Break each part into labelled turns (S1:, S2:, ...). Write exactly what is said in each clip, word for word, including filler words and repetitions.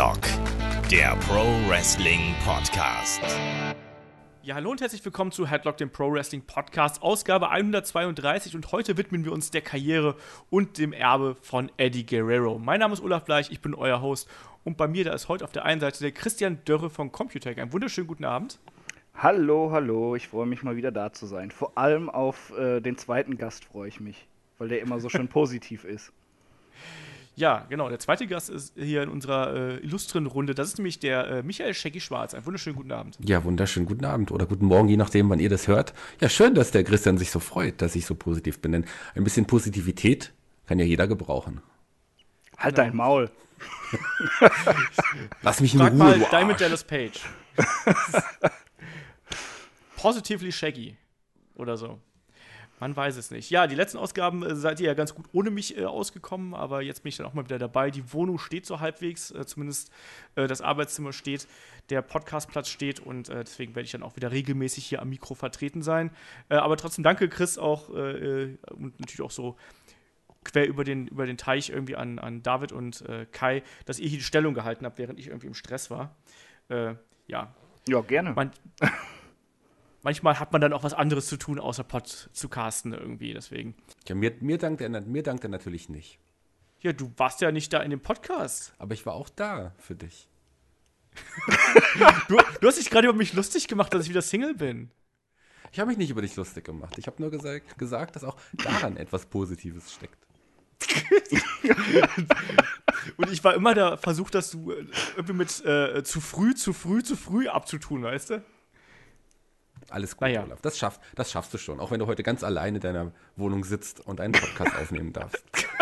S1: Headlock, der Pro Wrestling Podcast.
S2: Ja, hallo und herzlich willkommen zu Headlock, dem Pro Wrestling Podcast, Ausgabe hundertzweiunddreißig, und heute widmen wir uns der Karriere und dem Erbe von Eddie Guerrero. Mein Name ist Olaf Bleich, ich bin euer Host, und bei mir, da ist heute auf der einen Seite der Christian Dörre von Computec. Einen wunderschönen guten Abend.
S3: Hallo, hallo, ich freue mich mal wieder da zu sein. Vor allem auf äh, den zweiten Gast freue ich mich, weil der immer so schön positiv ist.
S2: Ja, genau, der zweite Gast ist hier in unserer äh, illustren Runde. Das ist nämlich der äh, Michael Shaggy Schwarz. Einen wunderschönen guten Abend.
S4: Ja, wunderschönen guten Abend oder guten Morgen, je nachdem, wann ihr das hört. Ja, schön, dass der Christian sich so freut, dass ich so positiv bin, denn ein bisschen Positivität kann ja jeder gebrauchen.
S3: Halt
S2: Genau.
S3: dein Maul.
S4: Lass mich in
S2: Frag
S4: Ruhe,
S2: mal
S4: du
S2: Diamond
S4: Arsch.
S2: Dallas Page. Positively Shaggy oder so. Man weiß es nicht. Ja, die letzten Ausgaben äh, seid ihr ja ganz gut ohne mich äh, ausgekommen, aber jetzt bin ich dann auch mal wieder dabei. Die Wohnung steht so halbwegs, äh, zumindest äh, das Arbeitszimmer steht, der Podcastplatz steht, und äh, deswegen werde ich dann auch wieder regelmäßig hier am Mikro vertreten sein. Äh, aber trotzdem danke, Chris, auch äh, und natürlich auch so quer über den, über den Teich irgendwie an, an David und äh, Kai, dass ihr hier die Stellung gehalten habt, während ich irgendwie im Stress war. Äh, ja.
S3: Ja, gerne.
S2: Man, manchmal hat man dann auch was anderes zu tun, außer Pod zu casten irgendwie, deswegen.
S4: Ja, mir, mir, dankt er, mir dankt er natürlich nicht.
S2: Ja, du warst ja nicht da in dem Podcast.
S4: Aber ich war auch da für dich.
S2: Du, du hast dich gerade über mich lustig gemacht, dass ich wieder Single bin.
S4: Ich habe mich nicht über dich lustig gemacht. Ich habe nur gesagt, gesagt, dass auch daran etwas Positives steckt.
S2: Und ich war immer der Versuch, dass du äh, irgendwie mit äh, zu früh, zu früh, zu früh abzutun, weißt du?
S4: Alles gut,
S2: Naja.
S4: Olaf. Das, schaff, das schaffst du schon. Auch wenn du heute ganz allein in deiner Wohnung sitzt und einen Podcast aufnehmen darfst.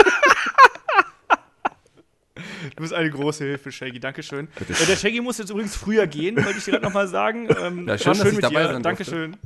S2: Du bist eine große Hilfe, Shaggy. Dankeschön. Äh, der Shaggy muss jetzt übrigens früher gehen, wollte ich dir gerade nochmal sagen. Ähm,
S4: Ja, schön,
S2: war
S4: dass
S2: schön
S4: ich
S2: mit
S4: dabei
S2: dir.
S4: sein durfte.
S2: Dankeschön.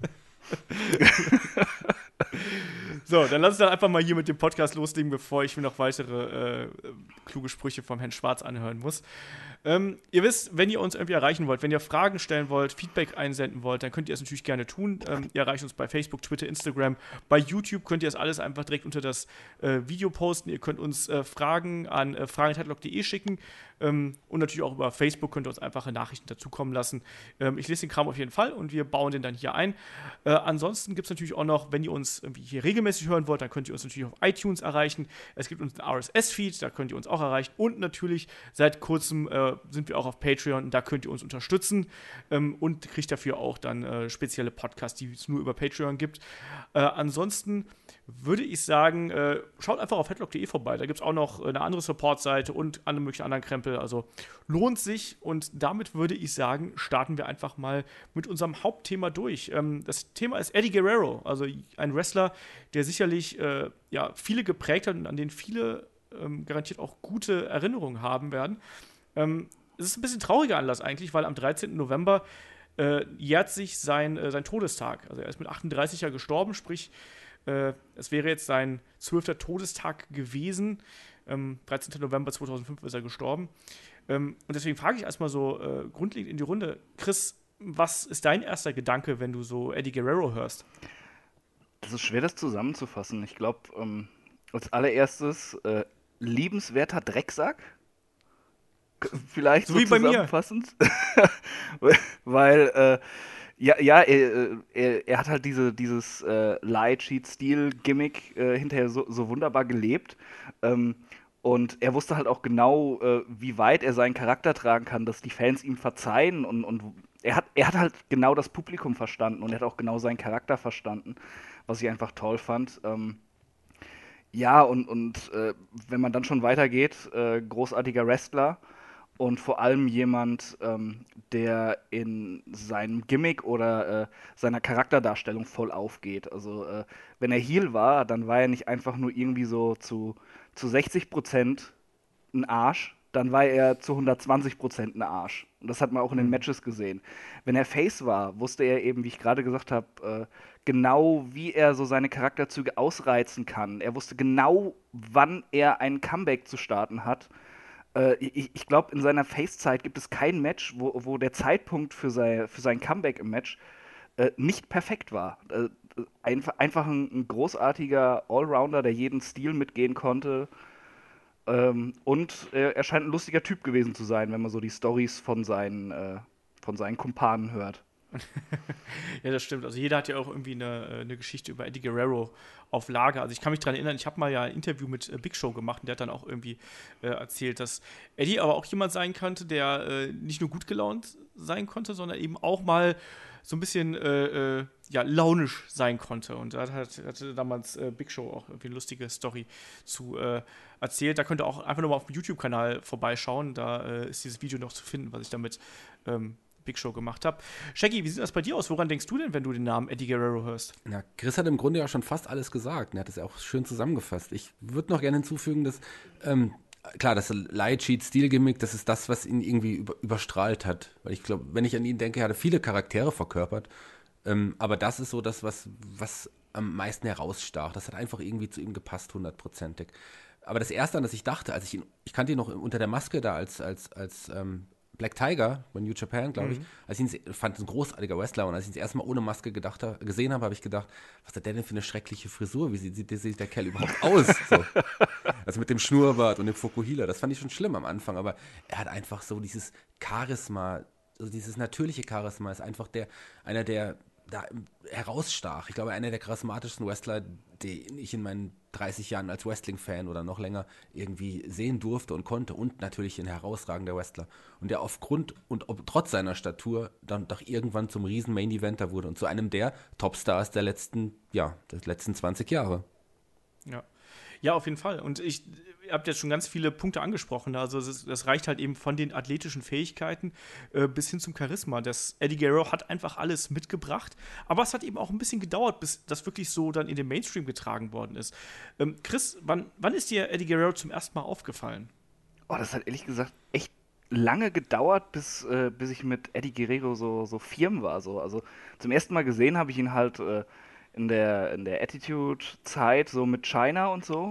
S2: So, dann lass uns dann einfach mal hier mit dem Podcast loslegen, bevor ich mir noch weitere äh, kluge Sprüche vom Herrn Schwarz anhören muss. Ähm, ihr wisst, wenn ihr uns irgendwie erreichen wollt, wenn ihr Fragen stellen wollt, Feedback einsenden wollt, dann könnt ihr es natürlich gerne tun. Ähm, ihr erreicht uns bei Facebook, Twitter, Instagram. Bei YouTube könnt ihr das alles einfach direkt unter das äh, Video posten. Ihr könnt uns äh, Fragen an äh, fragen at headlock punkt de schicken. Ähm, und natürlich auch über Facebook könnt ihr uns einfache Nachrichten dazukommen lassen. Ähm, ich lese den Kram auf jeden Fall und wir bauen den dann hier ein. Äh, ansonsten gibt es natürlich auch noch, wenn ihr uns irgendwie hier regelmäßig hören wollt, dann könnt ihr uns natürlich auf iTunes erreichen. Es gibt uns einen R S S-Feed, da könnt ihr uns auch erreichen. Und natürlich seit kurzem äh, sind wir auch auf Patreon, und da könnt ihr uns unterstützen ähm, und kriegt dafür auch dann äh, spezielle Podcasts, die es nur über Patreon gibt. Äh, ansonsten würde ich sagen, äh, schaut einfach auf headlock punkt de vorbei. Da gibt es auch noch eine andere Support-Seite und alle möglichen anderen Krempel. Also lohnt sich, und damit würde ich sagen, starten wir einfach mal mit unserem Hauptthema durch. Ähm, das Thema ist Eddie Guerrero, also ein Wrestler, der sicherlich äh, ja, viele geprägt hat und an den viele ähm, garantiert auch gute Erinnerungen haben werden. Ähm, es ist ein bisschen trauriger Anlass eigentlich, weil am dreizehnten November äh, jährt sich sein, äh, sein Todestag. Also er ist mit achtunddreißig Jahren gestorben, sprich, äh, es wäre jetzt sein zwölfter Todestag gewesen. Ähm, dreizehnten November zweitausendfünf ist er gestorben. Ähm, und deswegen frage ich erstmal so äh, grundlegend in die Runde: Chris, was ist dein erster Gedanke, wenn du so Eddie Guerrero hörst?
S3: Das ist schwer, das zusammenzufassen. Ich glaube, ähm, als allererstes äh, liebenswerter Drecksack. K- Vielleicht
S2: So
S3: so,
S2: wie bei mir.
S3: zusammenfassend. Weil, äh, ja, ja er, er, er hat halt diese, dieses äh, Lie-Cheat-Steal-Gimmick äh, hinterher so, so wunderbar gelebt. Ähm, und er wusste halt auch genau, äh, wie weit er seinen Charakter tragen kann, dass die Fans ihm verzeihen. Und, und er, hat, er hat halt genau das Publikum verstanden, und er hat auch genau seinen Charakter verstanden, was ich einfach toll fand. Ähm, ja, und, und äh, wenn man dann schon weitergeht, äh, großartiger Wrestler. Und vor allem jemand, ähm, der in seinem Gimmick oder äh, seiner Charakterdarstellung voll aufgeht. Also äh, wenn er Heel war, dann war er nicht einfach nur irgendwie so zu, zu sechzig Prozent ein Arsch, dann war er zu hundertzwanzig Prozent ein Arsch. Und das hat man auch in den Matches gesehen. Wenn er Face war, wusste er eben, wie ich gerade gesagt habe, äh, genau, wie er so seine Charakterzüge ausreizen kann. Er wusste genau, wann er ein Comeback zu starten hat. Äh, ich ich glaube, in seiner Face-Zeit gibt es kein Match, wo, wo der Zeitpunkt für sein, für sein Comeback im Match äh, nicht perfekt war. Äh, einfach, einfach ein, ein großartiger Allrounder, der jeden Stil mitgehen konnte. Ähm, und äh, er scheint ein lustiger Typ gewesen zu sein, wenn man so die Storys von seinen, äh, von seinen Kumpanen hört.
S2: Ja, das stimmt. Also jeder hat ja auch irgendwie eine, äh, eine Geschichte über Eddie Guerrero auf Lager. Also ich kann mich daran erinnern, ich habe mal ja ein Interview mit äh, Big Show gemacht und der hat dann auch irgendwie äh, erzählt, dass Eddie aber auch jemand sein könnte, der äh, nicht nur gut gelaunt sein konnte, sondern eben auch mal so ein bisschen äh, äh, ja, launisch sein konnte. Und da hat, hatte damals äh, Big Show auch irgendwie eine lustige Story zu äh, erzählt. Da könnt ihr auch einfach nochmal auf dem YouTube-Kanal vorbeischauen. Da äh, ist dieses Video noch zu finden, was ich damit ähm, Big Show gemacht habe. Shaggy, wie sieht das bei dir aus? Woran denkst du denn, wenn du den Namen Eddie Guerrero hörst?
S4: Ja, Chris hat im Grunde ja schon fast alles gesagt. Er hat es ja auch schön zusammengefasst. Ich würde noch gerne hinzufügen, dass, ähm, klar, das Light-Cheat-Stil-Gimmick, das ist das, was ihn irgendwie über, überstrahlt hat. Weil ich glaube, wenn ich an ihn denke, er hatte viele Charaktere verkörpert. Ähm, aber das ist so das, was, was am meisten herausstach. Das hat einfach irgendwie zu ihm gepasst, hundertprozentig. Aber das Erste, an das ich dachte, als ich ihn, ich kannte ihn noch unter der Maske da als, als, als, ähm, Black Tiger bei New Japan, glaube ich. Mhm. Als ich ihn fand, ein großartiger Wrestler. Und als ich ihn das erste Mal ohne Maske gedacht hab, gesehen habe, habe ich gedacht, was hat der denn für eine schreckliche Frisur? Wie sieht, sieht, sieht der Kerl überhaupt aus? So. Also mit dem Schnurrbart und dem Fokuhila. Das fand ich schon schlimm am Anfang. Aber er hat einfach so dieses Charisma, also dieses natürliche Charisma ist einfach der, einer der da herausstach. Ich glaube, einer der charismatischsten Wrestler, den ich in meinen dreißig Jahren als Wrestling-Fan oder noch länger irgendwie sehen durfte und konnte, und natürlich ein herausragender Wrestler. Und der aufgrund und ob, trotz seiner Statur dann doch irgendwann zum riesen Main-Eventer wurde und zu einem der Topstars der letzten, ja, der letzten zwanzig Jahre.
S2: Ja. Ja, auf jeden Fall. Und ich, ihr habt jetzt schon ganz viele Punkte angesprochen. Also das, das reicht halt eben von den athletischen Fähigkeiten äh, bis hin zum Charisma. Das Eddie Guerrero hat einfach alles mitgebracht. Aber es hat eben auch ein bisschen gedauert, bis das wirklich so dann in den Mainstream getragen worden ist. Ähm, Chris, wann, wann ist dir Eddie Guerrero zum ersten Mal aufgefallen?
S3: Oh, das hat ehrlich gesagt echt lange gedauert, bis, äh, bis ich mit Eddie Guerrero so, so firm war. So. Also zum ersten Mal gesehen habe ich ihn halt äh, in der, in der Attitude-Zeit, so mit China und so,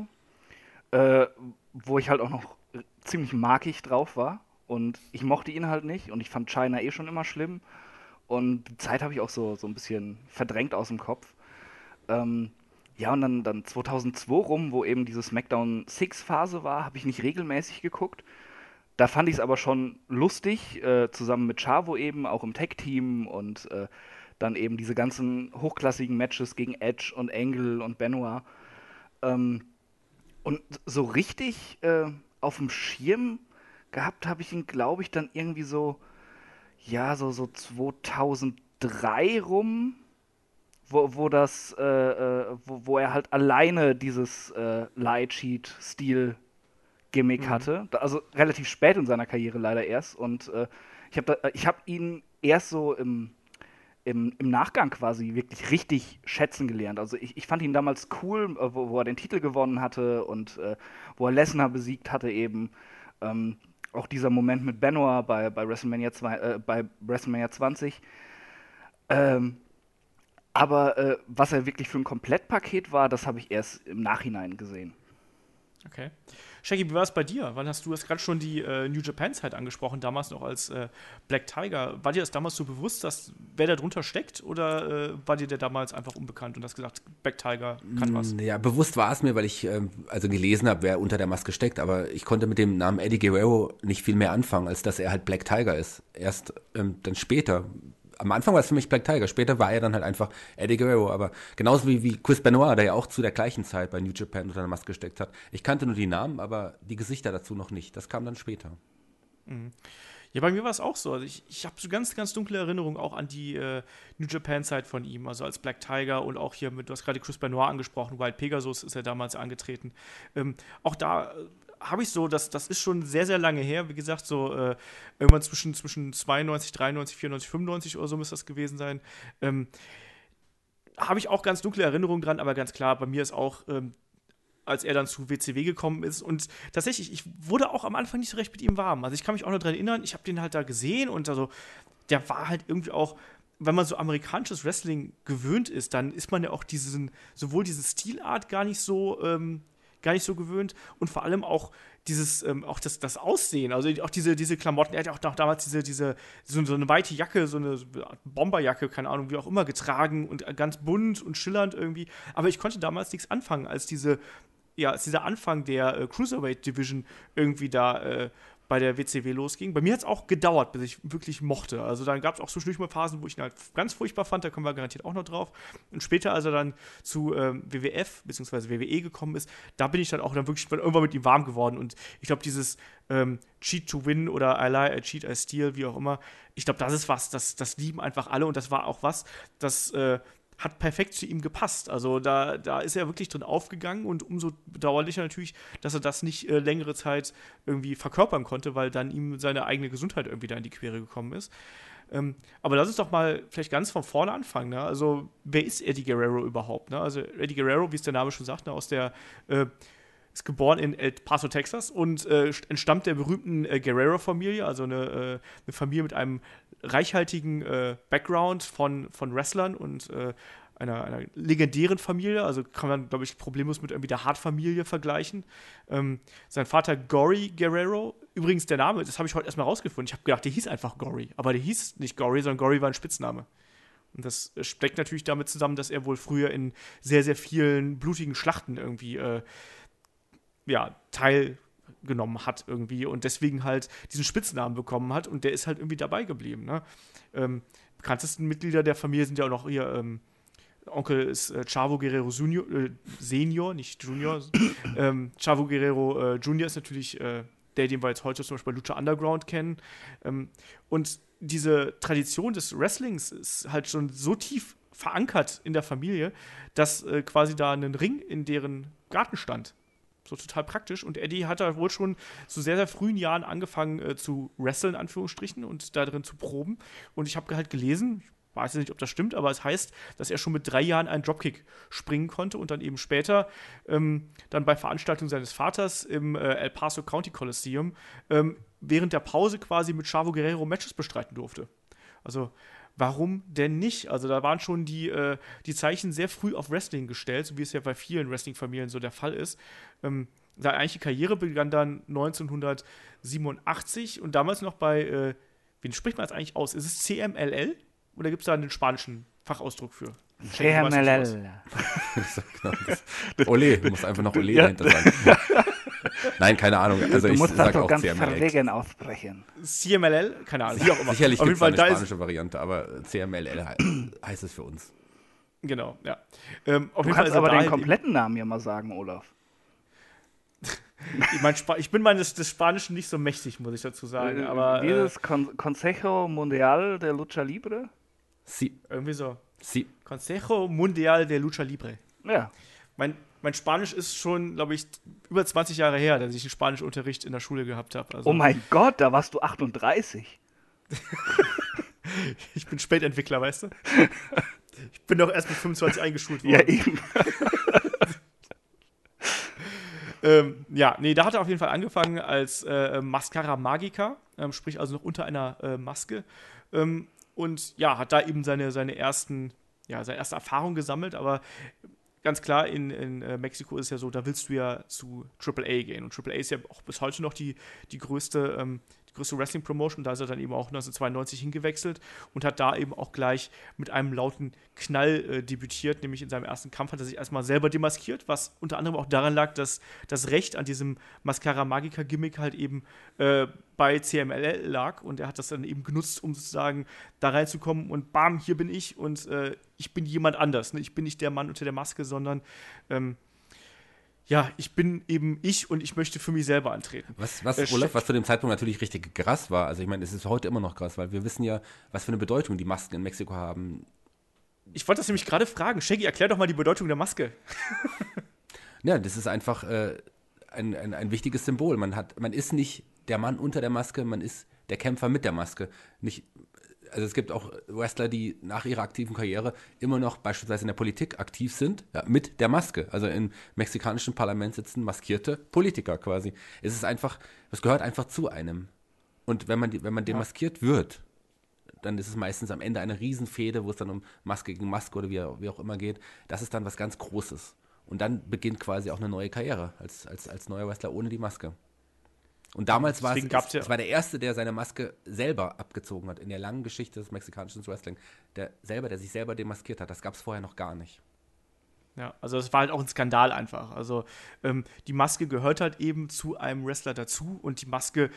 S3: äh, wo ich halt auch noch ziemlich markig drauf war. Und ich mochte ihn halt nicht und ich fand China eh schon immer schlimm. Und die Zeit habe ich auch so, so ein bisschen verdrängt aus dem Kopf. Ähm, ja, und dann, dann zweitausendzwei rum, wo eben diese SmackDown sechs Phase war, habe ich nicht regelmäßig geguckt. Da fand ich es aber schon lustig, äh, zusammen mit Chavo eben, auch im Tag-Team und äh, dann eben diese ganzen hochklassigen Matches gegen Edge und Angle und Benoit. Ähm, und so richtig äh, auf dem Schirm gehabt habe ich ihn, glaube ich, dann irgendwie so, ja, so, so zweitausenddrei rum, wo, wo das, äh, äh, wo, wo er halt alleine dieses äh, Light-Cheat-Stil-Gimmick mhm. hatte. Also relativ spät in seiner Karriere leider erst. Und äh, ich habe ich hab ihn erst so im Im, im Nachgang quasi wirklich richtig schätzen gelernt. Also ich, ich fand ihn damals cool, wo, wo er den Titel gewonnen hatte und äh, wo er Lesnar besiegt hatte eben. Ähm, auch dieser Moment mit Benoit bei, bei, WrestleMania, zwei, äh, bei WrestleMania zwanzig. Ähm, aber äh, was er wirklich für ein Komplettpaket war, das habe ich erst im Nachhinein gesehen.
S2: Okay. Shaggy, wie war es bei dir? Wann hast du das gerade schon die äh, New Japan-Zeit angesprochen, damals noch als äh, Black Tiger? War dir das damals so bewusst, dass wer da drunter steckt? Oder äh, war dir der damals einfach unbekannt und hast gesagt, Black Tiger kann was?
S4: Ja, bewusst war es mir, weil ich ähm, also gelesen habe, wer unter der Maske steckt. Aber ich konnte mit dem Namen Eddie Guerrero nicht viel mehr anfangen, als dass er halt Black Tiger ist. Erst ähm, dann später. Am Anfang war es für mich Black Tiger, später war er dann halt einfach Eddie Guerrero, aber genauso wie, wie Chris Benoit, der ja auch zu der gleichen Zeit bei New Japan unter der Maske gesteckt hat. Ich kannte nur die Namen, aber die Gesichter dazu noch nicht. Das kam dann später.
S2: Mhm. Ja, bei mir war es auch so. Also ich, ich habe so ganz, ganz dunkle Erinnerungen auch an die äh, New Japan-Zeit von ihm, also als Black Tiger und auch hier mit, du hast gerade Chris Benoit angesprochen, Wild Pegasus ist er damals angetreten. Ähm, auch da äh, habe ich so, das, das ist schon sehr, sehr lange her, wie gesagt, so äh, irgendwann zwischen, zwischen zweiundneunzig, dreiundneunzig, vierundneunzig, fünfundneunzig oder so müsste das gewesen sein. Ähm, habe ich auch ganz dunkle Erinnerungen dran, aber ganz klar, bei mir ist auch, ähm, als er dann zu W C W gekommen ist und tatsächlich, ich wurde auch am Anfang nicht so recht mit ihm warm. Also ich kann mich auch noch daran erinnern, ich habe den halt da gesehen und also, der war halt irgendwie auch, wenn man so amerikanisches Wrestling gewöhnt ist, dann ist man ja auch diesen, sowohl diese Stilart gar nicht so, ähm, gar nicht so gewöhnt und vor allem auch dieses, ähm, auch das, das Aussehen, also auch diese, diese Klamotten, er hat ja auch damals diese, diese, so, so eine weite Jacke, so eine Bomberjacke, keine Ahnung, wie auch immer, getragen und ganz bunt und schillernd irgendwie, aber ich konnte damals nichts anfangen, als diese ja, als dieser Anfang der äh, Cruiserweight Division irgendwie da äh, bei der W C W losging. Bei mir hat es auch gedauert, bis ich wirklich mochte. Also dann gab es auch zwischendurch mal Phasen, wo ich ihn halt ganz furchtbar fand, da kommen wir garantiert auch noch drauf. Und später, als er dann zu ähm, W W F bzw. W W E gekommen ist, da bin ich dann auch dann wirklich irgendwann mit ihm warm geworden. Und ich glaube, dieses ähm, Cheat to Win oder I Lie, I Cheat, I Steal, wie auch immer, ich glaube, das ist was, das, das lieben einfach alle und das war auch was, das äh, hat perfekt zu ihm gepasst. Also da, da ist er wirklich drin aufgegangen und umso bedauerlicher natürlich, dass er das nicht äh, längere Zeit irgendwie verkörpern konnte, weil dann ihm seine eigene Gesundheit irgendwie da in die Quere gekommen ist. Ähm, aber lass uns doch mal vielleicht ganz von vorne anfangen. Ne? Also wer ist Eddie Guerrero überhaupt? Ne? Also Eddie Guerrero, wie es der Name schon sagt, ne? aus der äh, ist geboren in El Paso, Texas und äh, entstammt der berühmten äh, Guerrero-Familie, also eine, äh, eine Familie mit einem reichhaltigen äh, Background von, von Wrestlern und äh, einer, einer legendären Familie, also kann man, glaube ich, problemlos mit irgendwie der Hart-Familie vergleichen. Ähm, sein Vater Gory Guerrero, übrigens der Name, das habe ich heute erstmal rausgefunden, ich habe gedacht, der hieß einfach Gory, aber der hieß nicht Gory, sondern Gory war ein Spitzname. Und das äh, steckt natürlich damit zusammen, dass er wohl früher in sehr, sehr vielen blutigen Schlachten irgendwie äh, ja, teilgenommen hat irgendwie und deswegen halt diesen Spitznamen bekommen hat und der ist halt irgendwie dabei geblieben. Ne? Ähm, bekanntesten Mitglieder der Familie sind ja auch noch ihr ähm, Onkel ist äh, Chavo Guerrero Junior, äh, Senior, nicht Junior. ähm, Chavo Guerrero äh, Junior ist natürlich äh, der, den wir jetzt heute zum Beispiel bei Lucha Underground kennen. Ähm, und diese Tradition des Wrestlings ist halt schon so tief verankert in der Familie, dass äh, quasi da ein Ring in deren Garten stand. So total praktisch. Und Eddie hat da wohl schon zu sehr, sehr frühen Jahren angefangen äh, zu wresteln, in Anführungsstrichen, und da drin zu proben. Und ich habe halt gelesen, ich weiß nicht, ob das stimmt, aber es heißt, dass er schon mit drei Jahren einen Dropkick springen konnte und dann eben später ähm, dann bei Veranstaltungen seines Vaters im äh, El Paso County Coliseum ähm, während der Pause quasi mit Chavo Guerrero Matches bestreiten durfte. Also warum denn nicht? Also da waren schon die, äh, die Zeichen sehr früh auf Wrestling gestellt, so wie es ja bei vielen Wrestling-Familien so der Fall ist. Ähm, seine eigentliche Karriere begann dann neunzehnhundertsiebenundachtzig und damals noch bei, äh, wen spricht man jetzt eigentlich aus? Ist es C M L L? Oder gibt es da einen spanischen Fachausdruck für?
S3: C M L L.
S4: Ole, du musst einfach noch Ole dahinter sagen. Nein, keine Ahnung. Also
S3: du
S4: ich
S3: musst das
S4: sage
S3: so
S4: auch
S3: ganz
S4: C M L L.
S3: verlegen aussprechen.
S2: C M L L? Keine Ahnung, wie auch immer.
S4: Sicherlich gibt es eine
S2: da
S4: spanische
S2: ist,
S4: Variante, aber C M L L he- heißt es für uns.
S2: Genau, ja. Ähm, auf
S3: Du
S2: jeden Fall
S3: kannst
S2: ist er
S3: aber
S2: da
S3: den
S2: halt
S3: kompletten Namen ja mal sagen, Olaf.
S2: Ich, mein, ich bin meines des Spanischen nicht so mächtig, muss ich dazu sagen. Aber äh,
S3: Dieses Con Consejo Mundial de Lucha Libre?
S4: Sí.
S2: irgendwie so.
S4: Sí.
S2: Consejo Mundial de Lucha Libre.
S3: Ja.
S2: Mein, mein Spanisch ist schon, glaube ich, über zwanzig Jahre her, dass ich einen Spanischunterricht in der Schule gehabt habe. Also,
S3: Oh mein Gott, da warst du achtunddreißig.
S2: ich bin Spätentwickler, weißt du? Ich bin doch erst mit fünfundzwanzig eingeschult worden.
S3: Ja, eben.
S2: Ähm, ja, nee, da hat er auf jeden Fall angefangen als äh, Mascara Magica, ähm, sprich also noch unter einer äh, Maske. Ähm, und ja, hat da eben seine, seine ersten, ja, seine erste Erfahrung gesammelt, aber ganz klar, in, in äh, Mexiko ist es ja so, da willst du ja zu Triple A gehen. Und Triple A ist ja auch bis heute noch die, die größte, ähm, die größte Wrestling-Promotion. Da ist er dann eben auch neunzehnhundertzweiundneunzig hingewechselt und hat da eben auch gleich mit einem lauten Knall äh, debütiert, nämlich in seinem ersten Kampf hat er sich erstmal selber demaskiert, was unter anderem auch daran lag, dass das Recht an diesem Mascara Magica-Gimmick halt eben äh, bei C M L L lag und er hat das dann eben genutzt, um sozusagen da reinzukommen und bam, hier bin ich und äh, ich bin jemand anders. Ne? Ich bin nicht der Mann unter der Maske, sondern ähm, ja, ich bin eben ich und ich möchte für mich selber antreten.
S4: Was, was,
S2: Äh,
S4: Olaf, was zu dem Zeitpunkt natürlich richtig krass war, also ich meine, es ist heute immer noch krass, weil wir wissen ja, was für eine Bedeutung die Masken in Mexiko haben.
S2: Ich wollte das nämlich gerade fragen. Shaggy, erklär doch mal die Bedeutung der Maske.
S4: Ja, das ist einfach äh, ein, ein, ein wichtiges Symbol. Man hat, man ist nicht der Mann unter der Maske, man ist der Kämpfer mit der Maske. Nicht, also es gibt auch Wrestler, die nach ihrer aktiven Karriere immer noch beispielsweise in der Politik aktiv sind, ja, mit der Maske. Also im mexikanischen Parlament sitzen maskierte Politiker quasi. Es ist einfach, das gehört einfach zu einem. Und wenn man, die, wenn man demaskiert wird, dann ist es meistens am Ende eine Riesenfehde, wo es dann um Maske gegen Maske oder wie, wie auch immer geht. Das ist dann was ganz Großes. Und dann beginnt quasi auch eine neue Karriere als, als, als neuer Wrestler ohne die Maske. Und damals war es,
S2: gab's ja-
S4: es war der Erste, der seine Maske selber abgezogen hat in der langen Geschichte des mexikanischen Wrestling. Der selber, der sich selber demaskiert hat. Das gab es vorher noch gar nicht.
S2: Ja, also das war halt auch ein Skandal einfach. Also ähm, die Maske gehört halt eben zu einem Wrestler dazu und die Maske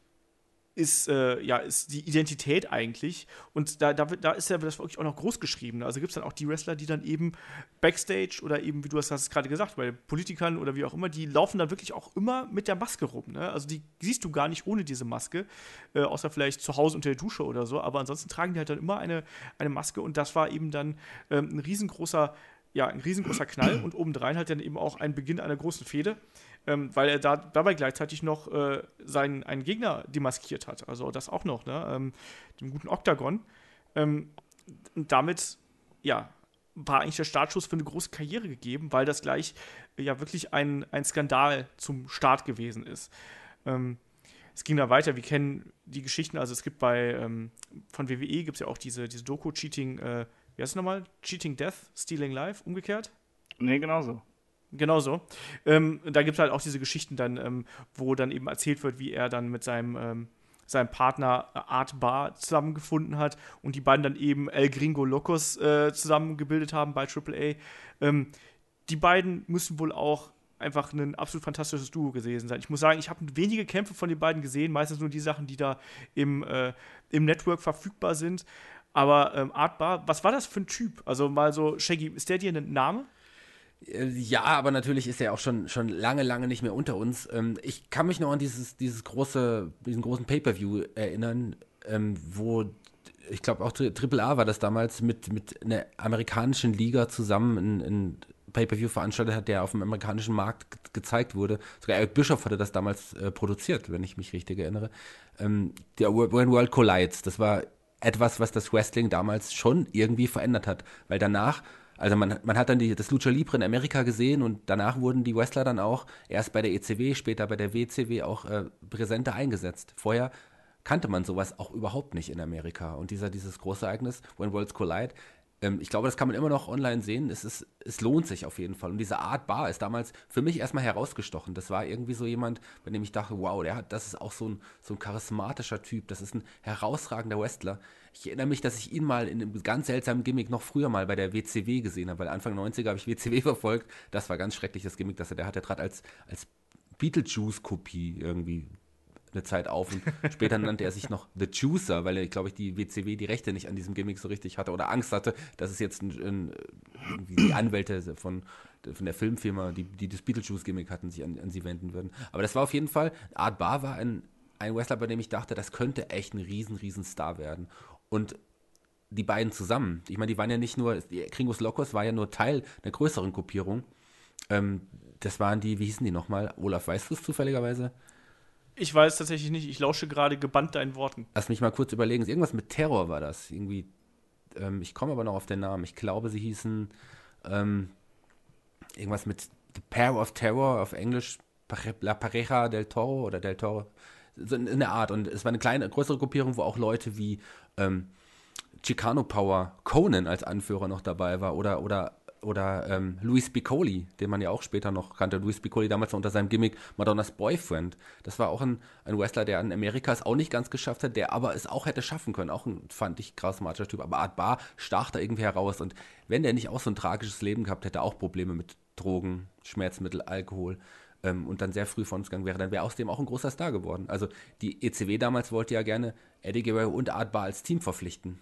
S2: ist, äh, ja, ist die Identität eigentlich. Und da, da, wird- da ist ja das wirklich auch noch groß geschrieben. Also gibt es dann auch die Wrestler, die dann eben Backstage oder eben, wie du hast es gerade gesagt, bei Politikern oder wie auch immer, die laufen dann wirklich auch immer mit der Maske rum. Ne? Also die siehst du gar nicht ohne diese Maske, äh, außer vielleicht zu Hause unter der Dusche oder so. Aber ansonsten tragen die halt dann immer eine, eine Maske und das war eben dann ähm, ein riesengroßer, ja, ein riesengroßer Knall und obendrein halt dann eben auch ein Beginn einer großen Fehde. Ähm, weil er da, dabei gleichzeitig noch äh, seinen einen Gegner demaskiert hat. Also das auch noch, ne? Ähm, den guten Octagon. Ähm, und damit, ja, war eigentlich der Startschuss für eine große Karriere gegeben, weil das gleich äh, ja wirklich ein, ein Skandal zum Start gewesen ist. Ähm, es ging da weiter, wir kennen die Geschichten, also es gibt bei, ähm, von W W E gibt es ja auch diese, diese Doku Cheating, äh, wie heißt es nochmal? Cheating Death, Stealing Life, umgekehrt?
S3: Nee, genau so.
S2: Genau so. Ähm, da gibt es halt auch diese Geschichten dann, ähm, wo dann eben erzählt wird, wie er dann mit seinem, ähm, seinem Partner äh, Art Barr zusammengefunden hat und die beiden dann eben El Gringo Locos äh, zusammengebildet haben bei Triple A. Ähm, die beiden müssen wohl auch einfach ein absolut fantastisches Duo gewesen sein. Ich muss sagen, ich habe wenige Kämpfe von den beiden gesehen, meistens nur die Sachen, die da im, äh, im Network verfügbar sind. Aber ähm, Art Barr, was war das für ein Typ? Also mal so, Shaggy, ist der dir ein Name?
S4: Äh, Ja, aber natürlich ist er auch schon, schon lange, lange nicht mehr unter uns. Ähm, ich kann mich noch an dieses, dieses große, diesen großen Pay-Per-View erinnern, ähm, wo ich glaube auch Tri- Triple A war das damals mit, mit einer amerikanischen Liga zusammen ein, ein Pay-Per-View veranstaltet hat, der auf dem amerikanischen Markt ge gezeigt wurde. Sogar Eric Bischoff hatte das damals äh, produziert, wenn ich mich richtig erinnere. Ähm, der Wo- When World Collides, das war etwas, was das Wrestling damals schon irgendwie verändert hat, weil danach also man, man hat dann die, das Lucha Libre in Amerika gesehen und danach wurden die Wrestler dann auch erst bei der E C W, später bei der W C W auch äh, präsenter eingesetzt. Vorher kannte man sowas auch überhaupt nicht in Amerika. Und dieser, dieses große Ereignis, When Worlds Collide, ähm, ich glaube, das kann man immer noch online sehen. Es, ist, es lohnt sich auf jeden Fall. Und diese Art Bar ist damals für mich erstmal herausgestochen. Das war irgendwie so jemand, bei dem ich dachte, wow, der hat, das ist auch so ein, so ein charismatischer Typ. Das ist ein herausragender Wrestler. Ich erinnere mich, dass ich ihn mal in einem ganz seltsamen Gimmick noch früher mal bei der W C W gesehen habe, weil Anfang neunziger habe ich W C W verfolgt. Das war ganz schrecklich, das Gimmick, das er der hat. Der trat als, als Beetlejuice-Kopie irgendwie eine Zeit auf und später nannte er sich noch The Juicer, weil er, glaube ich, die W C W die Rechte nicht an diesem Gimmick so richtig hatte oder Angst hatte, dass es jetzt ein, ein, irgendwie die Anwälte von, von der Filmfirma, die, die das Beetlejuice-Gimmick hatten, sich an, an sie wenden würden. Aber das war auf jeden Fall, Art Barr war ein, ein Wrestler, bei dem ich dachte, das könnte echt ein riesen, riesen Star werden. Und die beiden zusammen, ich meine, die waren ja nicht nur, die Gringos Locos war ja nur Teil einer größeren Gruppierung. Ähm, das waren die, wie hießen die nochmal? Olaf, weißt du es zufälligerweise?
S2: Ich weiß tatsächlich nicht, ich lausche gerade gebannt deinen Worten.
S4: Lass mich mal kurz überlegen. Irgendwas mit Terror war das. Irgendwie, ähm, ich komme aber noch auf den Namen. Ich glaube, sie hießen ähm, irgendwas mit The Pair of Terror auf Englisch, Pare- La Pareja del Toro oder del Toro. So in, in der Art. Und es war eine kleine, größere Gruppierung, wo auch Leute wie ähm, Chicano Power, Conan als Anführer noch dabei war oder, oder, oder ähm, Luis Piccoli, den man ja auch später noch kannte. Luis Piccoli damals noch unter seinem Gimmick Madonnas Boyfriend. Das war auch ein, ein Wrestler, der in Amerika es auch nicht ganz geschafft hat, der aber es auch hätte schaffen können. Auch ein, fand ich, charismatischer Typ. Aber Art Barr stach da irgendwie heraus. Und wenn der nicht auch so ein tragisches Leben gehabt hätte, auch Probleme mit Drogen, Schmerzmittel, Alkohol, ähm, und dann sehr früh von uns gegangen wäre, dann wäre aus dem auch ein großer Star geworden. Also die E C W damals wollte ja gerne Eddie Guerrero und Art Barr als Team verpflichten.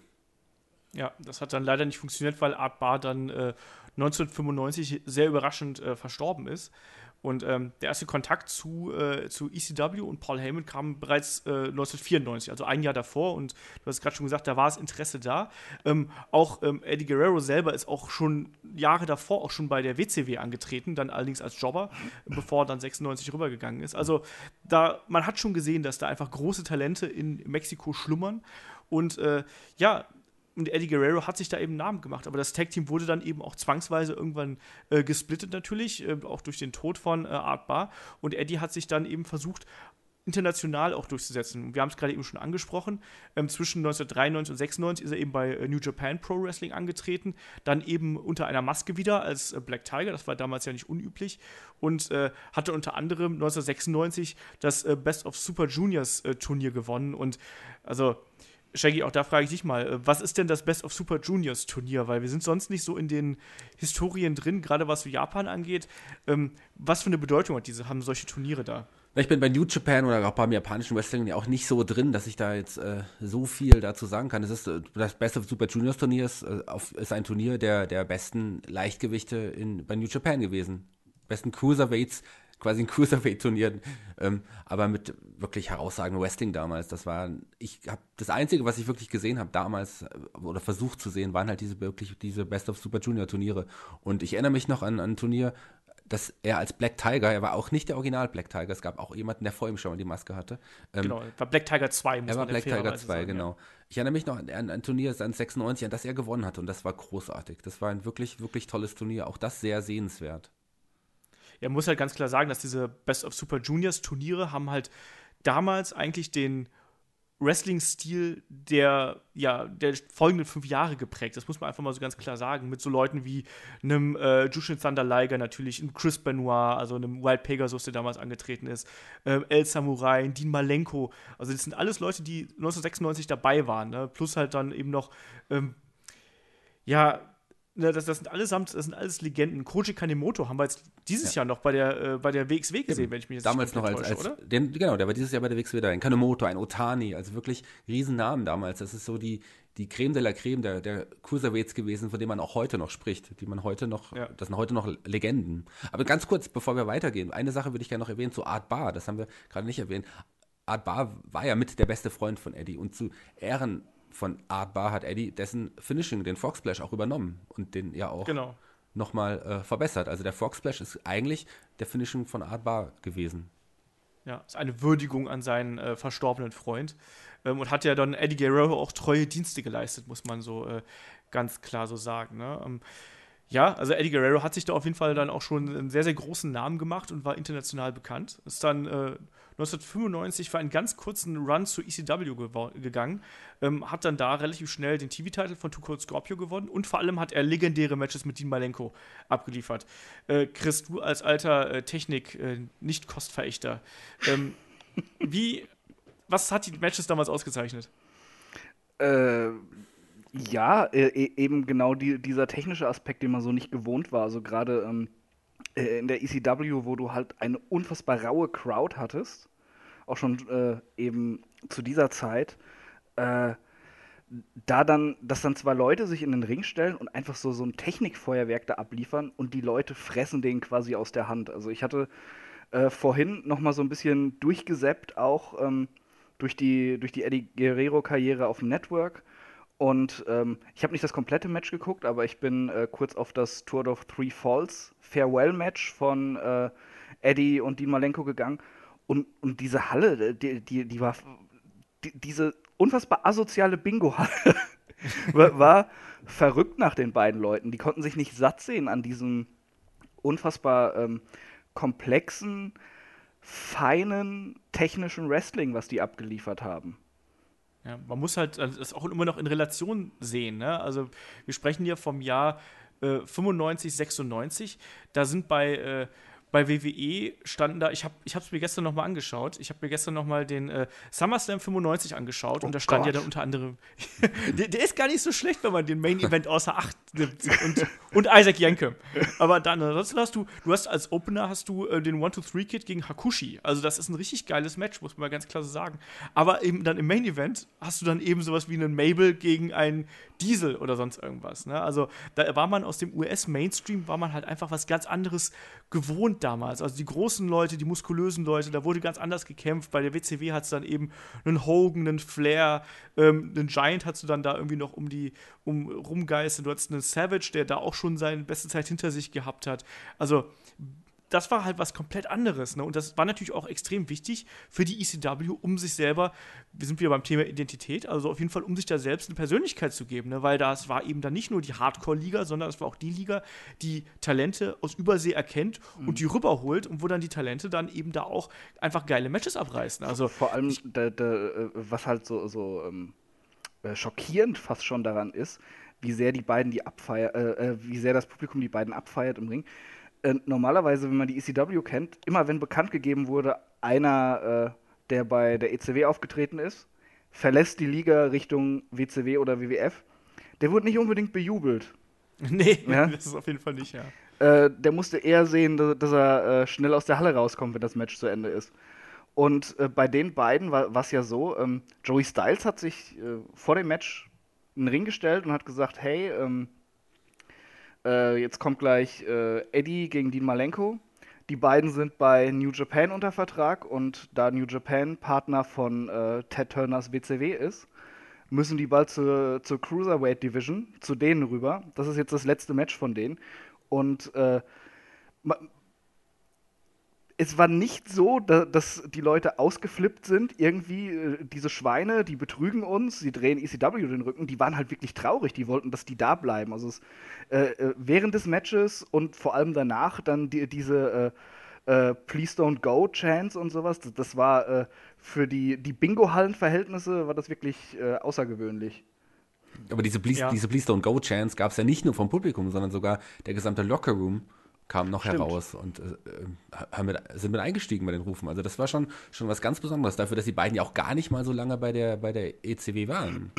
S2: Ja, das hat dann leider nicht funktioniert, weil Art Barr dann äh, neunzehnhundertfünfundneunzig sehr überraschend äh, verstorben ist. Und ähm, der erste Kontakt zu, äh, zu E C W und Paul Heyman kam bereits äh, neunzehnhundertvierundneunzig, also ein Jahr davor. Und du hast gerade schon gesagt, da war das Interesse da. Ähm, auch ähm, Eddie Guerrero selber ist auch schon Jahre davor auch schon bei der W C W angetreten, dann allerdings als Jobber, bevor er dann sechsundneunzig rübergegangen ist. Also da, man hat schon gesehen, dass da einfach große Talente in Mexiko schlummern. Und äh, ja, und Eddie Guerrero hat sich da eben einen Namen gemacht. Aber das Tag-Team wurde dann eben auch zwangsweise irgendwann äh, gesplittet natürlich, äh, auch durch den Tod von äh, Art Barr. Und Eddie hat sich dann eben versucht, international auch durchzusetzen. Und wir haben es gerade eben schon angesprochen. Ähm, zwischen neunzehnhundertdreiundneunzig und sechsundneunzig ist er eben bei äh, New Japan Pro Wrestling angetreten. Dann eben unter einer Maske wieder als äh, Black Tiger. Das war damals ja nicht unüblich. Und äh, hatte unter anderem neunzehnhundertsechsundneunzig das äh, Best of Super Juniors äh, Turnier gewonnen. Und also Shaggy, auch da frage ich dich mal, was ist denn das Best of Super Juniors Turnier? Weil wir sind sonst nicht so in den Historien drin, gerade was so Japan angeht. Ähm, was für eine Bedeutung hat diese, haben solche Turniere da?
S4: Ich bin bei New Japan oder auch beim japanischen Wrestling ja auch nicht so drin, dass ich da jetzt äh, so viel dazu sagen kann. Es ist äh, das Best of Super Juniors Turnier ist, äh, auf, ist ein Turnier der, der besten Leichtgewichte in, bei New Japan gewesen. Besten Cruiserweights, quasi ein Cruiserweight-Turnier, ähm, aber mit wirklich herausragendem Wrestling damals. Das war, ich habe das Einzige, was ich wirklich gesehen habe damals äh, oder versucht zu sehen, waren halt diese wirklich diese Best of Super Junior Turniere. Und ich erinnere mich noch an, an ein Turnier, dass er als Black Tiger, er war auch nicht der Original Black Tiger, es gab auch jemanden, der vor ihm schon mal die Maske hatte. Ähm,
S2: genau, war Black Tiger zwei, muss
S4: er war
S2: man
S4: Black Tiger zwei,
S2: sagen,
S4: genau.
S2: Ja.
S4: Ich erinnere mich noch an, an ein Turnier, an sechsundneunzig, an das er gewonnen hat und das war großartig. Das war ein wirklich, wirklich tolles Turnier, auch das sehr sehenswert.
S2: Ja, man muss halt ganz klar sagen, dass diese Best of Super Juniors Turniere haben halt damals eigentlich den Wrestling-Stil der, ja, der folgenden fünf Jahre geprägt. Das muss man einfach mal so ganz klar sagen. Mit so Leuten wie einem äh, Jushin Thunder Liger natürlich, einem Chris Benoit, also einem Wild Pegasus, der damals angetreten ist, ähm, El Samurai, Dean Malenko. Also das sind alles Leute, die neunzehnhundertsechsundneunzig dabei waren. Ne? Plus halt dann eben noch, ähm, ja, Das, das sind allesamt, das sind alles Legenden. Koji Kanemoto haben wir jetzt dieses
S4: Ja.
S2: Jahr noch bei der, äh, bei der W X W gesehen,
S4: Eben.
S2: wenn ich mich jetzt
S4: Damals
S2: nicht
S4: noch als,
S2: komplett
S4: als
S2: täusche, oder?
S4: den, genau, der war dieses Jahr bei der W X W da. Ein Kanemoto, ein Otani, also wirklich Riesennamen damals. Das ist so die, die Creme de la Creme der, der Cruiserweights gewesen, von denen man auch heute noch spricht, die man heute noch,
S2: Ja.
S4: das sind heute noch Legenden. Aber ganz kurz, bevor wir weitergehen, eine Sache würde ich gerne noch erwähnen zu Art Barr, das haben wir gerade nicht erwähnt. Art Barr war ja mit der beste Freund von Eddie und zu Ehren von Art Barr hat Eddie dessen Finishing, den Frog Splash, auch übernommen und den ja auch
S2: Genau.
S4: nochmal äh, verbessert. Also der Frog Splash ist eigentlich der Finishing von Art Barr gewesen.
S2: Ja, ist eine Würdigung an seinen äh, verstorbenen Freund. Ähm, und hat ja dann Eddie Guerrero auch treue Dienste geleistet, muss man so äh, ganz klar so sagen. Ne? Ähm, ja, also Eddie Guerrero hat sich da auf jeden Fall dann auch schon einen sehr, sehr großen Namen gemacht und war international bekannt. Ist dann äh, neunzehnhundertfünfundneunzig für einen ganz kurzen Run zu E C W gewo- gegangen, ähm, hat dann da relativ schnell den T V-Titel von Two Cold Scorpio gewonnen und vor allem hat er legendäre Matches mit Dean Malenko abgeliefert. Äh, Chris, du als alter äh, Technik-Nicht-Kostverächter, äh, ähm, wie, was hat die Matches damals ausgezeichnet?
S3: Äh, ja, äh, e- eben genau die, dieser technische Aspekt, den man so nicht gewohnt war. Also gerade ähm, äh, in der E C W, wo du halt eine unfassbar raue Crowd hattest, auch schon äh, eben zu dieser Zeit, äh, da dann, dass dann zwei Leute sich in den Ring stellen und einfach so, so ein Technikfeuerwerk da abliefern und die Leute fressen den quasi aus der Hand. Also ich hatte äh, vorhin noch mal so ein bisschen durchgesäppt, auch ähm, durch die, durch die Eddie Guerrero-Karriere auf dem Network. Und ähm, ich habe nicht das komplette Match geguckt, aber ich bin äh, kurz auf das Tour of Three Falls Farewell-Match von äh, Eddie und Dean Malenko gegangen. Und, und diese Halle, die, die, die war, die, diese unfassbar asoziale Bingo-Halle war, war verrückt nach den beiden Leuten. Die konnten sich nicht satt sehen an diesem unfassbar ähm, komplexen, feinen, technischen Wrestling, was die abgeliefert haben.
S2: Ja, man muss halt das auch immer noch in Relation sehen. Ne? Also wir sprechen hier vom Jahr äh, fünfundneunzig, sechsundneunzig. Da sind bei, äh, bei W W E standen da, ich habe ich es mir gestern noch mal angeschaut, ich habe mir gestern noch mal den äh, SummerSlam fünfundneunzig angeschaut
S3: Oh
S2: und da stand
S3: Gott.
S2: ja dann unter anderem, der, der ist gar nicht so schlecht, wenn man den Main Event außer Acht nimmt und, und Isaac Yankem. Aber dann, ansonsten hast du, du hast als Opener hast du äh, den one two three Kid gegen Hakushi. Also das ist ein richtig geiles Match, muss man mal ganz klar so sagen. Aber eben dann im Main Event hast du dann eben sowas wie einen Mabel gegen einen Diesel oder sonst irgendwas. Ne? Also da war man aus dem U S-Mainstream, war man halt einfach was ganz anderes gewohnt damals. Also die großen Leute, die muskulösen Leute, da wurde ganz anders gekämpft. Bei der W C W hat es dann eben einen Hogan, einen Flair, ähm, einen Giant hast du dann da irgendwie noch um die um rumgeistern. Du hattest einen Savage, der da auch schon seine beste Zeit hinter sich gehabt hat. Also das war halt was komplett anderes. Ne? Und das war natürlich auch extrem wichtig für die E C W, um sich selber, wir sind wieder beim Thema Identität, also auf jeden Fall, um sich da selbst eine Persönlichkeit zu geben. Ne? Weil das war eben dann nicht nur die Hardcore-Liga, sondern es war auch die Liga, die Talente aus Übersee erkennt
S3: Mhm.
S2: und die rüberholt und wo dann die Talente dann eben da auch einfach geile Matches abreißen. Also
S3: Vor allem, da, da, äh, was halt so, so ähm, äh, schockierend fast schon daran ist, wie sehr die beiden die abfeiern, äh, äh, wie sehr das Publikum die beiden abfeiert im Ring. Äh, normalerweise, wenn man die E C W kennt, immer wenn bekannt gegeben wurde, einer, äh, der bei der E C W aufgetreten ist, verlässt die Liga Richtung W C W oder W W F, der wurde nicht unbedingt bejubelt.
S2: Nee,
S3: Ja?
S2: das ist auf jeden Fall nicht, ja.
S3: Äh, der musste eher sehen, dass, dass er äh, schnell aus der Halle rauskommt, wenn das Match zu Ende ist. Und äh, bei den beiden war es ja so, ähm, Joey Styles hat sich äh, vor dem Match in den Ring gestellt und hat gesagt, hey, ähm, äh, jetzt kommt gleich äh, Eddie gegen Dean Malenko. Die beiden sind bei New Japan unter Vertrag und da New Japan Partner von äh, Ted Turners W C W ist, müssen die bald zur, zur Cruiserweight Division, zu denen rüber. Das ist jetzt das letzte Match von denen. Und äh, ma- es war nicht so, da, dass die Leute ausgeflippt sind, irgendwie, äh, diese Schweine, die betrügen uns, sie drehen E C W den Rücken, die waren halt wirklich traurig, die wollten, dass die da bleiben. Also es, äh, äh, während des Matches und vor allem danach dann die, diese äh, äh, Please Don't Go Chants und sowas, das, das war äh, für die, die Bingo-Hallen-Verhältnisse war das wirklich äh, außergewöhnlich.
S4: Aber diese Please,
S2: Ja.
S4: diese Please Don't Go Chance gab es ja nicht nur vom Publikum, sondern sogar der gesamte Lockerroom kam noch
S3: Stimmt.
S4: heraus und äh, äh, haben mit, sind mit eingestiegen bei den Rufen. Also das war schon, schon was ganz Besonderes dafür, dass die beiden ja auch gar nicht mal so lange bei der, bei der E C W waren.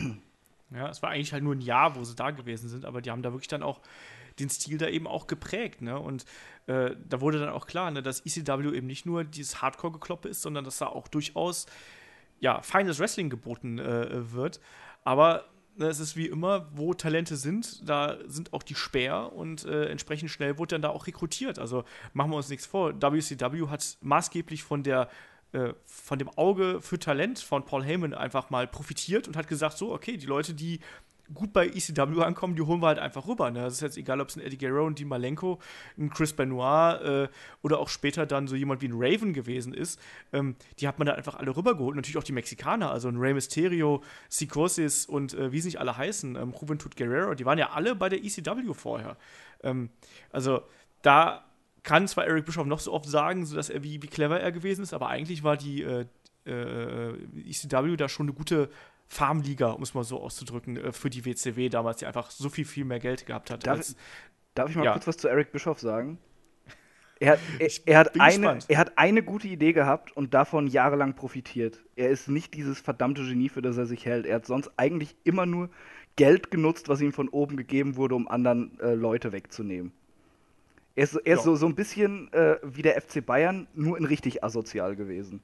S2: Ja, es war eigentlich halt nur ein Jahr, wo sie da gewesen sind, aber die haben da wirklich dann auch den Stil da eben auch geprägt, ne? Und äh, da wurde dann auch klar, ne, dass E C W eben nicht nur dieses Hardcore-Gekloppe ist, sondern dass da auch durchaus ja, feines Wrestling geboten äh, wird. Aber ne, es ist wie immer, wo Talente sind, da sind auch die Speer und äh, entsprechend schnell wurde dann da auch rekrutiert. Also machen wir uns nichts vor. W C W hat maßgeblich von der äh, von dem Auge für Talent von Paul Heyman einfach mal profitiert und hat gesagt, so, okay, die Leute, die gut bei E C W ankommen, die holen wir halt einfach rüber. Ne? Das ist jetzt egal, ob es ein Eddie Guerrero, ein Dean Malenko, ein Chris Benoit äh, oder auch später dann so jemand wie ein Raven gewesen ist. Ähm, die hat man da einfach alle rübergeholt. Natürlich auch die Mexikaner, also ein Rey Mysterio, Psicosis und äh, wie sie nicht alle heißen, ähm, Juventud Guerrero, die waren ja alle bei der E C W vorher. Ähm, also da kann zwar Eric Bischoff noch so oft sagen, so dass er wie, wie clever er gewesen ist, aber eigentlich war die äh, äh, E C W da schon eine gute Farmliga, um es mal so auszudrücken, äh, für die W C W damals, die einfach so viel, viel mehr Geld gehabt hat.
S3: Darf,
S2: als,
S3: darf ich mal
S2: ja.
S3: kurz was zu Eric Bischoff sagen? Er hat, er, er, hat
S2: bin
S3: eine,
S2: gespannt.
S3: er hat eine gute Idee gehabt und davon jahrelang profitiert. Er ist nicht dieses verdammte Genie, für das er sich hält. Er hat sonst eigentlich immer nur Geld genutzt, was ihm von oben gegeben wurde, um anderen äh, Leute wegzunehmen. Er ist, er ist
S2: Ja.
S3: so, so ein bisschen äh, wie der F C Bayern, nur in richtig asozial gewesen.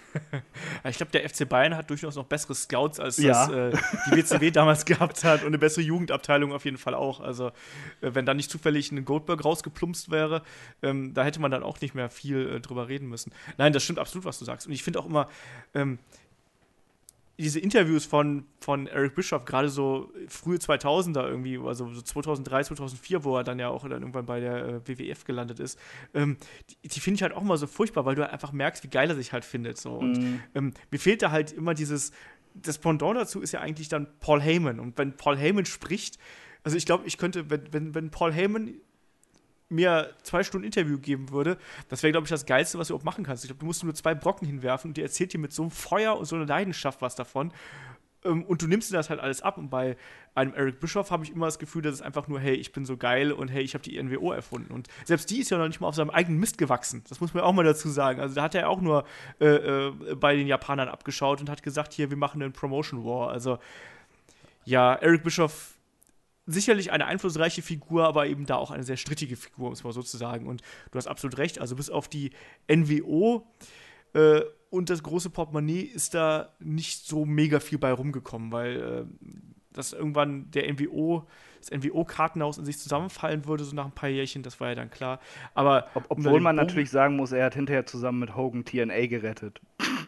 S2: Ich glaube, der F C Bayern hat durchaus noch bessere Scouts, als
S3: Ja.
S2: das äh, die W C W damals gehabt hat und eine bessere Jugendabteilung auf jeden Fall auch. Also, äh, wenn da nicht zufällig ein Goldberg rausgeplumpst wäre, ähm, da hätte man dann auch nicht mehr viel äh, drüber reden müssen. Nein, das stimmt absolut, was du sagst. Und ich finde auch immer, ähm, diese Interviews von, von Eric Bischoff, gerade so frühe zweitausender irgendwie, also so zweitausenddrei, zweitausendvier, wo er dann ja auch dann irgendwann bei der äh, W W F gelandet ist, ähm, die, die finde ich halt auch immer so furchtbar, weil du halt einfach merkst, wie geil er sich halt findet. So. Und
S3: Mhm.
S2: ähm, mir fehlt da halt immer dieses, das Pendant dazu ist ja eigentlich dann Paul Heyman. Und wenn Paul Heyman spricht, also ich glaube, ich könnte, wenn, wenn, wenn Paul Heyman mir zwei Stunden Interview geben würde, das wäre, glaube ich, das Geilste, was du überhaupt machen kannst. Ich glaube, du musst nur zwei Brocken hinwerfen und der erzählt dir mit so einem Feuer und so einer Leidenschaft was davon. Ähm, und du nimmst dir das halt alles ab. Und bei einem Eric Bischoff habe ich immer das Gefühl, dass es einfach nur, hey, ich bin so geil und hey, ich habe die N W O erfunden. Und selbst die ist ja noch nicht mal auf seinem eigenen Mist gewachsen. Das muss man auch mal dazu sagen. Also da hat er auch nur äh, äh, bei den Japanern abgeschaut und hat gesagt, hier, wir machen einen Promotion War. Also ja, Eric Bischoff sicherlich eine einflussreiche Figur, aber eben da auch eine sehr strittige Figur, um es mal so zu sagen. Und du hast absolut recht, also bis auf die N W O äh, und das große Portemonnaie ist da nicht so mega viel bei rumgekommen, weil äh, dass irgendwann der N W O, das N W O-Kartenhaus in sich zusammenfallen würde, so nach ein paar Jährchen, das war ja dann klar. Aber
S3: Ob,
S2: um da
S3: obwohl
S2: den
S3: man
S2: Bogen-
S3: natürlich sagen muss, er hat hinterher zusammen mit Hogan T N A gerettet.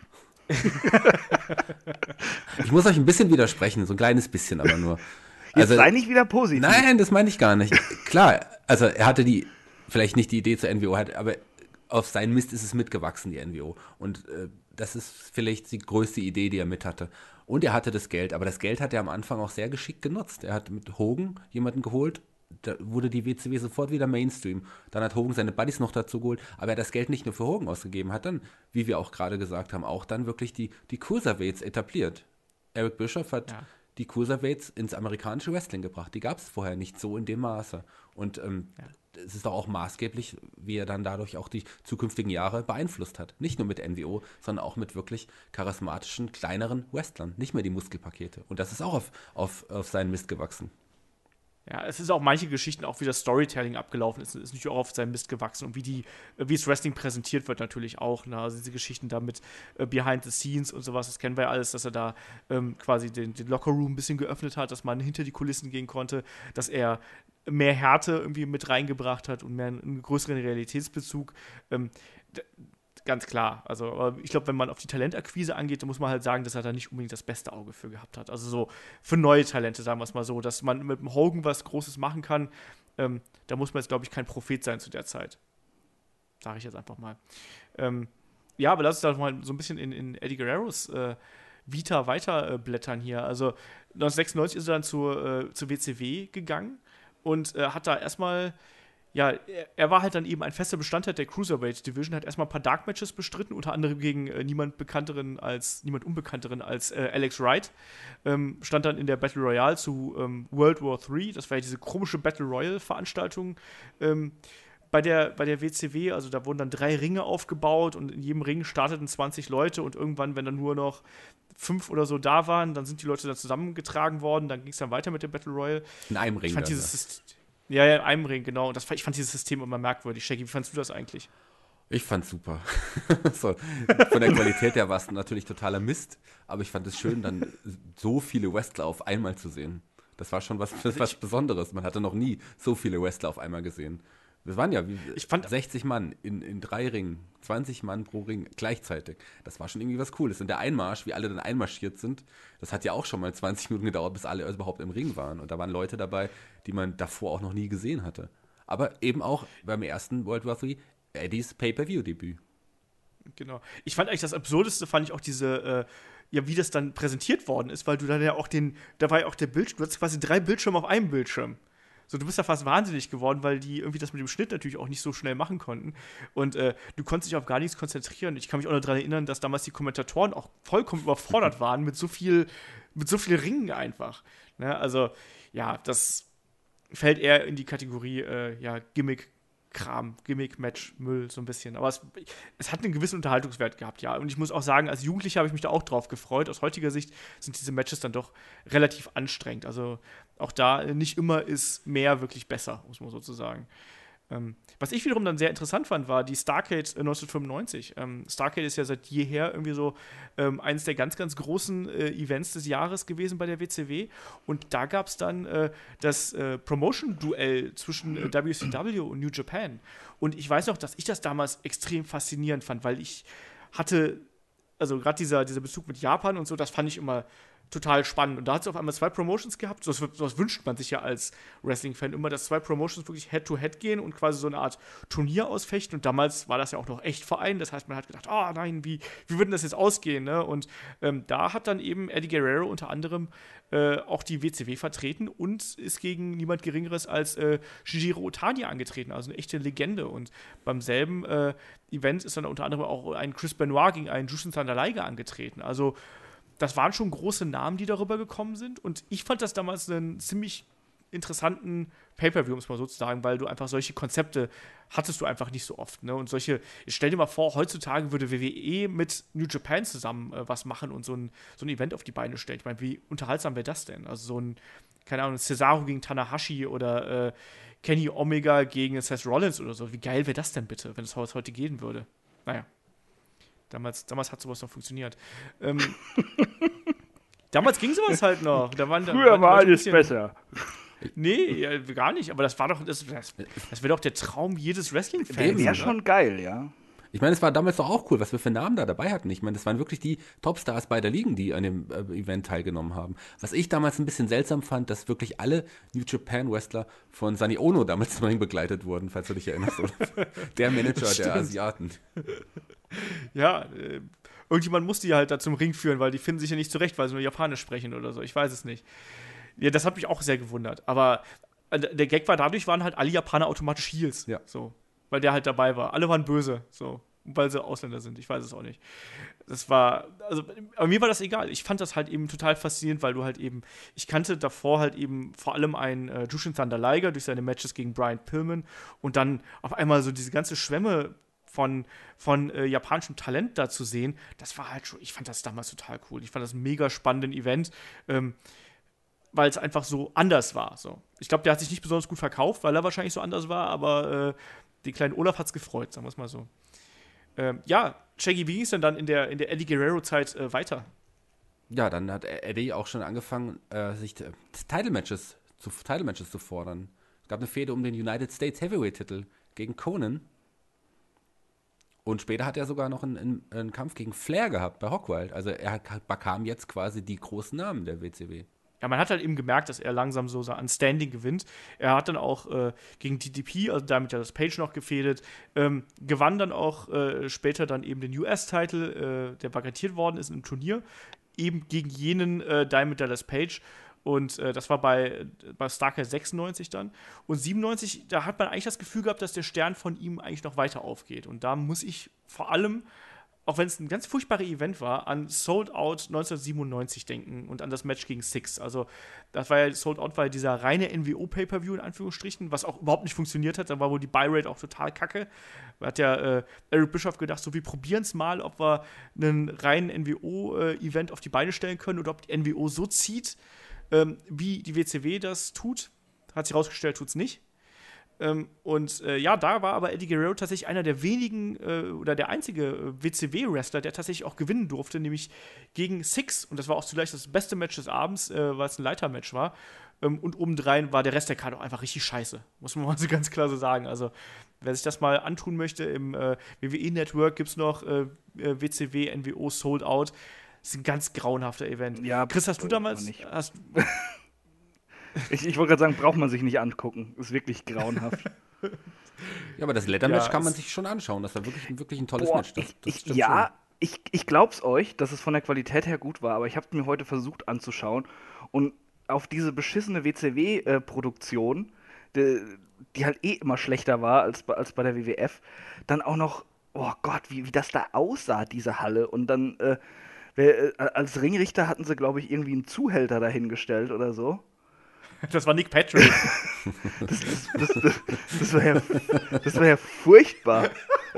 S4: Ich muss euch ein bisschen widersprechen, so ein kleines bisschen aber nur.
S3: Jetzt
S4: Also,
S3: sei nicht wieder positiv.
S4: nein, das meine ich gar nicht. Klar, also er hatte die, vielleicht nicht die Idee zur N W O, hat, aber auf seinen Mist ist es mitgewachsen, die N W O. Und äh, das ist vielleicht die größte Idee, die er mit hatte. Und er hatte das Geld, aber das Geld hat er am Anfang auch sehr geschickt genutzt. Er hat mit Hogan jemanden geholt, da wurde die W C W sofort wieder Mainstream. Dann hat Hogan seine Buddies noch dazu geholt, aber er hat das Geld nicht nur für Hogan ausgegeben, hat dann, wie wir auch gerade gesagt haben, auch dann wirklich die, die Cruiserweights etabliert. Eric Bischoff hat
S2: Ja.
S4: die Cruiserweights ins amerikanische Wrestling gebracht. Die gab es vorher nicht so in dem Maße. Und ähm, ja. es ist doch auch maßgeblich, wie er dann dadurch auch die zukünftigen Jahre beeinflusst hat. Nicht nur mit N W O, sondern auch mit wirklich charismatischen, kleineren Wrestlern. Nicht mehr die Muskelpakete. Und das ist auch auf, auf, auf seinen Mist gewachsen.
S2: Ja, es ist auch manche Geschichten, auch wie das Storytelling abgelaufen ist, ist natürlich auch auf seinem Mist gewachsen und wie die, wie das Wrestling präsentiert wird natürlich auch. Ne? Also diese Geschichten da mit äh, Behind the Scenes und sowas, das kennen wir ja alles, dass er da ähm, quasi den, den Lockerroom ein bisschen geöffnet hat, dass man hinter die Kulissen gehen konnte, dass er mehr Härte irgendwie mit reingebracht hat und mehr einen größeren Realitätsbezug. Ähm, d- Ganz klar. Also, aber ich glaube, wenn man auf die Talentakquise angeht, dann muss man halt sagen, dass er da nicht unbedingt das beste Auge für gehabt hat. Also so für neue Talente, sagen wir es mal so, dass man mit dem Hogan was Großes machen kann, ähm, da muss man jetzt, glaube ich, kein Prophet sein zu der Zeit. Sage ich jetzt einfach mal. Ähm, ja, aber lass uns da mal so ein bisschen in, in Eddie Guerreros äh, Vita weiter äh, blättern hier. Also neunzehnhundertsechsundneunzig ist er dann zur, äh, zur W C W gegangen und äh, hat da erstmal Ja, er, er war halt dann eben ein fester Bestandteil der Cruiserweight Division, hat erstmal ein paar Dark Matches bestritten, unter anderem gegen äh, niemand bekannteren als, niemand unbekannteren als äh, Alex Wright. Ähm, stand dann in der Battle Royale zu ähm, World War drei, das war ja diese komische Battle Royale Veranstaltung ähm, bei der, bei der W C W, also da wurden dann drei Ringe aufgebaut und in jedem Ring starteten zwanzig Leute und irgendwann, wenn dann nur noch fünf oder so da waren, dann sind die Leute dann zusammengetragen worden, dann ging es dann weiter mit der Battle Royale.
S4: In einem Ring.
S2: Ich fand
S4: dann,
S2: dieses System, ja, ja, in einem Ring, genau. Und das, ich fand dieses System immer merkwürdig. Shaggy, wie fandst du das eigentlich?
S4: Ich fand's super. so, von der Qualität her war es natürlich totaler Mist, aber ich fand es schön, dann so viele Wrestler auf einmal zu sehen. Das war schon was, was Besonderes. Man hatte noch nie so viele Wrestler auf einmal gesehen. Das waren ja wie
S2: ich fand,
S4: sechzig Mann in, in drei Ringen, zwanzig Mann pro Ring gleichzeitig. Das war schon irgendwie was Cooles. Und der Einmarsch, wie alle dann einmarschiert sind, das hat ja auch schon mal zwanzig Minuten gedauert, bis alle überhaupt im Ring waren. Und da waren Leute dabei, die man davor auch noch nie gesehen hatte. Aber eben auch beim ersten World War drei Eddies Pay-Per-View-Debüt.
S2: Genau. Ich fand eigentlich das Absurdeste, fand ich auch diese, äh, ja, wie das dann präsentiert worden ist, weil du dann ja auch den, da war ja auch der Bildschirm, du hast quasi drei Bildschirme auf einem Bildschirm. So, du bist ja fast wahnsinnig geworden, weil die irgendwie das mit dem Schnitt natürlich auch nicht so schnell machen konnten. Und äh, du konntest dich auf gar nichts konzentrieren. Ich kann mich auch noch daran erinnern, dass damals die Kommentatoren auch vollkommen überfordert waren mit so viel, mit so viel Ringen einfach. Ne? Also, ja, das fällt eher in die Kategorie, äh, ja, Gimmick, Kram, Gimmick, Match, Müll, so ein bisschen. Aber es, es hat einen gewissen Unterhaltungswert gehabt, ja. Und ich muss auch sagen, als Jugendlicher habe ich mich da auch drauf gefreut. Aus heutiger Sicht sind diese Matches dann doch relativ anstrengend. Also auch da nicht immer ist mehr wirklich besser, muss man sozusagen. Ähm, was ich wiederum dann sehr interessant fand, war die Starrcade äh, neunzehnhundertfünfundneunzig. Ähm, Starrcade ist ja seit jeher irgendwie so ähm, eines der ganz, ganz großen äh, Events des Jahres gewesen bei der W C W. Und da gab es dann äh, das äh, Promotion-Duell zwischen äh, W C W und New Japan. Und ich weiß noch, dass ich das damals extrem faszinierend fand, weil ich hatte, also gerade dieser, dieser Bezug mit Japan und so, das fand ich immer total spannend. Und da hat es auf einmal zwei Promotions gehabt. So was wünscht man sich ja als Wrestling-Fan immer, dass zwei Promotions wirklich Head-to-Head gehen und quasi so eine Art Turnier ausfechten. Und damals war das ja auch noch echt Verein. Das heißt, man hat gedacht, ah oh, nein, wie, wie würde denn das jetzt ausgehen? Ne? Und ähm, da hat dann eben Eddie Guerrero unter anderem äh, auch die W C W vertreten und ist gegen niemand Geringeres als äh, Shinjiro Otani angetreten. Also eine echte Legende. Und beim selben äh, Event ist dann unter anderem auch ein Chris Benoit gegen einen Jushin Thunder Liger angetreten. Also das waren schon große Namen, die darüber gekommen sind. Und ich fand das damals einen ziemlich interessanten Pay-Per-View, um es mal so zu sagen, weil du einfach solche Konzepte hattest du einfach nicht so oft. Ne? Und solche, stell dir mal vor, heutzutage würde W W E mit New Japan zusammen äh, was machen und so ein, so ein Event auf die Beine stellen. Ich meine, wie unterhaltsam wäre das denn? Also so ein, keine Ahnung, Cesaro gegen Tanahashi oder äh, Kenny Omega gegen Seth Rollins oder so. Wie geil wäre das denn bitte, wenn es heute gehen würde? Naja. Damals, damals hat sowas noch funktioniert. Ähm, damals ging sowas halt noch. Da waren,
S3: Früher
S2: da,
S3: war alles besser.
S2: Nee, ja, gar nicht. Aber das war doch, das, das, das wäre doch der Traum jedes Wrestling-Fans.
S3: Wäre schon geil, ja.
S4: Ich meine, es war damals doch auch cool, was wir für Namen da dabei hatten. Ich meine, das waren wirklich die Topstars beider Ligen, die an dem äh, Event teilgenommen haben. Was ich damals ein bisschen seltsam fand, dass wirklich alle New Japan Wrestler von Sonny Ono damals zum Ring begleitet wurden, falls du dich erinnerst. Der Manager der Asiaten.
S2: Ja, äh, irgendjemand muss die halt da zum Ring führen, weil die finden sich ja nicht zurecht, weil sie nur Japanisch sprechen oder so. Ich weiß es nicht. Ja, das hat mich auch sehr gewundert. Aber äh, der Gag war, dadurch waren halt alle Japaner automatisch Heels.
S4: Ja.
S2: So. Weil der halt dabei war. Alle waren böse. So. weil sie Ausländer sind. Ich weiß es auch nicht. Das war, also, aber mir war das egal. Ich fand das halt eben total faszinierend, weil du halt eben, ich kannte davor halt eben vor allem einen äh, Jushin Thunder Liger durch seine Matches gegen Brian Pillman und dann auf einmal so diese ganze Schwemme von, von äh, japanischem Talent da zu sehen, das war halt schon, ich fand das damals total cool. Ich fand das ein mega spannenden Event, ähm, weil es einfach so anders war. So. Ich glaube, der hat sich nicht besonders gut verkauft, weil er wahrscheinlich so anders war, aber äh, den kleinen Olaf hat es gefreut, sagen wir es mal so. Ähm, ja, Shaggy, wie ging es denn dann in der, in der Eddie Guerrero-Zeit äh, weiter?
S4: Ja, dann hat Eddie auch schon angefangen, äh, sich äh, Title-Matches zu, Title-Matches zu fordern. Es gab eine Fehde um den United States Heavyweight-Titel gegen Conan. Und später hat er sogar noch einen, einen, einen Kampf gegen Flair gehabt bei Hawkwild. Also er bekam jetzt quasi die großen Namen der W C W.
S2: Ja, man hat halt eben gemerkt, dass er langsam so an Standing gewinnt. Er hat dann auch äh, gegen D D P, also damit ja das Page noch gefädet, ähm, gewann dann auch äh, später dann eben den U S-Title, äh, der vakantiert worden ist im Turnier, eben gegen jenen äh, Diamond Dallas Page. Und äh, das war bei, bei Starcade sechsundneunzig dann. Und siebenundneunzig, da hat man eigentlich das Gefühl gehabt, dass der Stern von ihm eigentlich noch weiter aufgeht. Und da muss ich vor allem, auch wenn es ein ganz furchtbares Event war, an Sold Out neunzehnhundertsiebenundneunzig denken und an das Match gegen Six. Also das war ja, Sold Out war ja dieser reine N W O-Pay-Per-View in Anführungsstrichen, was auch überhaupt nicht funktioniert hat. Da war wohl die Buy-Rate auch total kacke. Da hat ja äh, Eric Bischoff gedacht, so wir probieren es mal, ob wir einen reinen N W O-Event auf die Beine stellen können oder ob die N W O so zieht, ähm, wie die W C W das tut. Hat sich herausgestellt, tut es nicht. Ähm, und äh, ja, da war aber Eddie Guerrero tatsächlich einer der wenigen äh, oder der einzige äh, W C W-Wrestler, der tatsächlich auch gewinnen durfte, nämlich gegen Six. Und das war auch zugleich das beste Match des Abends, äh, weil es ein Leitermatch war. Ähm, und obendrein war der Rest der Karte auch einfach richtig scheiße. Muss man mal so ganz klar so sagen. Also, wer sich das mal antun möchte, im äh, W W E-Network gibt es noch äh, W C W, N W O Sold Out. Das ist ein ganz grauenhafter Event.
S3: Ja,
S2: Chris, hast du damals.
S3: Nicht.
S2: Hast,
S3: ich ich wollte gerade sagen, braucht man sich nicht angucken. Ist wirklich grauenhaft.
S4: Ja, aber das Leather-Match
S2: Ja,
S4: kann man
S2: es-
S4: sich schon anschauen. Das war wirklich, ein- wirklich ein tolles
S3: Boah,
S4: Match. Das,
S3: ich,
S4: das
S3: ich,
S4: stimmt
S3: ja,
S4: schon.
S3: ich, ich glaub's euch, dass es von der Qualität her gut war, aber ich habe mir heute versucht anzuschauen und auf diese beschissene W C W-Produktion, die, die halt eh immer schlechter war als, bei- als bei der W W F, dann auch noch, oh Gott, wie, wie das da aussah, diese Halle. Und dann, äh, wer, äh, als Ringrichter hatten sie, glaube ich, irgendwie einen Zuhälter dahingestellt oder so.
S2: das war Nick Patrick.
S3: Das, das, das, das, das, war, ja, das war ja furchtbar.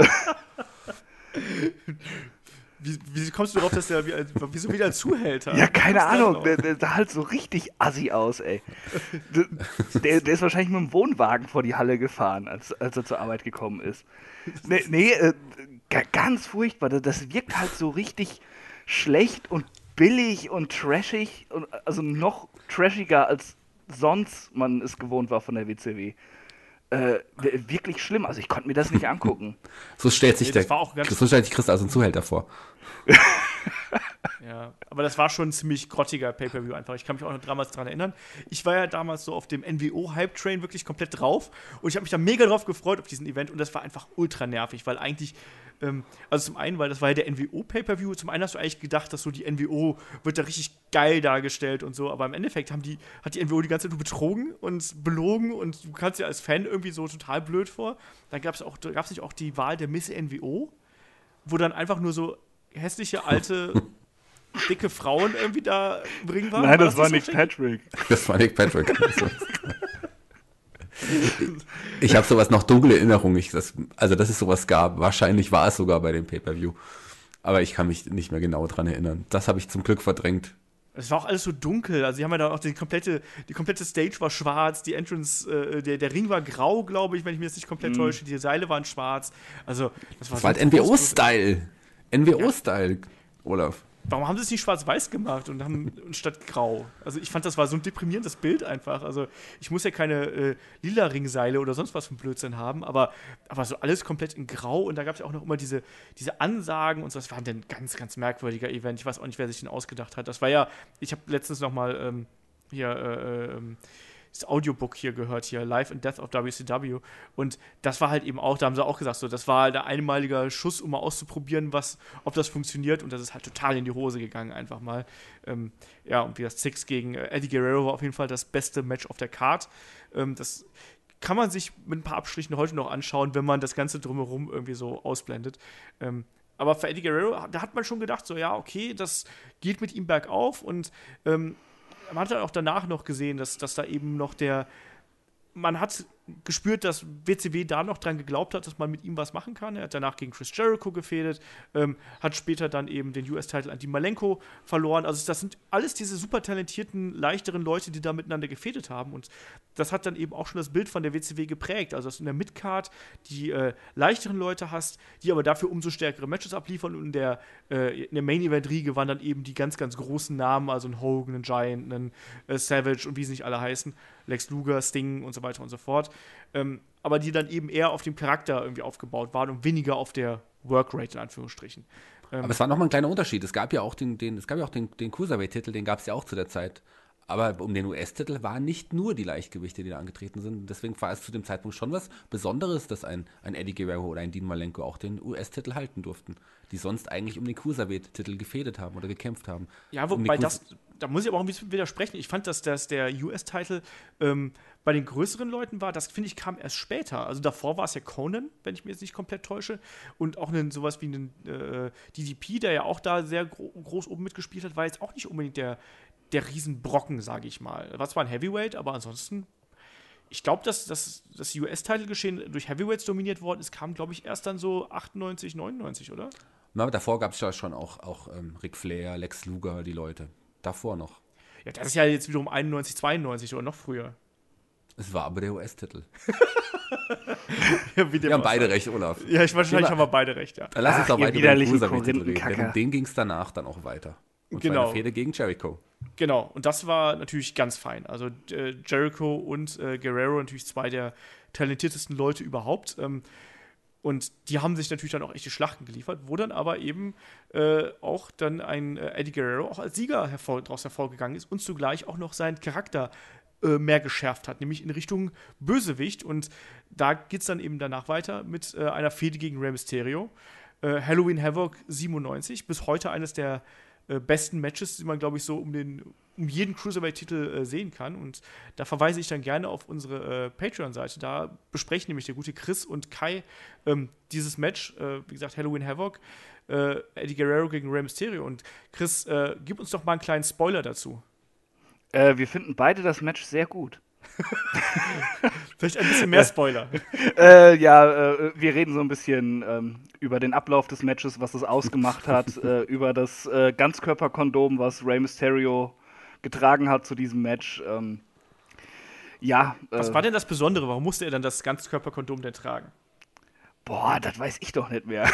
S2: Wie, wie kommst du darauf, dass der wie, ein- wieso wieder ein Zuhälter?
S3: Ja, keine
S2: Was ist da
S3: Ahnung,
S2: los?
S3: der, der sah halt so richtig assi aus, ey. Der, der ist wahrscheinlich mit dem Wohnwagen vor die Halle gefahren, als, als er zur Arbeit gekommen ist. Nee, nee äh, ga- ganz furchtbar. Das- Das wirkt halt so richtig schlecht und billig und trashig. Und, also noch trashiger, als sonst man es gewohnt war von der W C W. Äh, w- wirklich schlimm. Also ich konnte mir das nicht angucken.
S4: So stellt sich
S2: Nee, das
S4: der
S2: war auch ganz-
S4: so stellt sich Chris also einen Zuhälter vor.
S2: Ja, aber das war schon ein ziemlich grottiger Pay-Per-View einfach. Ich kann mich auch noch damals dran erinnern. Ich war ja damals so auf dem N W O-Hype-Train wirklich komplett drauf und ich habe mich da mega drauf gefreut auf diesen Event und das war einfach ultra nervig, weil eigentlich, ähm, also zum einen, weil das war ja der N W O-Pay-Per-View, zum einen hast du eigentlich gedacht, dass so die N W O wird da richtig geil dargestellt und so, aber im Endeffekt haben die, hat die N W O die ganze Zeit nur betrogen und belogen und du kannst dir als Fan irgendwie so total blöd vor. Dann gab es auch, gab es nicht auch die Wahl der Miss N W O, wo dann einfach nur so hässliche, alte, dicke Frauen irgendwie da im Ring waren.
S3: Nein, das war
S2: nicht
S3: Nick
S2: so schrecklich?
S3: Patrick.
S4: Das war Nick Patrick. Ich habe sowas noch dunkle Erinnerungen. Ich, das, also, dass es sowas gab. Wahrscheinlich war es sogar bei dem Pay-Per-View. Aber ich kann mich nicht mehr genau dran erinnern. Das habe ich zum Glück verdrängt.
S2: Es war auch alles so dunkel. Also, die haben ja da auch die komplette, die komplette Stage war schwarz, die Entrance, äh, der, der Ring war grau, glaube ich, wenn ich mir das nicht komplett täusche. Die Seile waren schwarz. Also, das war,
S4: Das war halt
S2: so
S4: N W
S2: trostlos.
S4: O-Style. N W O-Style, Olaf.
S2: Warum haben sie es nicht schwarz-weiß gemacht und haben statt grau? Also ich fand, das war so ein deprimierendes Bild einfach. Also ich muss ja keine äh, lila Ringseile oder sonst was für Blödsinn haben, aber, aber so alles komplett in grau und da gab es ja auch noch immer diese, diese Ansagen und so. Das war ein ganz, ganz merkwürdiger Event. Ich weiß auch nicht, wer sich den ausgedacht hat. Das war ja, ich habe letztens noch mal ähm, hier äh, ähm, das Audiobook hier gehört, hier, Life and Death of W C W. Und das war halt eben auch, da haben sie auch gesagt, so, das war der einmalige Schuss, um mal auszuprobieren, was, ob das funktioniert. Und das ist halt total in die Hose gegangen, einfach mal. Ähm, ja, und wie das Six gegen äh, Eddie Guerrero war auf jeden Fall das beste Match auf der Card. Ähm, das kann man sich mit ein paar Abstrichen heute noch anschauen, wenn man das Ganze drumherum irgendwie so ausblendet. Ähm, aber für Eddie Guerrero, da hat man schon gedacht, so ja, okay, das geht mit ihm bergauf und ähm, man hat dann auch danach noch gesehen, dass, dass da eben noch der man hat gespürt, dass W C W da noch dran geglaubt hat, dass man mit ihm was machen kann. Er hat danach gegen Chris Jericho gefädelt, ähm, hat später dann eben den U S-Titel an Dean Malenko verloren. Also das sind alles diese super talentierten, leichteren Leute, die da miteinander gefädelt haben. Und das hat dann eben auch schon das Bild von der W C W geprägt. Also dass du in der Midcard die äh, leichteren Leute hast, die aber dafür umso stärkere Matches abliefern. Und in der, äh, in der Main-Event-Riege waren dann eben die ganz, ganz großen Namen, also ein Hogan, ein Giant, ein äh, Savage und wie sie nicht alle heißen, Lex Luger, Sting und so weiter und so fort. Ähm, aber die dann eben eher auf dem Charakter irgendwie aufgebaut waren und weniger auf der Workrate in Anführungsstrichen. Ähm,
S4: Aber es war nochmal ein kleiner Unterschied. Es gab ja auch den, den, es gab ja auch den, den Cruiserweight-Titel, den gab es ja auch zu der Zeit. Aber um den U S-Titel waren nicht nur die Leichtgewichte, die da angetreten sind. Deswegen war es zu dem Zeitpunkt schon was Besonderes, dass ein, ein Eddie Guerrero oder ein Dean Malenko auch den U S-Titel halten durften, die sonst eigentlich um den Cruiserweight-Titel gefädet haben oder gekämpft haben.
S2: Ja,
S4: um
S2: wobei das, da muss ich aber auch ein bisschen widersprechen. Ich fand, dass, dass der U S-Titel ähm, bei den größeren Leuten war, das finde ich kam erst später. Also davor war es ja Conan, wenn ich mich jetzt nicht komplett täusche. Und auch einen, sowas wie einen äh, D D P, der ja auch da sehr gro- groß oben mitgespielt hat, war jetzt auch nicht unbedingt der, der Riesenbrocken, sage ich mal. War zwar ein Heavyweight, aber ansonsten, ich glaube, dass, dass das U S-Title-Geschehen durch Heavyweights dominiert worden ist, kam, glaube ich, erst dann so achtundneunzig, neunundneunzig, oder?
S4: Na, davor gab es ja schon auch, auch ähm, Ric Flair, Lex Luger, die Leute. Davor noch.
S2: Ja, das ist ja jetzt wiederum einundneunzig, zweiundneunzig oder noch früher.
S4: Es war aber der U S-Titel.
S2: Ja,
S4: wir haben beide recht, Olaf.
S2: Ja, ich, wahrscheinlich haben wir beide recht, ja.
S4: Dann lass uns
S3: Ach,
S4: doch
S3: ihr
S4: weiter über den
S3: widerlichen
S4: Cruiserweight-Titel reden.
S3: Korinthenkacker.
S4: Denn um den ging es danach dann auch weiter. Und
S2: Genau.
S4: zwar eine Fehde gegen Jericho.
S2: Genau, und das war natürlich ganz fein. Also äh, Jericho und äh, Guerrero natürlich zwei der talentiertesten Leute überhaupt. Ähm, und die haben sich natürlich dann auch echte Schlachten geliefert, wo dann aber eben äh, auch dann ein äh, Eddie Guerrero auch als Sieger hervor, daraus hervorgegangen ist und zugleich auch noch seinen Charakter äh, mehr geschärft hat, nämlich in Richtung Bösewicht. Und da geht es dann eben danach weiter mit äh, einer Fehde gegen Rey Mysterio. Äh, Halloween Havoc siebenundneunzig, bis heute eines der äh, besten Matches, die man, glaube ich, so um, den, um jeden Cruiserweight-Titel äh, sehen kann. Und da verweise ich dann gerne auf unsere äh, Patreon-Seite. Da besprechen nämlich der gute Chris und Kai ähm, dieses Match, äh, wie gesagt, Halloween Havoc, äh, Eddie Guerrero gegen Rey Mysterio. Und Chris, äh, gib uns doch mal einen kleinen Spoiler dazu.
S3: Äh, wir finden beide das Match sehr gut.
S2: Vielleicht ein bisschen mehr Spoiler.
S3: äh, ja, äh, wir reden so ein bisschen ähm, über den Ablauf des Matches, was es ausgemacht hat, äh, über das äh, Ganzkörperkondom, was Rey Mysterio getragen hat zu diesem Match. Ähm, ja. Äh,
S2: Was war denn das Besondere? Warum musste er dann das Ganzkörperkondom denn tragen?
S3: Boah, das weiß ich doch nicht mehr.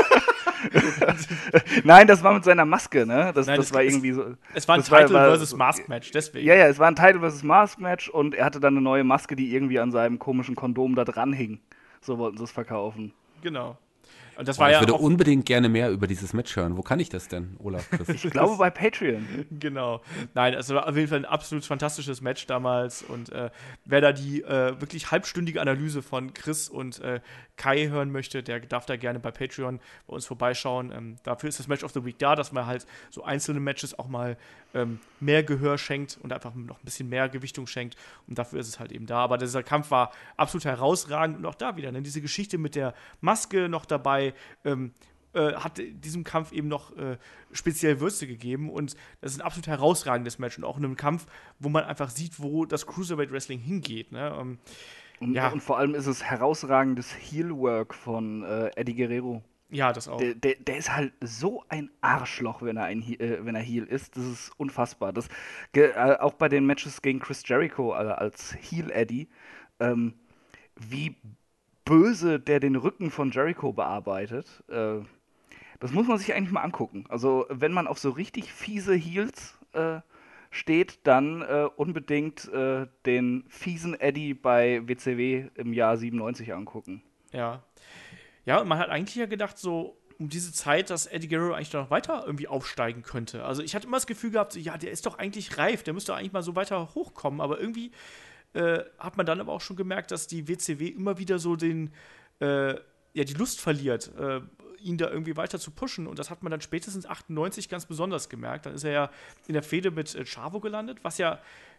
S3: Nein, das war mit seiner Maske, ne? Das,
S2: Nein,
S3: das,
S2: das
S3: war
S2: ist-
S3: irgendwie so.
S2: Es war ein
S3: das war-
S2: Title
S3: war-
S2: versus Mask Match, deswegen.
S3: Ja, ja, es war ein Title versus Mask Match und er hatte dann eine neue Maske, die irgendwie an seinem komischen Kondom da dran hing. So wollten sie es verkaufen.
S2: Genau. Und das
S4: Boah,
S2: war
S4: ich
S2: ja
S4: würde
S2: auch,
S4: unbedingt gerne mehr über dieses Match hören. Wo kann ich das denn, Olaf? Chris?
S3: Ich glaube bei Patreon.
S2: genau. Nein, es war auf jeden Fall ein absolut fantastisches Match damals. Und äh, wer da die äh, wirklich halbstündige Analyse von Chris und äh, Kai hören möchte, der darf da gerne bei Patreon bei uns vorbeischauen. Ähm, dafür ist das Match of the Week da, dass man halt so einzelne Matches auch mal ähm, mehr Gehör schenkt und einfach noch ein bisschen mehr Gewichtung schenkt. Und dafür ist es halt eben da. Aber dieser Kampf war absolut herausragend. Und auch da wieder, ne, diese Geschichte mit der Maske noch dabei, ähm, äh, hat diesem Kampf eben noch äh, speziell Würze gegeben und das ist ein absolut herausragendes Match und auch in einem Kampf, wo man einfach sieht, wo das Cruiserweight Wrestling hingeht. Ne? Ähm,
S3: Und,
S2: Ja.
S3: und vor allem ist es herausragendes Heel-Work von äh, Eddie Guerrero.
S2: ja, das auch.
S3: Der, der, der ist halt so ein Arschloch, wenn er, ein, He- äh, wenn er Heel ist. Das ist unfassbar. Das, ge, äh, auch bei den Matches gegen Chris Jericho äh, als Heel-Eddie, ähm, wie böse der den Rücken von Jericho bearbeitet. Äh, das muss man sich eigentlich mal angucken. Also, wenn man auf so richtig fiese Heels äh, steht, dann äh, unbedingt äh, den fiesen Eddie bei W C W im Jahr siebenundneunzig angucken.
S2: Ja. Ja, und man hat eigentlich ja gedacht, so um diese Zeit, dass Eddie Guerrero eigentlich noch weiter irgendwie aufsteigen könnte. Also ich hatte immer das Gefühl gehabt, so, ja, der ist doch eigentlich reif, der müsste eigentlich mal so weiter hochkommen, aber irgendwie äh, hat man dann aber auch schon gemerkt, dass die W C W immer wieder so den, äh, ja, die Lust verliert, äh, ihn da irgendwie weiter zu pushen. Und das hat man dann spätestens achtundneunzig ganz besonders gemerkt. Dann ist er ja in der Fehde mit äh, Chavo gelandet, was ja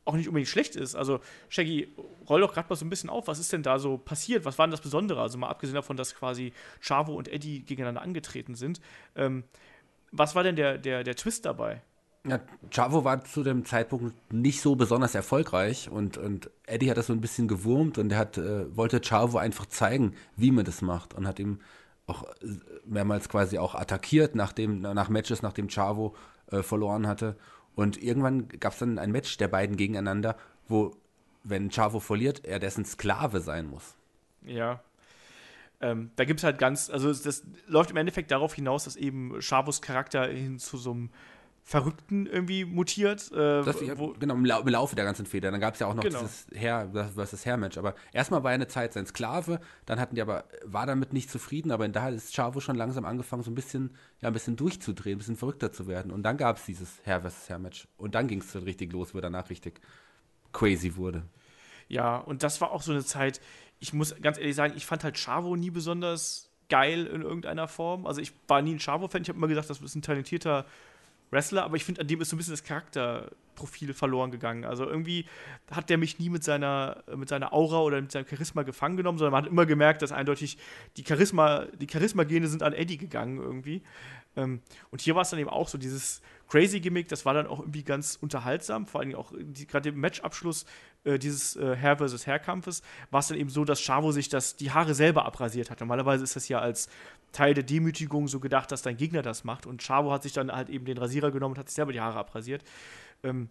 S2: auch nicht unbedingt schlecht ist. Also, Shaggy, roll doch gerade mal so ein bisschen auf. Was ist denn da so passiert? Was war denn das Besondere? Also, mal abgesehen davon, dass quasi Chavo und Eddie gegeneinander angetreten sind. Ähm, was war denn der, der, der Twist dabei?
S4: Ja, Chavo war zu dem Zeitpunkt nicht so besonders erfolgreich und, und Eddie hat das so ein bisschen gewurmt und er hat, äh, wollte Chavo einfach zeigen, wie man das macht und hat ihm auch mehrmals quasi auch attackiert nach, dem, nach Matches, nachdem Chavo äh, verloren hatte. Und irgendwann gab es dann ein Match der beiden gegeneinander, wo, wenn Chavo verliert, er dessen Sklave sein muss.
S2: Ja. Ähm, da gibt es halt ganz, also das läuft im Endeffekt darauf hinaus, dass eben Chavos Charakter hin zu so einem Verrückten irgendwie mutiert. Äh,
S4: Das, ja,
S2: wo,
S4: genau, im, Lau im Laufe der ganzen Feder. Dann gab es ja auch noch
S2: Genau.
S4: dieses Herr versus Herr-Match. Aber erstmal war er eine Zeit sein Sklave, dann hatten die aber, war damit nicht zufrieden, aber da ist Chavo schon langsam angefangen, so ein bisschen, ja, ein bisschen durchzudrehen, ein bisschen verrückter zu werden. Und dann gab es dieses Herr versus Herr-Match. Und dann ging es dann richtig los, wo er danach richtig crazy wurde.
S2: Ja, und das war auch so eine Zeit, ich muss ganz ehrlich sagen, ich fand halt Chavo nie besonders geil in irgendeiner Form. Also ich war nie ein Chavo-Fan, ich habe immer gesagt, das ist ein talentierter Wrestler, aber ich finde, an dem ist so ein bisschen das Charakterprofil verloren gegangen. Also irgendwie hat der mich nie mit seiner, mit seiner Aura oder mit seinem Charisma gefangen genommen, sondern man hat immer gemerkt, dass eindeutig die Charisma, die Charisma-Gene sind an Eddie gegangen irgendwie. Ähm, und hier war es dann eben auch so, dieses Crazy-Gimmick, das war dann auch irgendwie ganz unterhaltsam, vor allem auch gerade im Matchabschluss äh, dieses äh, Herr versus Herr-Kampfes, war es dann eben so, dass Chavo sich das, die Haare selber abrasiert hat. Normalerweise ist das ja als Teil der Demütigung so gedacht, dass dein Gegner das macht. Und Chavo hat sich dann halt eben den Rasierer genommen und hat sich selber die Haare abrasiert. Ähm,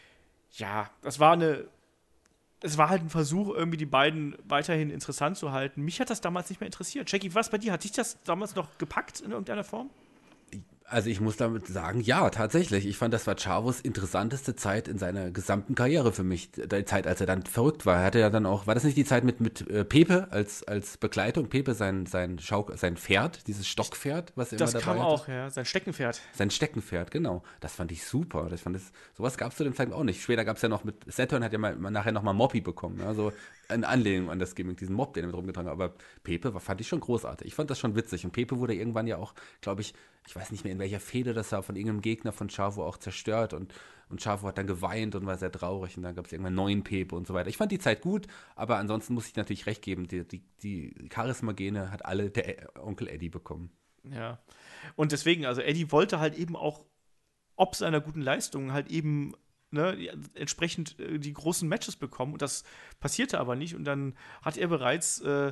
S2: ja, das war eine es war halt ein Versuch, irgendwie die beiden weiterhin interessant zu halten. Mich hat das damals nicht mehr interessiert. Jackie, was bei dir? Hat dich das damals noch gepackt in irgendeiner Form?
S4: Also ich muss damit sagen, ja, tatsächlich. Ich fand, das war Chavos interessanteste Zeit in seiner gesamten Karriere für mich. Die Zeit, als er dann verrückt war. Er hatte ja dann auch, war das nicht die Zeit mit, mit äh, Pepe als, als Begleitung? Pepe, sein, sein, Schau sein Pferd, dieses Stockpferd, was er
S2: Das
S4: immer dabei
S2: kam
S4: hatte?
S2: auch, ja. Sein Steckenpferd.
S4: Sein Steckenpferd, genau. Das fand ich super. Das fand es, sowas gab es zu dem Zeitpunkt auch nicht. Später gab es ja noch mit, Saturn hat ja mal, mal nachher nochmal Moppy bekommen. Also eine Anlehnung an das Gimmick, diesen Mob, den er mit rumgetragen hat. Aber Pepe war, fand ich schon großartig. Ich fand das schon witzig. Und Pepe wurde irgendwann ja auch, glaube ich, ich weiß nicht mehr, in welcher Fehde das war, von irgendeinem Gegner von Chavo auch zerstört. Und, und Chavo hat dann geweint und war sehr traurig. Und dann gab es irgendwann neuen Pepe und so weiter. Ich fand die Zeit gut, aber ansonsten muss ich natürlich recht geben. Die, die, die Charisma-Gene hat alle der Onkel Eddie bekommen.
S2: Ja. Und deswegen, also Eddie wollte halt eben auch, ob seiner guten Leistungen, halt eben ne, entsprechend äh, die großen Matches bekommen. Und das passierte aber nicht. Und dann hat er bereits äh,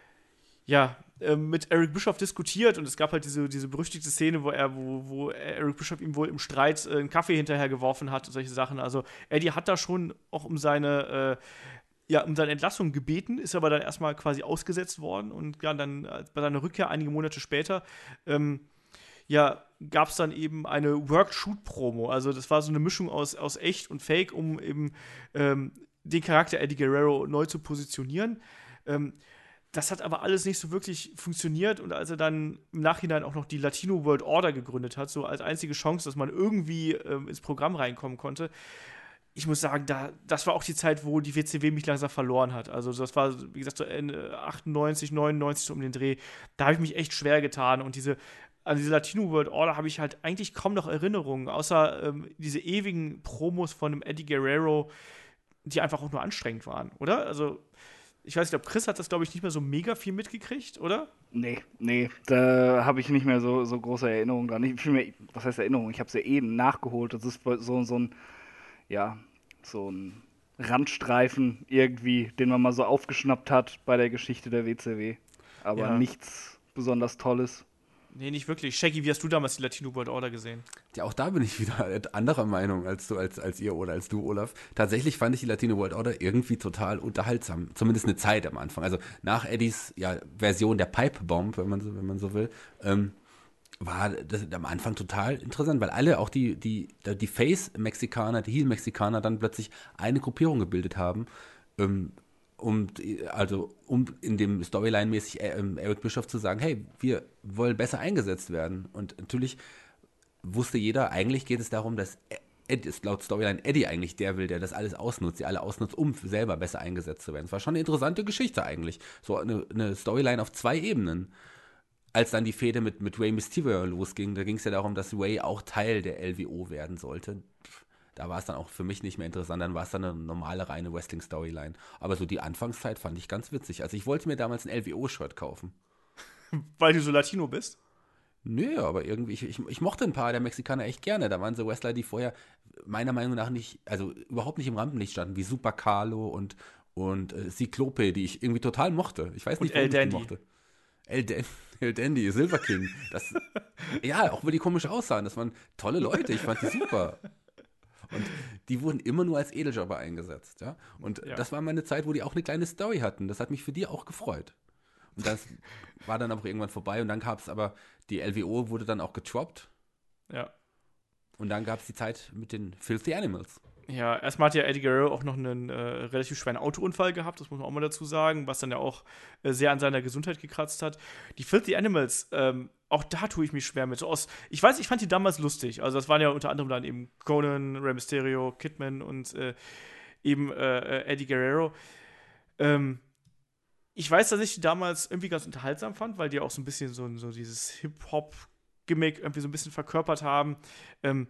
S2: ja, äh, mit Eric Bischoff diskutiert. Und es gab halt diese, diese berüchtigte Szene, wo er, wo, wo Eric Bischoff ihm wohl im Streit äh, einen Kaffee hinterher geworfen hat und solche Sachen. Also Eddie hat da schon auch um seine äh, ja, um seine Entlassung gebeten, ist aber dann erstmal quasi ausgesetzt worden und ja, dann äh, bei seiner Rückkehr einige Monate später ähm, ja, gab es dann eben eine Work-Shoot-Promo. Also das war so eine Mischung aus, aus echt und fake, um eben ähm, den Charakter Eddie Guerrero neu zu positionieren. Ähm, das hat aber alles nicht so wirklich funktioniert und als er dann im Nachhinein auch noch die Latino World Order gegründet hat, so als einzige Chance, dass man irgendwie ähm, ins Programm reinkommen konnte, ich muss sagen, da, das war auch die Zeit, wo die W C W mich langsam verloren hat. Also das war, wie gesagt, so Ende achtundneunzig, neunundneunzig so um den Dreh. Da habe ich mich echt schwer getan. Und diese, an diese Latino World Order habe ich halt eigentlich kaum noch Erinnerungen, außer ähm, diese ewigen Promos von einem Eddie Guerrero, die einfach auch nur anstrengend waren, oder? Also ich weiß nicht, ich glaube, Chris hat das, glaube ich, nicht mehr so mega viel mitgekriegt, oder?
S3: Nee, nee, da habe ich nicht mehr so, so große Erinnerungen dran. Ich, vielmehr, was heißt Erinnerung? Ich habe es ja eben nachgeholt. Das ist so, so ein ja, so ein Randstreifen irgendwie, den man mal so aufgeschnappt hat bei der Geschichte der W C W. Aber
S2: Ja.
S3: nichts besonders Tolles.
S2: Nee, nicht wirklich. Shaggy, wie hast du damals die Latino World Order gesehen?
S4: Ja, auch da bin ich wieder anderer Meinung als du, als, als ihr oder als du, Olaf. Tatsächlich fand ich die Latino World Order irgendwie total unterhaltsam. Zumindest eine Zeit am Anfang. Also nach Eddies ja, Version der Pipe Bomb, wenn man so, wenn man so will, ähm, war das am Anfang total interessant, weil alle, auch die, die, die Face-Mexikaner, die Heel-Mexikaner dann plötzlich eine Gruppierung gebildet haben, ähm, um, also, um in dem Storyline-mäßig äh, Eric Bischoff zu sagen, hey, wir wollen besser eingesetzt werden. Und natürlich wusste jeder, eigentlich geht es darum, dass Eddie, ist laut Storyline Eddie eigentlich der will, der das alles ausnutzt, die alle ausnutzt, um selber besser eingesetzt zu werden. Es war schon eine interessante Geschichte eigentlich. So eine, eine Storyline auf zwei Ebenen. Als dann die Fehde mit, mit Rey Mysterio losging, da ging es ja darum, dass Rey auch Teil der L W O werden sollte. da war es dann auch für mich nicht mehr interessant, dann war es dann eine normale, reine Wrestling-Storyline. Aber so die Anfangszeit fand ich ganz witzig. Also ich wollte mir damals ein L W O-Shirt kaufen.
S2: Weil du so Latino bist?
S4: Nö, aber irgendwie, ich, ich, ich mochte ein paar der Mexikaner echt gerne. Da waren so Wrestler, die vorher meiner Meinung nach nicht, also überhaupt nicht im Rampenlicht standen, wie Super Carlo und, und äh, Ciclope, die ich irgendwie total mochte. Ich weiß
S2: Und
S4: nicht, warum
S2: El
S4: ich die
S2: Dandy.
S4: mochte. El, Dan El Dandy, Silver King. Das, ja, auch weil die komisch aussahen. Das waren tolle Leute, ich fand die super. Und die wurden immer nur als Edeljobber eingesetzt. Ja? Und
S2: Ja.
S4: das war mal eine Zeit, wo die auch eine kleine Story hatten. Das hat mich für die auch gefreut. Und das war dann aber irgendwann vorbei. Und dann gab es aber, die L W O wurde dann auch getroppt.
S2: Ja.
S4: Und dann gab es die Zeit mit den Filthy Animals.
S2: Ja, erstmal hat ja Eddie Guerrero auch noch einen äh, relativ schweren Autounfall gehabt, das muss man auch mal dazu sagen, was dann ja auch äh, sehr an seiner Gesundheit gekratzt hat. Die Filthy Animals, ähm, auch da tue ich mich schwer mit. So aus, ich weiß, ich fand die damals lustig. Also das waren ja unter anderem dann eben Conan, Rey Mysterio, Kidman und äh, eben äh, Eddie Guerrero. Ähm, ich weiß, dass ich die damals irgendwie ganz unterhaltsam fand, weil die auch so ein bisschen so, so dieses Hip-Hop-Gimmick irgendwie so ein bisschen verkörpert haben. Ähm,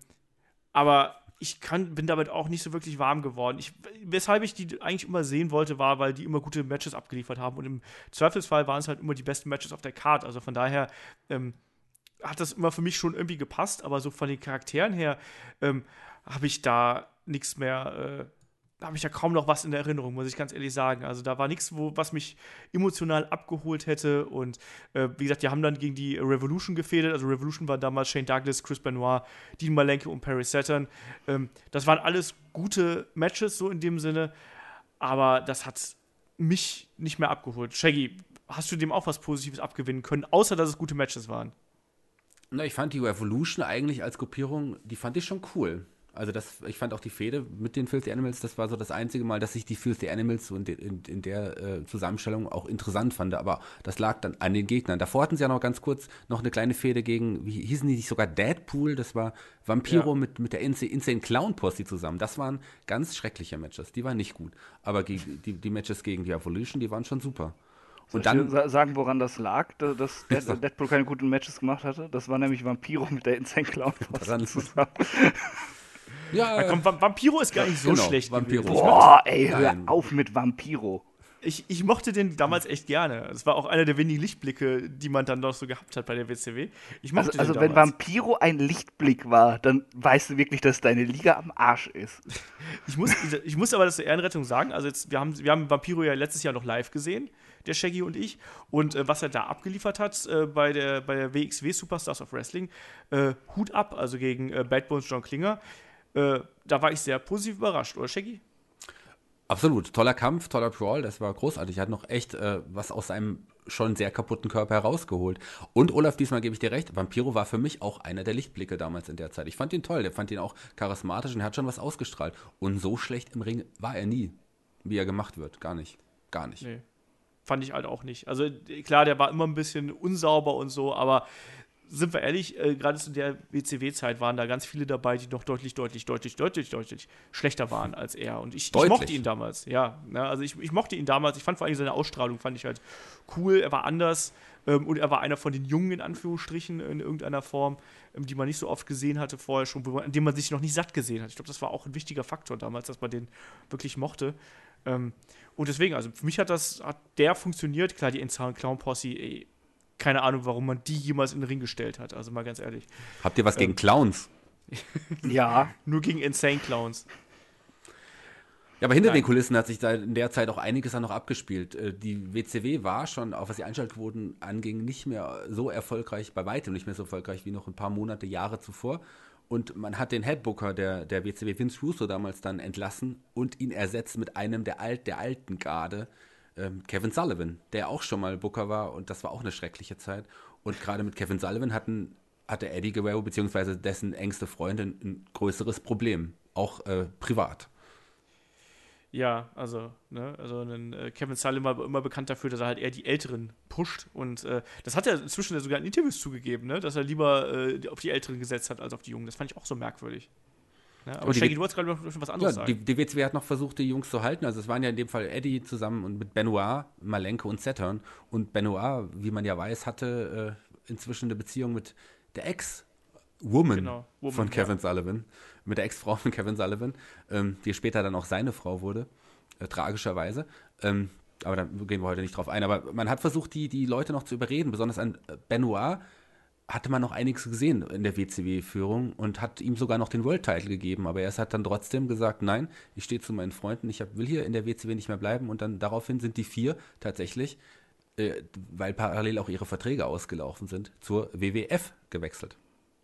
S2: aber ich kann, bin damit auch nicht so wirklich warm geworden. Ich, weshalb ich die eigentlich immer sehen wollte, war, weil die immer gute Matches abgeliefert haben. Und im Zweifelsfall waren es halt immer die besten Matches auf der Card. Also von daher ähm, hat das immer für mich schon irgendwie gepasst. Aber so von den Charakteren her ähm, habe ich da nichts mehr, äh, habe ich ja kaum noch was in der Erinnerung, muss ich ganz ehrlich sagen. Also da war nichts, wo, was mich emotional abgeholt hätte. Und äh, wie gesagt, die haben dann gegen die Revolution gefädelt. Also Revolution war damals Shane Douglas, Chris Benoit, Dean Malenko und Perry Saturn. Ähm, das waren alles gute Matches, so in dem Sinne. Aber das hat mich nicht mehr abgeholt. Shaggy, hast du dem auch was Positives abgewinnen können, außer dass es gute Matches waren?
S4: Na, ich fand die Revolution eigentlich als Gruppierung, die fand ich schon cool. Also das, ich fand auch die Fehde mit den Filthy Animals, das war so das einzige Mal, dass ich die Filthy Animals so in, de, in, in der äh, Zusammenstellung auch interessant fand, aber das lag dann an den Gegnern. Davor hatten sie ja noch ganz kurz noch eine kleine Fehde gegen, wie hießen die nicht sogar, Deadpool, das war Vampiro
S2: Ja.
S4: mit, mit der Insane, Insane Clown Posse zusammen. Das waren ganz schreckliche Matches, die waren nicht gut. Aber gegen, die, die Matches gegen die Evolution, die waren schon super.
S3: Soll
S4: Und dann
S3: ich dir sa- sagen, woran das lag, da- dass Dead-
S4: So.
S3: Deadpool keine guten Matches gemacht hatte? Das war nämlich Vampiro mit der Insane Clown
S4: Daran-
S3: Posse zusammen.
S4: ja,
S2: Ja, komm, Va- Vampiro ist gar nicht so
S4: genau,
S2: schlecht
S4: Vampiro.
S2: gewesen. Ich,
S3: Boah, ey, hör
S4: Nein.
S3: auf mit Vampiro.
S2: ich, ich mochte den damals echt gerne. Es war auch einer der wenigen Lichtblicke, die man dann noch so gehabt hat bei der W C W. Ich mochte
S3: Also, also
S2: den
S3: wenn
S2: damals.
S3: Vampiro ein Lichtblick war, dann weißt du wirklich, dass deine Liga am Arsch ist.
S2: Ich muss, ich muss aber das zur Ehrenrettung sagen, also jetzt, wir haben, wir haben Vampiro ja letztes Jahr noch live gesehen, der Shaggy und ich, und äh, was er da abgeliefert hat äh, bei, der, bei der W X W Superstars of Wrestling, äh, Hut ab, also gegen äh, Bad Bones John Klinger, äh, da war ich sehr positiv überrascht, oder Shaggy?
S4: Absolut, toller Kampf, toller Brawl, das war großartig. Er hat noch echt äh, was aus seinem schon sehr kaputten Körper herausgeholt. Und Olaf, diesmal gebe ich dir recht, Vampiro war für mich auch einer der Lichtblicke damals in der Zeit. Ich fand ihn toll, der fand ihn auch charismatisch und er hat schon was ausgestrahlt. Und so schlecht im Ring war er nie, wie er gemacht wird. Gar nicht, gar nicht.
S2: Nee, fand ich halt auch nicht. Also äh, klar, der war immer ein bisschen unsauber und so, aber sind wir ehrlich, äh, gerade zu der W C W-Zeit waren da ganz viele dabei, die noch deutlich, deutlich, deutlich, deutlich, deutlich schlechter waren als er. Und ich, ich
S4: Deutlich?
S2: mochte ihn damals, ja. Ne? Also ich, ich mochte ihn damals. Ich fand vor allem seine Ausstrahlung, fand ich halt cool. Er war anders ähm, und er war einer von den Jungen, in Anführungsstrichen, in irgendeiner Form, ähm, die man nicht so oft gesehen hatte vorher schon, wo man, an dem man sich noch nicht satt gesehen hat. Ich glaube, das war auch ein wichtiger Faktor damals, dass man den wirklich mochte. Ähm, und deswegen, also für mich hat das, hat der funktioniert. Klar, die Insane Clown Posse, ey, keine Ahnung, warum man die jemals in den Ring gestellt hat. Also mal ganz ehrlich.
S4: Habt ihr was gegen
S2: Ähm.
S4: Clowns?
S3: Ja,
S2: Nur gegen Insane Clowns.
S4: Ja, aber hinter
S2: Nein.
S4: den Kulissen hat sich da in der Zeit auch einiges dann noch abgespielt. Äh, Die W C W war schon, auch was die Einschaltquoten anging, nicht mehr so erfolgreich, bei weitem nicht mehr so erfolgreich wie noch ein paar Monate, Jahre zuvor. Und man hat den Headbooker der, der W C W, Vince Russo, damals dann entlassen und ihn ersetzt mit einem der, Alt, der alten Garde, ähm, Kevin Sullivan, der auch schon mal Booker war und das war auch eine schreckliche Zeit. Und gerade mit Kevin Sullivan hatten, hatte Eddie Guerrero bzw. dessen engste Freundin ein größeres Problem, auch äh, privat.
S2: Ja, also, ne, also ein, äh, Kevin Sullivan war immer bekannt dafür, dass er halt eher die Älteren pusht. Und äh, das hat er inzwischen sogar in Interviews zugegeben, ne, dass er lieber äh, auf die Älteren gesetzt hat als auf die Jungen. Das fand ich auch so merkwürdig. Ne? Aber
S4: Aber die-
S2: Shaggy, du wolltest gerade noch schon was
S4: Ja,
S2: anderes
S4: die,
S2: sagen.
S4: die W C W hat noch versucht, die Jungs zu halten. Also es waren ja in dem Fall Eddie zusammen und mit Benoit, Malenko und Saturn. Und Benoit, wie man ja weiß, hatte äh, inzwischen eine Beziehung mit der Ex-Woman
S2: Genau, Woman,
S4: von Kevin
S2: ja.
S4: Sullivan. mit der Ex-Frau von Kevin Sullivan, ähm, die später dann auch seine Frau wurde, äh, tragischerweise. Ähm, aber da gehen wir heute nicht drauf ein. Aber man hat versucht, die, die Leute noch zu überreden. Besonders an Benoit hatte man noch einiges gesehen in der W C W-Führung und hat ihm sogar noch den World-Title gegeben. Aber er hat dann trotzdem gesagt, nein, ich stehe zu meinen Freunden, ich hab, will hier in der W C W nicht mehr bleiben. Und dann daraufhin sind die vier tatsächlich, äh, weil parallel auch ihre Verträge ausgelaufen sind, zur W W F gewechselt.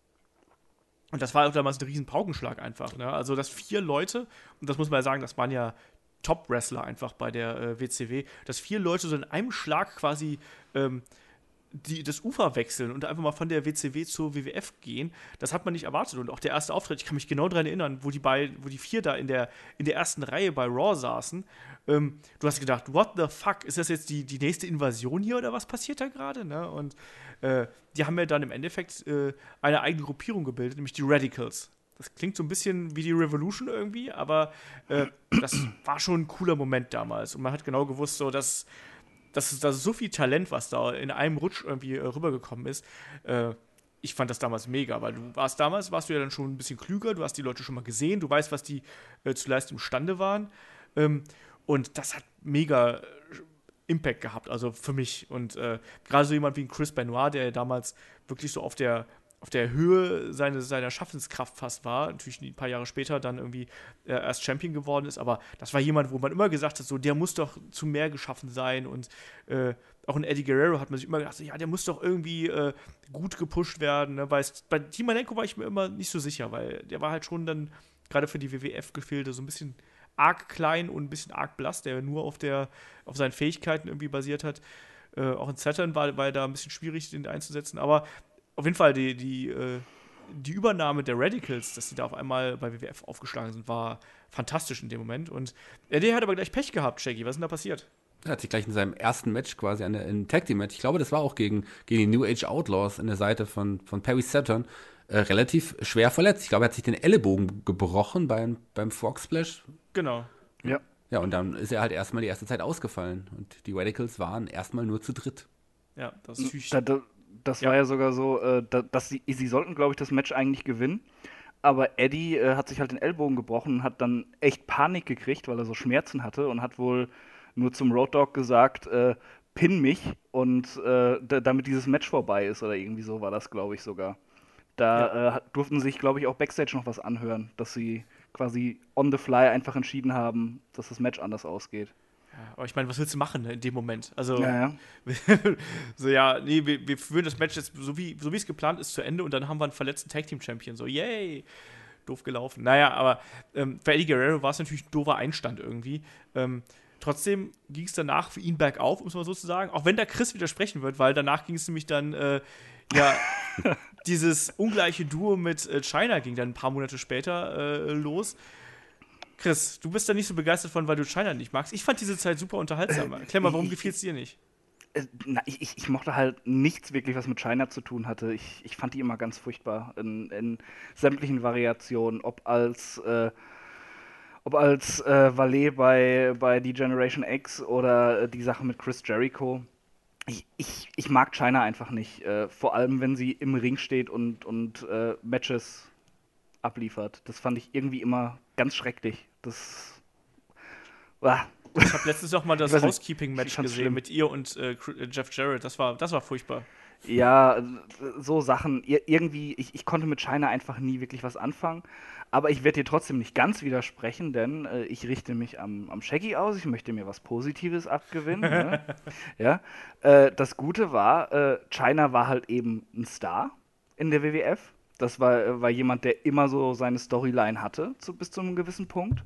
S2: Und das war auch damals ein riesen Paukenschlag einfach. Ne? Also, dass vier Leute, und das muss man ja sagen, das waren ja Top-Wrestler einfach bei der äh, W C W, dass vier Leute so in einem Schlag quasi ähm, die, das Ufer wechseln und einfach mal von der W C W zur W W F gehen, das hat man nicht erwartet. Und auch der erste Auftritt, ich kann mich genau daran erinnern, wo die, bei, wo die vier da in der, in der ersten Reihe bei Raw saßen. Ähm, du hast gedacht, what the fuck, ist das jetzt die, die nächste Invasion hier oder was passiert da gerade? Ne? Und äh, die haben ja dann im Endeffekt äh, eine eigene Gruppierung gebildet, nämlich die Radicals. Das klingt so ein bisschen wie die Revolution irgendwie, aber äh, das war schon ein cooler Moment damals. Und man hat genau gewusst, so, dass, dass da so viel Talent, was da in einem Rutsch irgendwie äh, rübergekommen ist. Äh, ich fand das damals mega, weil du warst damals, warst du ja dann schon ein bisschen klüger, du hast die Leute schon mal gesehen, du weißt, was die äh, zu leisten imstande waren. Ähm, und das hat mega Impact gehabt, also für mich. Und äh, gerade so jemand wie ein Chris Benoit, der damals wirklich so auf der auf der Höhe seine, seiner Schaffenskraft fast war, natürlich ein paar Jahre später dann irgendwie äh, erst Champion geworden ist, aber das war jemand, wo man immer gesagt hat, so, der muss doch zu mehr geschaffen sein und äh, auch in Eddie Guerrero hat man sich immer gedacht, so, ja, der muss doch irgendwie äh, gut gepusht werden, ne? Bei, bei Dean Malenko war ich mir immer nicht so sicher, weil der war halt schon dann gerade für die W W F-Gefilde so ein bisschen arg klein und ein bisschen arg blass, der nur auf, der, auf seinen Fähigkeiten irgendwie basiert hat. Äh, auch in Saturn war, war da ein bisschen schwierig, den einzusetzen, aber auf jeden Fall, die, die, äh, die Übernahme der Radicals, dass die da auf einmal bei W W F aufgeschlagen sind, war fantastisch in dem Moment. Und äh, der hat aber gleich Pech gehabt, Shaggy. Was ist denn da passiert?
S4: Er hat sich gleich in seinem ersten Match quasi an der, in Tag Team Match, ich glaube, das war auch gegen, gegen die New Age Outlaws in der Seite von, von Perry Saturn, äh, relativ schwer verletzt. Ich glaube, er hat sich den Ellenbogen gebrochen beim, beim Frog Splash.
S2: Genau.
S3: Ja.
S4: Ja, und dann ist er halt erstmal die erste Zeit ausgefallen. Und die Radicals waren erstmal nur zu dritt.
S2: Ja, das ist natürlich.
S3: Da, da, das
S2: Ja.
S3: war ja sogar so, äh, da, dass sie, sie sollten, glaube ich, das Match eigentlich gewinnen. Aber Eddie äh, hat sich halt den Ellbogen gebrochen und hat dann echt Panik gekriegt, weil er so Schmerzen hatte und hat wohl nur zum Road Dogg gesagt, äh, pin mich und äh, da, damit dieses Match vorbei ist oder irgendwie so war das, glaube ich, sogar. Da äh, durften sich, glaube ich, auch Backstage noch was anhören, dass sie quasi on the fly einfach entschieden haben, dass das Match anders ausgeht.
S2: Ja, aber ich meine, was willst du machen, ne, in dem Moment? Also,
S3: Ja, ja.
S2: so, ja, nee, wir, wir führen das Match jetzt, so wie, so wie es geplant ist, zu Ende und dann haben wir einen verletzten Tag-Team-Champion. So, yay! Doof gelaufen. Naja, aber ähm, für Eddie Guerrero war es natürlich ein doofer Einstand irgendwie. Ähm, trotzdem ging es danach für ihn bergauf, um es mal so zu sagen. Auch wenn da Chris widersprechen wird, weil danach ging es nämlich dann, äh, ja, dieses ungleiche Duo mit äh, Chyna ging dann ein paar Monate später äh, los. Chris, du bist da nicht so begeistert von, weil du Chyna nicht magst. Ich fand diese Zeit super unterhaltsam. Erklär mal, warum gefiel es dir nicht?
S3: Äh, Na, ich, ich, ich mochte halt nichts wirklich, was mit Chyna zu tun hatte. Ich, ich fand die immer ganz furchtbar in, in sämtlichen Variationen, ob als äh, ob als äh, Valet bei, bei die Generation X oder äh, die Sache mit Chris Jericho. Ich, ich, ich mag Chyna einfach nicht, äh, vor allem wenn sie im Ring steht und, und äh, Matches abliefert. Das fand ich irgendwie immer ganz schrecklich. Das ah.
S2: Ich habe letztens noch mal das
S3: Ich weiß nicht,
S2: Housekeeping-Match
S3: ich fand's
S2: gesehen
S3: schlimm.
S2: mit ihr und äh, Jeff Jarrett. Das war, das war furchtbar.
S3: Ja, so Sachen. Ir- Irgendwie, ich, ich konnte mit Chyna einfach nie wirklich was anfangen. Aber ich werde dir trotzdem nicht ganz widersprechen, denn äh, ich richte mich am, am Shaggy aus. Ich möchte mir was Positives abgewinnen. Ne? Ja. Äh, das Gute war, äh, Chyna war halt eben ein Star in der W W F. Das war, war jemand, der immer so seine Storyline hatte, zu, bis zu einem gewissen Punkt.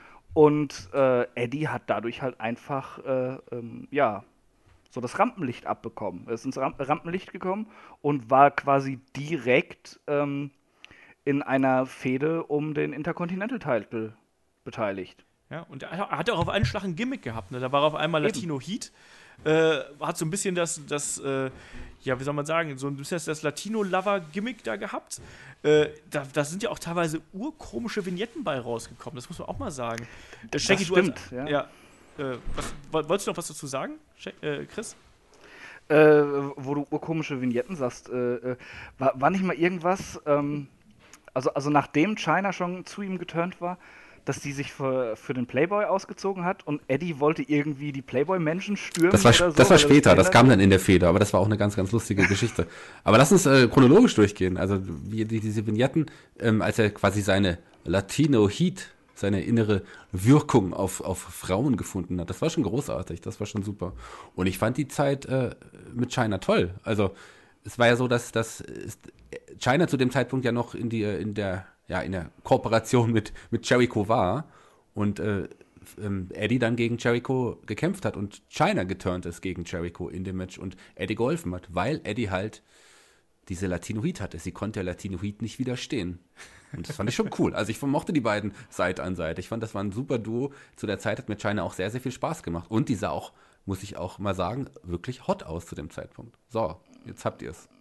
S3: Und äh, Eddie hat dadurch halt einfach, äh, ähm, ja, so das Rampenlicht abbekommen. Er ist ins Ram- Rampenlicht gekommen und war quasi direkt ähm, in einer Fehde um den Intercontinental-Title beteiligt.
S2: Ja, und er hat auch auf einen Schlag ein Gimmick gehabt. Ne? Da war er auf einmal
S3: Eben.
S2: Latino Heat. Äh, hat so ein bisschen das, das äh, ja, wie soll man sagen, so ein bisschen das Latino-Lover-Gimmick da gehabt. Äh, da, da sind ja auch teilweise urkomische Vignetten bei rausgekommen. Das muss man auch mal sagen. Äh, Shaggy,
S3: Das
S2: du hast-
S3: stimmt, ja.
S2: ja äh, was, woll- wolltest du noch was dazu sagen, Sha- äh, Chris?
S3: Äh, wo du komische Vignetten sagst, äh, äh, war, war nicht mal irgendwas, ähm, Also, also nachdem China schon zu ihm geturnt war, dass die sich für, für den Playboy ausgezogen hat und Eddie wollte irgendwie die Playboy-Menschen stürmen
S4: Das war,
S3: oder so.
S4: das war
S3: weil er
S4: später, das
S3: verhindert
S4: kam
S3: hat.
S4: dann in der Feder, aber das war auch eine ganz, ganz lustige Geschichte. Aber lass uns äh, chronologisch durchgehen. Also wie die, diese Vignetten, ähm, als er quasi seine Latino-Heat, seine innere Wirkung auf, auf Frauen gefunden hat, das war schon großartig, das war schon super. Und ich fand die Zeit äh, mit China toll. Also es war ja so, dass, dass China zu dem Zeitpunkt ja noch in, die, in, der, ja, in der Kooperation mit, mit Jericho war und äh, ähm, Eddie dann gegen Jericho gekämpft hat und China geturnt ist gegen Jericho in dem Match und Eddie geholfen hat, weil Eddie halt diese Latino-Heat hatte. Sie konnte der Latino-Heat nicht widerstehen. Und das fand ich schon cool. Also ich mochte die beiden Seite an Seite. Ich fand, das war ein super Duo. Zu der Zeit hat mir China auch sehr, sehr viel Spaß gemacht. Und die sah auch, muss ich auch mal sagen, wirklich hot aus zu dem Zeitpunkt. So, jetzt habt ihr es.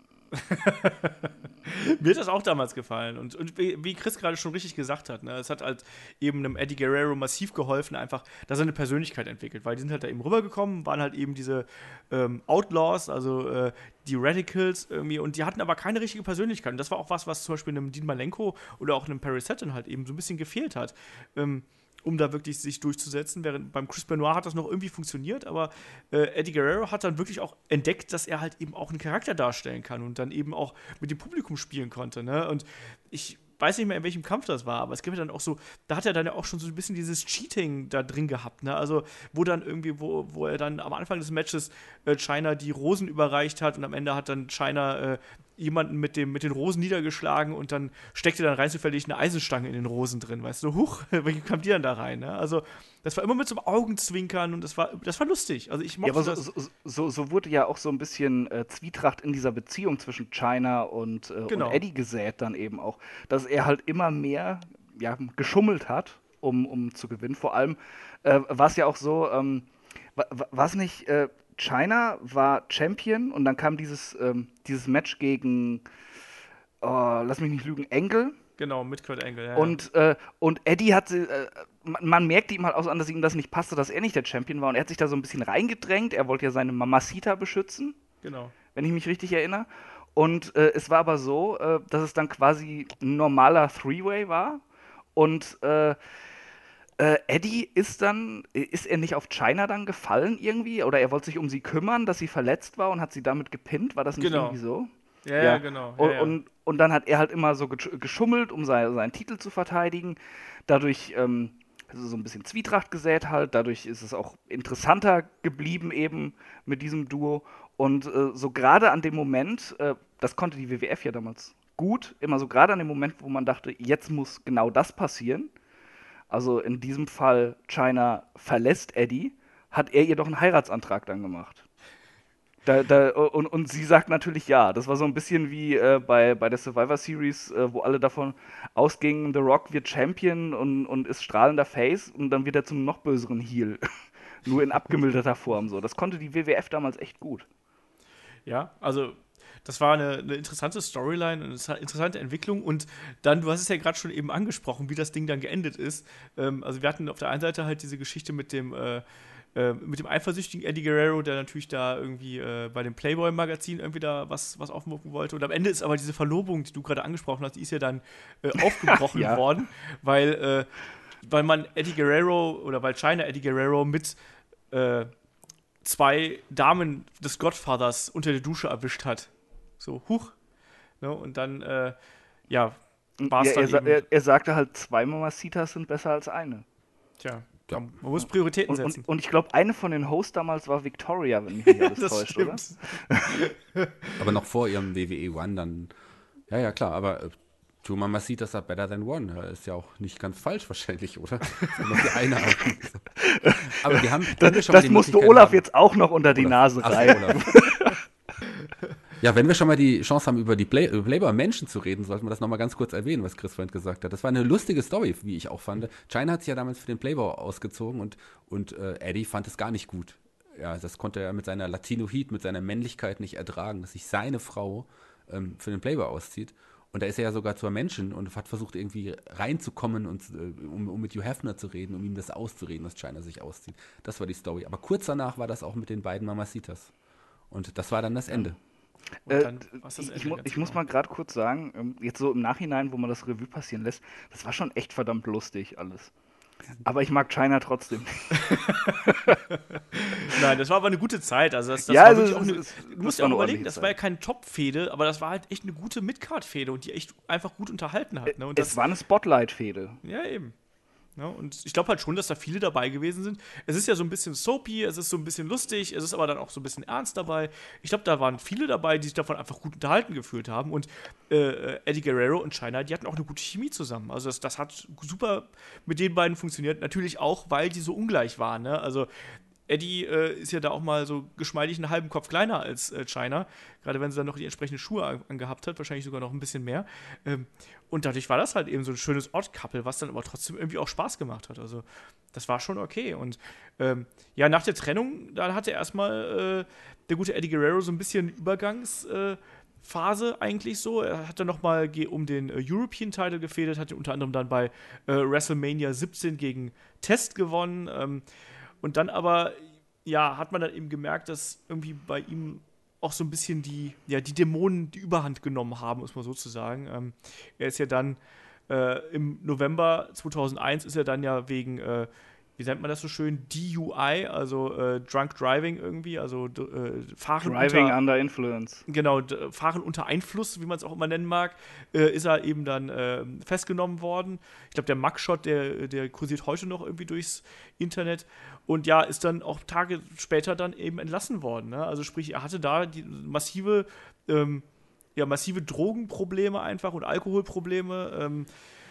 S2: Mir hat das auch damals gefallen. Und, und wie, wie Chris gerade schon richtig gesagt hat, ne, es hat halt eben einem Eddie Guerrero massiv geholfen, einfach, dass er eine Persönlichkeit entwickelt. Weil die sind halt da eben rübergekommen, waren halt eben diese ähm, Outlaws, also äh, die Radicals irgendwie. Und die hatten aber keine richtige Persönlichkeit. Und das war auch was, was zum Beispiel einem Dean Malenko oder auch einem Perry Saturn halt eben so ein bisschen gefehlt hat. Ähm, um da wirklich sich durchzusetzen. Während beim Chris Benoit hat das noch irgendwie funktioniert, aber äh, Eddie Guerrero hat dann wirklich auch entdeckt, dass er halt eben auch einen Charakter darstellen kann und dann eben auch mit dem Publikum spielen konnte. Ne? Und ich weiß nicht mehr, in welchem Kampf das war, aber es gibt ja dann auch so, da hat er dann ja auch schon so ein bisschen dieses Cheating da drin gehabt, ne? Also, wo dann irgendwie, wo, wo er dann am Anfang des Matches äh, China die Rosen überreicht hat und am Ende hat dann China äh, jemanden mit, dem, mit den Rosen niedergeschlagen und dann steckte dann rein zufällig eine Eisenstange in den Rosen drin, weißt du, huch, wie kam die dann da rein, ne? Also, das war immer mit so einem Augenzwinkern und das war, das war lustig. Also, ich mochte
S3: Ja, aber so,
S2: das.
S3: so, so, so wurde ja auch so ein bisschen äh, Zwietracht in dieser Beziehung zwischen China und, äh,
S2: Genau.
S3: und Eddie gesät dann eben auch, dass er halt immer mehr ja, geschummelt hat, um, um zu gewinnen. Vor allem äh, war es ja auch so, ähm, war es nicht, äh, China war Champion und dann kam dieses, ähm, dieses Match gegen, oh, lass mich nicht lügen, Angle.
S2: Genau, mit Kurt Angle, ja.
S3: Und, äh, und Eddie hat, äh, man, man merkte ihm halt auch so an, dass ihm das nicht passte, dass er nicht der Champion war. Und er hat sich da so ein bisschen reingedrängt. Er wollte ja seine Mamacita beschützen,
S2: Genau.
S3: wenn ich mich richtig erinnere. Und äh, es war aber so, äh, dass es dann quasi ein normaler Three-Way war. Und äh, äh, Eddie ist dann, ist er nicht auf China dann gefallen irgendwie? Oder er wollte sich um sie kümmern, dass sie verletzt war und hat sie damit gepinnt? War das nicht
S2: Genau.
S3: irgendwie so?
S2: Ja, ja, genau. Ja,
S3: und,
S2: ja.
S3: Und, und dann hat er halt immer so gesch- geschummelt, um sei, seinen Titel zu verteidigen. Dadurch ähm, also so ein bisschen Zwietracht gesät halt. Dadurch ist es auch interessanter geblieben eben mit diesem Duo. Und äh, so gerade an dem Moment, äh, das konnte die W W F ja damals gut, immer so gerade an dem Moment, wo man dachte, jetzt muss genau das passieren. Also in diesem Fall China verlässt Eddie, hat er ihr doch einen Heiratsantrag dann gemacht. Da, da, und, und sie sagt natürlich ja. Das war so ein bisschen wie äh, bei, bei der Survivor Series, äh, wo alle davon ausgingen, The Rock wird Champion und, und ist strahlender Face und dann wird er zum noch böseren Heel. Nur in abgemilderter Form so. Das konnte die W W F damals echt gut.
S2: Ja, also das war eine, eine interessante Storyline, eine interessante Entwicklung und dann, du hast es ja gerade schon eben angesprochen, wie das Ding dann geendet ist. Ähm, also wir hatten auf der einen Seite halt diese Geschichte mit dem äh, mit dem eifersüchtigen Eddie Guerrero, der natürlich da irgendwie äh, bei dem Playboy-Magazin irgendwie da was, was aufmucken wollte. Und am Ende ist aber diese Verlobung, die du gerade angesprochen hast, die ist ja dann äh, aufgebrochen
S3: Ja.
S2: worden, weil, äh, weil man Eddie Guerrero oder weil China Eddie Guerrero mit äh, zwei Damen des Godfathers unter der Dusche erwischt hat. So, huch. Ne? Und dann, äh, ja, war es
S3: Ja,
S2: dann
S3: er, sa-
S2: eben,
S3: er, er sagte halt, zwei Mamacitas sind besser als eine.
S2: tja,
S4: Ja.
S2: man muss Prioritäten
S3: Und,
S2: setzen.
S3: und, und ich glaube, eine von den Hosts damals war Victoria, wenn mich nicht alles
S2: das
S3: täuscht,
S2: stimmt.
S3: oder?
S4: Aber noch vor ihrem W W E One dann, ja, ja, klar, aber äh, Two Mamacitas are better than one. Ja, ist ja auch nicht ganz falsch wahrscheinlich, oder? Ist ja noch die eine Art. Aber wir haben, wenn wir schon mal
S3: Das
S4: die
S3: musste
S4: Möglichkeit
S3: Olaf
S4: haben-
S3: jetzt auch noch unter die
S4: Olaf.
S3: Nase
S4: Ach so,
S3: reiben.
S4: Olaf. Ja, wenn wir schon mal die Chance haben, über die Play über Playboy-Menschen zu reden, sollten wir das nochmal ganz kurz erwähnen, was Chris vorhin gesagt hat. Das war eine lustige Story, wie ich auch fand. China hat sich ja damals für den Playboy ausgezogen und, und äh, Eddie fand es gar nicht gut. Ja, das konnte er mit seiner Latino-Heat, mit seiner Männlichkeit nicht ertragen, dass sich seine Frau ähm, für den Playboy auszieht. Und da ist er ja sogar zur Menschen und hat versucht, irgendwie reinzukommen, und, äh, um, um mit Hugh Hefner zu reden, um ihm das auszureden, dass China sich auszieht. Das war die Story. Aber kurz danach war das auch mit den beiden Mamacitas. Und das war dann das Ende.
S2: Und
S3: Äh,
S2: dann war's das
S3: ich,
S2: Ende
S3: mu
S2: ganz
S3: ich muss
S2: genau.
S3: mal gerade kurz sagen, ähm, jetzt so im Nachhinein, wo man das Revue passieren lässt, das war schon echt verdammt lustig alles. Aber ich mag China trotzdem nicht.
S2: Nein, das war aber eine gute Zeit. Also das, das
S3: Ja,
S2: war
S3: also
S2: wirklich auch
S3: es-
S2: eine.
S3: es-
S2: Du
S3: das
S2: musst
S3: war
S2: ja auch
S3: eine
S2: überlegen,
S3: ordentliche
S2: das war ja
S3: Zeit.
S2: keine Top-Fehde, aber das war halt echt eine gute Mid-Card-Fehde und die echt einfach gut unterhalten hat. Ne? Und das,
S3: Es war eine Spotlight-Fehde.
S2: ja, eben. Ja, und ich glaube halt schon, dass da viele dabei gewesen sind. Es ist ja so ein bisschen soapy, es ist so ein bisschen lustig, es ist aber dann auch so ein bisschen ernst dabei. Ich glaube, da waren viele dabei, die sich davon einfach gut unterhalten gefühlt haben. Und äh, Eddie Guerrero und Chyna, die hatten auch eine gute Chemie zusammen. Also das, das hat super mit den beiden funktioniert. Natürlich auch, weil die so ungleich waren. Ne? Also Eddie äh, ist ja da auch mal so geschmeidig einen halben Kopf kleiner als äh, Chyna. Gerade wenn sie dann noch die entsprechenden Schuhe an, angehabt hat, wahrscheinlich sogar noch ein bisschen mehr. Ähm, und dadurch war das halt eben so ein schönes Odd-Couple, was dann aber trotzdem irgendwie auch Spaß gemacht hat. Also das war schon okay. Und ähm, ja, nach der Trennung, da hatte erstmal äh, der gute Eddie Guerrero so ein bisschen Übergangs- äh, Phase eigentlich so. Er hat dann nochmal um den äh, European Title gefädelt, hat unter anderem dann bei äh, WrestleMania siebzehn gegen Test gewonnen. Ähm, und dann aber, ja, hat man dann eben gemerkt, dass irgendwie bei ihm auch so ein bisschen die, ja, die Dämonen die Überhand genommen haben, muss man so zu sagen. Ähm, er ist ja dann äh, im November zweitausendeins ist er dann ja wegen, äh, wie nennt man das so schön, D U I, also äh, Drunk Driving irgendwie, also äh, Fahren
S3: Driving
S2: unter,
S3: under influence.
S2: genau, d- Fahren unter Einfluss, wie man es auch immer nennen mag, äh, ist er eben dann äh, festgenommen worden. Ich glaube, der Mugshot, der, der kursiert heute noch irgendwie durchs Internet. Und ja, ist dann auch Tage später dann eben entlassen worden. Ne? Also sprich, er hatte da die massive, ähm, ja, massive Drogenprobleme einfach und Alkoholprobleme. Ähm,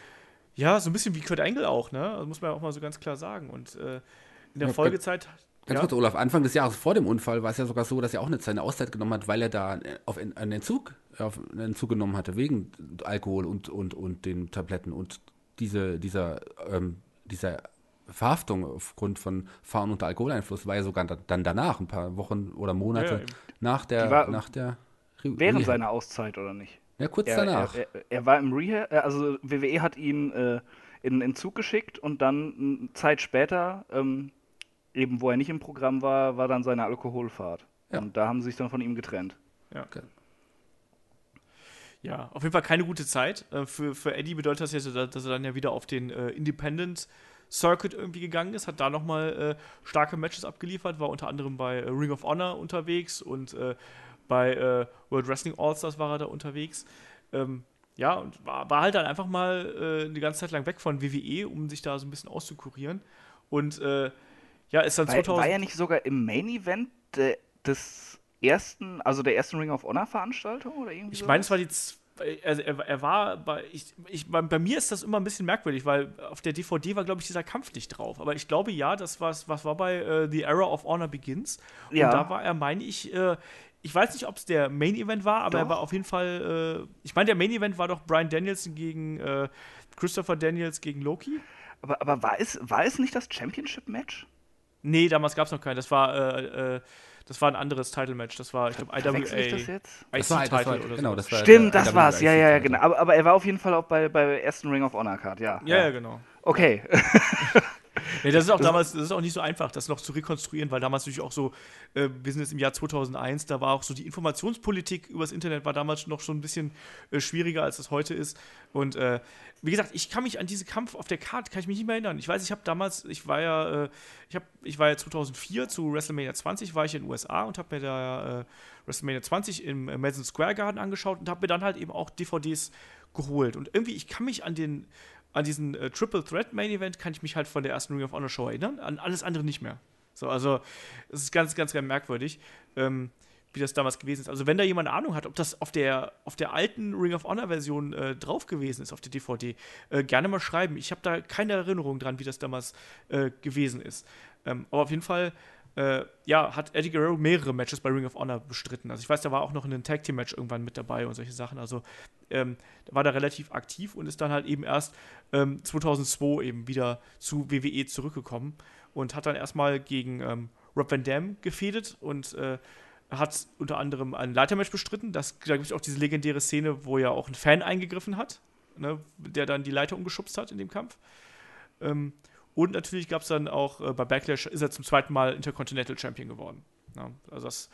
S2: ja, so ein bisschen wie Kurt Angle auch, ne? Das muss man ja auch mal so ganz klar sagen. Und äh, in der
S4: Ja,
S2: Folgezeit.
S4: Ganz
S2: ja,
S4: kurz, Olaf, Anfang des Jahres vor dem Unfall war es ja sogar so, dass er auch eine, seine Auszeit genommen hat, weil er da auf einen Entzug, auf einen Entzug genommen hatte, wegen Alkohol und, und, und den Tabletten. Und diese, dieser, ähm, dieser Verhaftung aufgrund von Fahren unter Alkoholeinfluss war ja sogar da- dann danach, ein paar Wochen oder Monate
S2: Ja, ja, eben.
S4: nach der,
S3: Die war
S4: nach der Re-
S3: Während
S4: Rehab.
S3: seiner Auszeit, oder nicht?
S4: Ja, kurz
S3: Er,
S4: danach.
S3: er, er, er war im Rehab, äh, also W W E hat ihn äh, in den Zug geschickt und dann eine Zeit später, ähm, eben wo er nicht im Programm war, war dann seine Alkoholfahrt.
S4: Ja.
S3: Und da haben sie sich dann von ihm getrennt.
S2: ja.
S4: Okay.
S2: Ja, auf jeden Fall keine gute Zeit. Äh, für, für Eddie bedeutet das jetzt, dass er dann ja wieder auf den äh, Independent Circuit irgendwie gegangen ist, hat da nochmal äh, starke Matches abgeliefert, war unter anderem bei äh, Ring of Honor unterwegs und äh, bei äh, World Wrestling All-Stars war er da unterwegs. Ähm, ja, und war, war halt dann einfach mal äh, eine ganze Zeit lang weg von W W E, um sich da so ein bisschen auszukurieren. Und äh, ja, ist dann
S3: War,
S2: zweitausend...
S3: war er nicht sogar im Main Event de, des ersten, also der ersten Ring of Honor Veranstaltung oder irgendwie
S2: Ich
S3: sowas?
S2: meine, es war die. Z- Also er, er war bei. Ich, ich, bei, bei mir ist das immer ein bisschen merkwürdig, weil auf der D V D war, glaube ich, dieser Kampf nicht drauf. Aber ich glaube, ja, das war, was war bei äh, The Era of Honor Begins. Und
S3: Ja.
S2: da war er, meine ich. Äh, ich weiß nicht, ob es der Main Event war, aber
S3: Doch.
S2: er war auf jeden Fall. Äh, ich meine, der Main Event war doch Bryan Danielson gegen äh, Christopher Daniels gegen Loki.
S3: Aber, aber war, es, war es nicht das Championship-Match?
S2: Nee, damals gab es noch keinen. Das war. Äh, äh, das war ein anderes Title-Match. Das war, ich glaube, I W
S3: Verwechsel ich das
S2: A.
S3: jetzt?
S4: Das war, das war,
S2: I C-Title oder
S4: genau,
S2: so.
S4: das war
S3: Stimmt,
S4: der
S3: das war's. Ja, ja, ja,
S4: I W I C-Title.
S3: genau. Aber, aber er war auf jeden Fall auch bei, bei der ersten Ring of Honor Card, ja.
S2: Ja, ja, genau.
S3: Okay.
S2: Ja, das ist auch damals, das ist auch nicht so einfach, das noch zu rekonstruieren, weil damals natürlich auch so, äh, wir sind jetzt im Jahr zweitausendeins, da war auch so die Informationspolitik übers Internet war damals noch schon ein bisschen äh, schwieriger, als es heute ist. Und äh, wie gesagt, ich kann mich an diesen Kampf auf der Karte, kann ich mich nicht mehr erinnern. Ich weiß, ich habe damals, ich war ja, äh, ich habe, ich war ja zweitausendvier zu WrestleMania zwanzig, war ich in den U S A und habe mir da äh, WrestleMania zwanzig im äh, Madison Square Garden angeschaut und habe mir dann halt eben auch D V Ds geholt. Und irgendwie, ich kann mich an den An diesen äh, Triple Threat Main Event kann ich mich halt von der ersten Ring of Honor Show erinnern, an alles andere nicht mehr. So, also, es ist ganz, ganz, ganz merkwürdig, ähm, wie das damals gewesen ist. Also, wenn da jemand Ahnung hat, ob das auf der, auf der alten Ring of Honor Version äh, drauf gewesen ist, auf der D V D, äh, gerne mal schreiben. Ich habe da keine Erinnerung dran, wie das damals äh, gewesen ist. Ähm, aber auf jeden Fall Äh, ja, hat Eddie Guerrero mehrere Matches bei Ring of Honor bestritten. Also ich weiß, da war auch noch ein Tag-Team-Match irgendwann mit dabei und solche Sachen. Also ähm, war da relativ aktiv und ist dann halt eben erst ähm, zweitausendzwei eben wieder zu W W E zurückgekommen und hat dann erstmal gegen ähm, Rob Van Dam gefädet und äh, hat unter anderem ein Leitermatch bestritten. Das, da gibt es auch diese legendäre Szene, wo ja auch ein Fan eingegriffen hat, ne, der dann die Leiter umgeschubst hat in dem Kampf. Ähm, Und natürlich gab es dann auch äh, bei Backlash ist er zum zweiten Mal Intercontinental Champion geworden. Ja, also das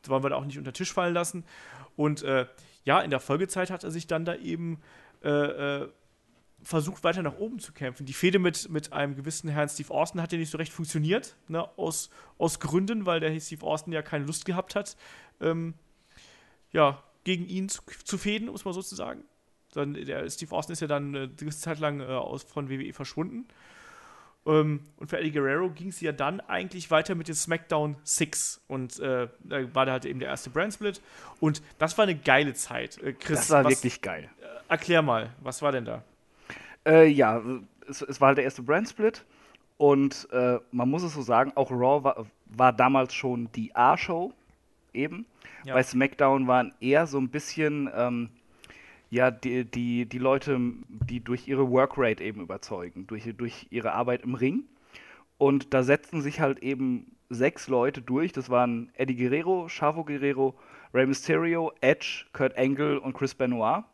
S2: wollen wir da auch nicht unter den Tisch fallen lassen. Und äh, ja, in der Folgezeit hat er sich dann da eben äh, äh, versucht, weiter nach oben zu kämpfen. Die Fehde mit, mit einem gewissen Herrn Steve Austin hat ja nicht so recht funktioniert, ne? aus, aus Gründen, weil der Steve Austin ja keine Lust gehabt hat, ähm, ja, gegen ihn zu, zu fäden, muss man sozusagen. Dann, der Steve Austin ist ja dann eine gewisse Zeit lang äh, aus, von W W E verschwunden. Ähm, und für Eddie Guerrero ging es ja dann eigentlich weiter mit den SmackDown Six. Und äh, da war da halt eben der erste Brand-Split. Und das war eine geile Zeit. Äh, Chris,
S3: Das war
S2: was,
S3: wirklich geil.
S2: Äh, erklär mal, was war denn da?
S3: Äh, ja, es, es war halt der erste Brand-Split. Und äh, man muss es so sagen, auch Raw war, war damals schon die A-Show eben.
S2: Ja.
S3: Bei SmackDown waren eher so ein bisschen ähm, ja, die, die, die Leute, die durch ihre Workrate eben überzeugen, durch, durch ihre Arbeit im Ring. Und da setzten sich halt eben sechs Leute durch. Das waren Eddie Guerrero, Chavo Guerrero, Rey Mysterio, Edge, Kurt Angle und Chris Benoit.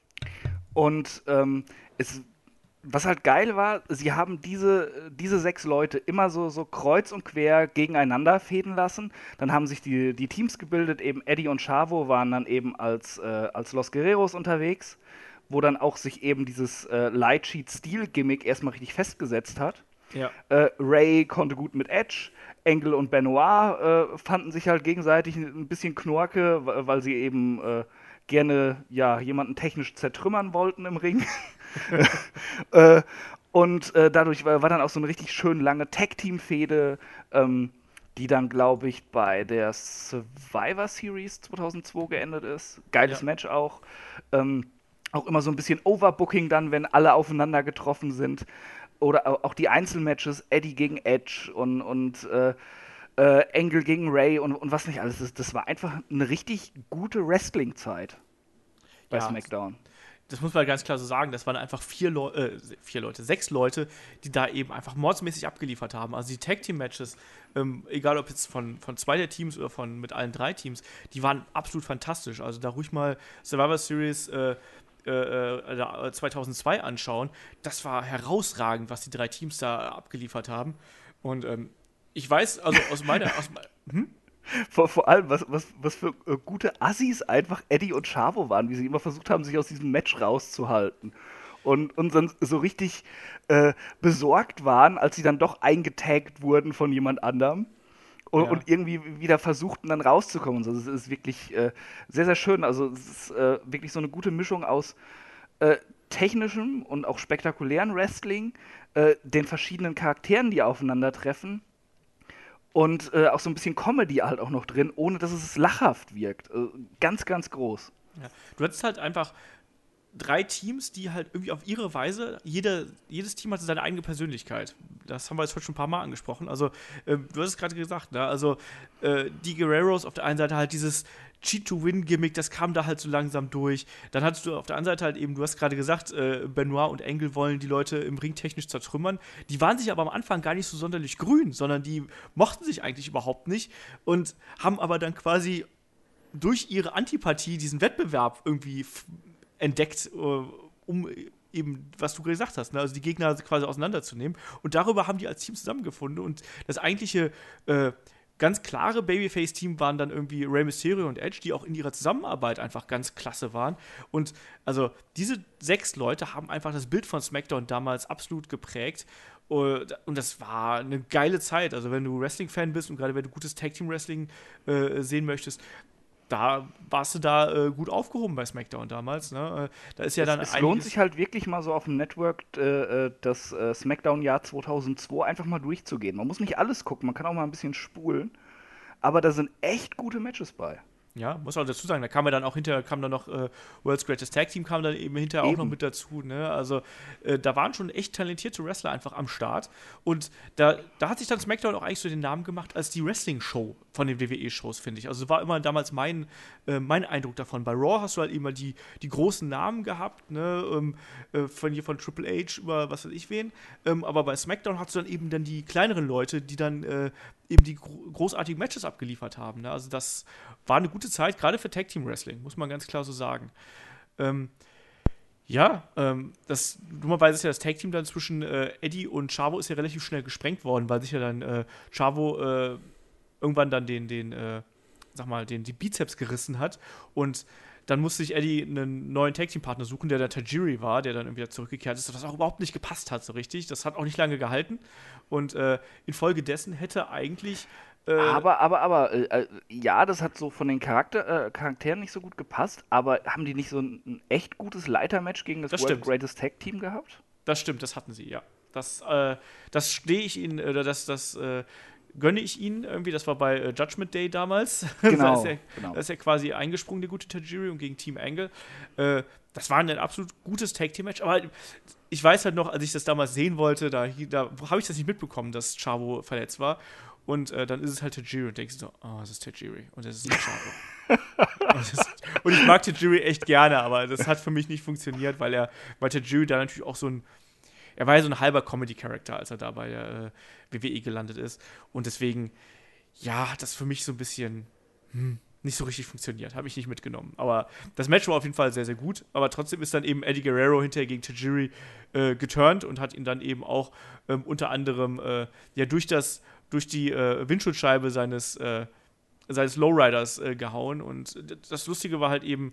S3: Und ähm, es was halt geil war, sie haben diese, diese sechs Leute immer so, so kreuz und quer gegeneinander fäden lassen. Dann haben sich die, die Teams gebildet, eben Eddie und Chavo waren dann eben als, äh, als Los Guerreros unterwegs, wo dann auch sich eben dieses äh, Light Sheet Steel Gimmick erstmal richtig festgesetzt hat.
S2: Ja.
S3: Äh, Ray konnte gut mit Edge, Angle und Benoit äh, fanden sich halt gegenseitig ein bisschen Knorke, weil sie eben äh, gerne ja, jemanden technisch zertrümmern wollten im Ring. äh, und äh, dadurch war, war dann auch so eine richtig schön lange Tag-Team-Fehde, ähm, die dann, glaube ich, bei der Survivor Series zweitausendzwei geendet ist. Geiles
S2: Ja.
S3: Match auch. Ähm, auch immer so ein bisschen Overbooking dann, wenn alle aufeinander getroffen sind. Oder auch die Einzelmatches, Eddie gegen Edge und, und äh, äh, Angle gegen Ray und, und was nicht alles. Das, das war einfach eine richtig gute Wrestling-Zeit bei
S2: Ja.
S3: SmackDown.
S2: Das muss man ganz klar so sagen, das waren einfach vier, Leu äh, vier Leute, sechs Leute, die da eben einfach mordsmäßig abgeliefert haben. Also die Tag-Team-Matches, ähm, egal ob jetzt von, von zwei der Teams oder von mit allen drei Teams, die waren absolut fantastisch. Also da ruhig mal Survivor Series äh, äh, zweitausendzwei anschauen. Das war herausragend, was die drei Teams da abgeliefert haben. Und ähm, ich weiß, also aus meiner... Aus me hm?
S3: Vor, vor allem, was, was, was für äh, gute Assis einfach Eddie und Chavo waren, wie sie immer versucht haben, sich aus diesem Match rauszuhalten. Und, und dann so richtig äh, besorgt waren, als sie dann doch eingetaggt wurden von jemand anderem. Und,
S2: Ja.
S3: und irgendwie wieder versuchten, dann rauszukommen. Und so. Das ist wirklich äh, sehr, sehr schön. Also es ist äh, wirklich so eine gute Mischung aus äh, technischem und auch spektakulären Wrestling, äh, den verschiedenen Charakteren, die aufeinandertreffen. Und äh, auch so ein bisschen Comedy halt auch noch drin, ohne dass es lachhaft wirkt. Äh, ganz, ganz groß.
S2: Ja. Du hattest halt einfach drei Teams, die halt irgendwie auf ihre Weise, jede, jedes Team hatte seine eigene Persönlichkeit. Das haben wir jetzt heute schon ein paar Mal angesprochen. Also, äh, du hast es gerade gesagt, ne? Also, äh, die Guerreros auf der einen Seite halt dieses Cheat-to-Win-Gimmick, das kam da halt so langsam durch. Dann hattest du auf der anderen Seite halt eben, du hast gerade gesagt, äh, Benoit und Angle wollen die Leute im Ring technisch zertrümmern. Die waren sich aber am Anfang gar nicht so sonderlich grün, sondern die mochten sich eigentlich überhaupt nicht und haben aber dann quasi durch ihre Antipathie diesen Wettbewerb irgendwie f- entdeckt, äh, um eben, was du gesagt hast, ne? Also die Gegner quasi auseinanderzunehmen. Und darüber haben die als Team zusammengefunden. Und das eigentliche äh, ganz klare Babyface-Team waren dann irgendwie Rey Mysterio und Edge, die auch in ihrer Zusammenarbeit einfach ganz klasse waren. Und also diese sechs Leute haben einfach das Bild von SmackDown damals absolut geprägt. Und das war eine geile Zeit. Also wenn du Wrestling-Fan bist und gerade wenn du gutes Tag-Team-Wrestling äh, sehen möchtest, da warst du da äh, gut aufgehoben bei SmackDown damals. Ne? Äh, da ist ja dann
S3: Es, es lohnt sich halt wirklich mal so auf dem Network äh, das äh, SmackDown-Jahr zweitausendzwei einfach mal durchzugehen. Man muss nicht alles gucken, man kann auch mal ein bisschen spulen. Aber da sind echt gute Matches bei.
S2: Ja, muss auch dazu sagen, da kam ja dann auch hinterher, kam dann noch äh, World's Greatest Tag Team, kam dann eben hinterher
S3: Eben.
S2: auch noch mit dazu, ne? Also äh, da waren schon echt talentierte Wrestler einfach am Start. Und da, da hat sich dann SmackDown auch eigentlich so den Namen gemacht als die Wrestling-Show von den W W E-Shows, finde ich. Also war immer damals mein, äh, mein Eindruck davon. Bei Raw hast du halt immer die, die großen Namen gehabt, ne? Ähm, äh, von hier von Triple H über was weiß ich wen. Ähm, aber bei SmackDown hast du dann eben dann die kleineren Leute, die dann äh, eben die gro- großartigen Matches abgeliefert haben. Ne? Also das war eine gute Zeit, gerade für Tag-Team-Wrestling, muss man ganz klar so sagen. Ähm, ja, ähm, das, dummerweise ist ja das Tag-Team dann zwischen äh, Eddie und Chavo ist ja relativ schnell gesprengt worden, weil sich ja dann äh, Chavo äh, irgendwann dann den, den, äh, sag mal, den die Bizeps gerissen hat und dann musste sich Eddie einen neuen Tag-Team-Partner suchen, der der Tajiri war, der dann irgendwie wieder zurückgekehrt ist, was auch überhaupt nicht gepasst hat, so richtig. Das hat auch nicht lange gehalten. Und äh, infolgedessen hätte eigentlich. Äh,
S3: aber, aber, aber, äh, ja, das hat so von den Charakter, äh, Charakteren nicht so gut gepasst, aber haben die nicht so ein, ein echt gutes Leitermatch gegen das,
S2: das
S3: World
S2: stimmt.
S3: Greatest Tag Team gehabt?
S2: Das stimmt, das hatten sie, ja. Das, äh, das stehe ich ihnen, oder das, das äh, gönne ich ihnen irgendwie. Das war bei äh, Judgment Day damals.
S3: Genau,
S2: da, ist er,
S3: genau.
S2: da ist er quasi eingesprungen, der gute Tajiri, und gegen Team Angle. Äh, das war ein absolut gutes Tag-Team-Match, aber ich weiß halt noch, als ich das damals sehen wollte, da, da habe ich das nicht mitbekommen, dass Chavo verletzt war. Und äh, dann ist es halt Tajiri und denkst du so, oh, das ist Tajiri und das ist nicht Chavo. und, das, und ich mag Tajiri echt gerne, aber das hat für mich nicht funktioniert, weil er, weil Tajiri da natürlich auch so ein Er war ja so ein halber Comedy-Charakter, als er da bei der äh, W W E gelandet ist. Und deswegen, ja, hat das für mich so ein bisschen hm, nicht so richtig funktioniert. Habe ich nicht mitgenommen. Aber das Match war auf jeden Fall sehr, sehr gut. Aber trotzdem ist dann eben Eddie Guerrero hinterher gegen Tajiri äh, geturnt und hat ihn dann eben auch ähm, unter anderem äh, ja durch, das, durch die äh, Windschutzscheibe seines, äh, seines Lowriders äh, gehauen. Und das Lustige war halt eben,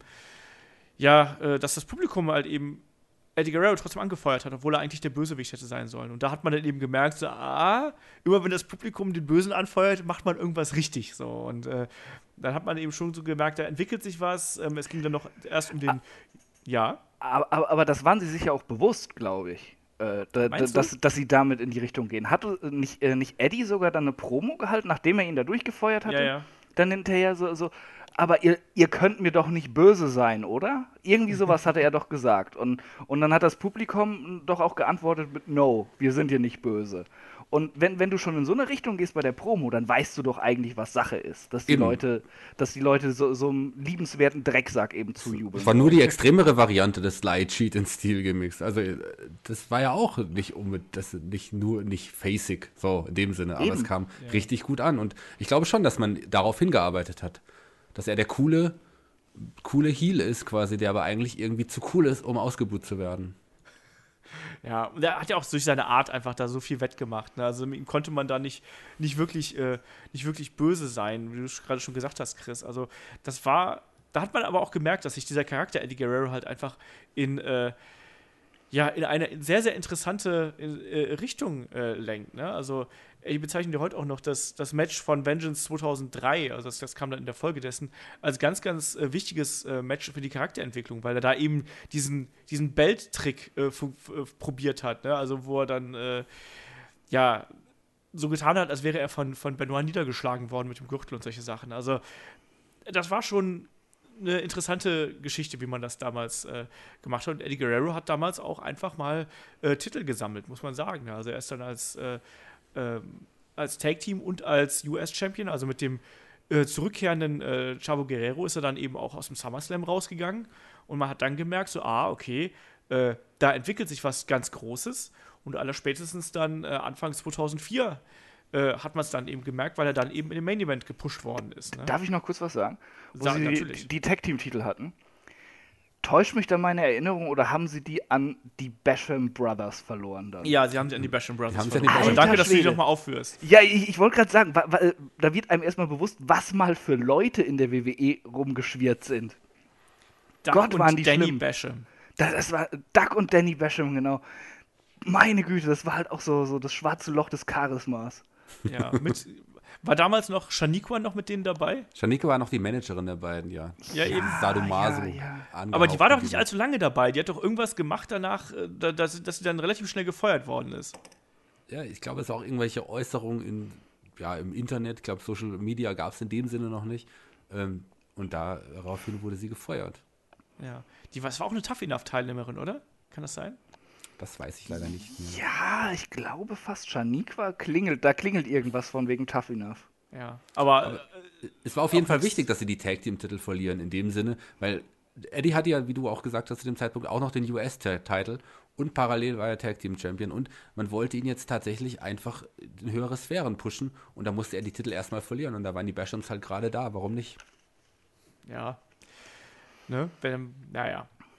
S2: ja, äh, dass das Publikum halt eben Eddie Guerrero trotzdem angefeuert hat, obwohl er eigentlich der Bösewicht hätte sein sollen. Und da hat man dann eben gemerkt, so, ah, immer wenn das Publikum den Bösen anfeuert, macht man irgendwas richtig. So. Und äh, dann hat man eben schon so gemerkt, da entwickelt sich was. Ähm, es ging dann noch erst um den, ah, ja.
S3: Aber, aber, aber das waren sie sich ja auch bewusst, glaube ich, äh, da, da, dass, dass sie damit in die Richtung gehen. Hatte nicht, äh, nicht Eddie sogar dann eine Promo gehalten, nachdem er ihn da durchgefeuert hatte?
S2: Ja, ja.
S3: Dann hinterher so, so aber ihr, ihr könnt mir doch nicht böse sein, oder? Irgendwie sowas hatte er doch gesagt. Und, und dann hat das Publikum doch auch geantwortet mit No, wir sind hier nicht böse. Und wenn, wenn du schon in so eine Richtung gehst bei der Promo, dann weißt du doch eigentlich, was Sache ist. Dass die
S4: Eben.
S3: Leute, dass die Leute so, so einem liebenswerten Drecksack eben zujubeln.
S4: Das war nur die extremere Variante des Slide Cheat in Stil gemixt. Also äh, das war ja auch nicht unbedingt, das nicht nur nicht facig, so in dem Sinne, aber
S3: Eben.
S4: es kam
S2: Ja.
S4: richtig gut an. Und ich glaube schon, dass man darauf hingearbeitet hat. Dass er der coole, coole Heel ist quasi, der aber eigentlich irgendwie zu cool ist, um ausgebuht zu werden.
S2: Ja, und er hat ja auch durch seine Art einfach da so viel wettgemacht. Ne? Also mit ihm konnte man da nicht, nicht, wirklich, äh, nicht wirklich böse sein, wie du gerade schon gesagt hast, Chris. Also das war, da hat man aber auch gemerkt, dass sich dieser Charakter Eddie Guerrero halt einfach in, äh, ja, in eine sehr, sehr interessante äh, Richtung äh, lenkt. Ne? Also ich bezeichne dir heute auch noch das, das Match von Vengeance zweitausenddrei, also das, das kam dann in der Folge dessen, als ganz, ganz äh, wichtiges äh, Match für die Charakterentwicklung, weil er da eben diesen, diesen Belt-Trick äh, f- f- probiert hat, ne? Also wo er dann äh, ja so getan hat, als wäre er von, von Benoit niedergeschlagen worden mit dem Gürtel und solche Sachen. Also das war schon eine interessante Geschichte, wie man das damals äh, gemacht hat. Und Eddie Guerrero hat damals auch einfach mal äh, Titel gesammelt, muss man sagen. Also er ist dann als äh, Ähm, als Tag-Team und als U S-Champion, also mit dem äh, zurückkehrenden äh, Chavo Guerrero, ist er dann eben auch aus dem SummerSlam rausgegangen und man hat dann gemerkt, so, ah, okay, äh, da entwickelt sich was ganz Großes und allerspätestens dann äh, Anfang zweitausendvier äh, hat man es dann eben gemerkt, weil er dann eben in dem Main-Event gepusht worden ist. Ne?
S3: Darf ich noch kurz was sagen? Wo
S2: Sag-
S3: sie
S2: natürlich.
S3: die, die Tag-Team-Titel hatten. Täuscht mich da meine Erinnerung oder haben sie die an die Basham Brothers verloren dann?
S2: Ja, sie haben sie an die Basham Brothers
S4: Die haben sie an die
S2: verloren.
S4: Basham-
S2: Aber danke, dass du die
S3: Alter
S2: nochmal aufführst.
S3: Ja, ich, ich wollte gerade sagen, wa, wa, da wird einem erstmal bewusst, was mal für Leute in der W W E rumgeschwirrt sind.
S2: Duck
S3: Gott,
S2: und
S3: waren die
S2: Danny
S3: schlimm.
S2: Basham.
S3: Das, das war Duck und Danny Basham, genau. Meine Güte, das war halt auch so, so das schwarze Loch des Charismas.
S2: Ja, mit, war damals noch Shaniqua noch mit denen dabei?
S4: Shanika war noch die Managerin der beiden, ja.
S2: Ja, eben.
S4: Sadomaso.
S3: ja, ja.
S2: Aber die war doch nicht
S4: angehaucht
S2: allzu lange dabei. Die hat doch irgendwas gemacht danach, äh, da- dass, dass sie dann relativ schnell gefeuert worden ist.
S4: Ja, ich glaube, es war auch irgendwelche Äußerungen in, ja, im Internet. Ich glaube, Social Media gab es in dem Sinne noch nicht. Ähm, und daraufhin wurde sie gefeuert.
S2: Ja. Die war, das war auch eine Tough Enough-Teilnehmerin, oder? Kann das sein?
S4: Das weiß ich leider nicht mehr.
S3: Ja, ich glaube fast Shaniqua klingelt, da klingelt irgendwas von wegen Tough Enough.
S2: Ja. Aber, äh,
S4: Es war auf jeden
S2: Auch
S4: Fall
S2: jetzt-
S4: wichtig, dass sie die Tag Team Titel verlieren in dem Sinne, weil Eddie hatte ja, wie du auch gesagt hast, zu dem Zeitpunkt auch noch den U S-Titel und parallel war er Tag Team Champion und man wollte ihn jetzt tatsächlich einfach in höhere Sphären pushen und da musste er die Titel erstmal verlieren und da waren die Bashams halt gerade da, warum nicht?
S2: ja. Ne? Wenn, naja.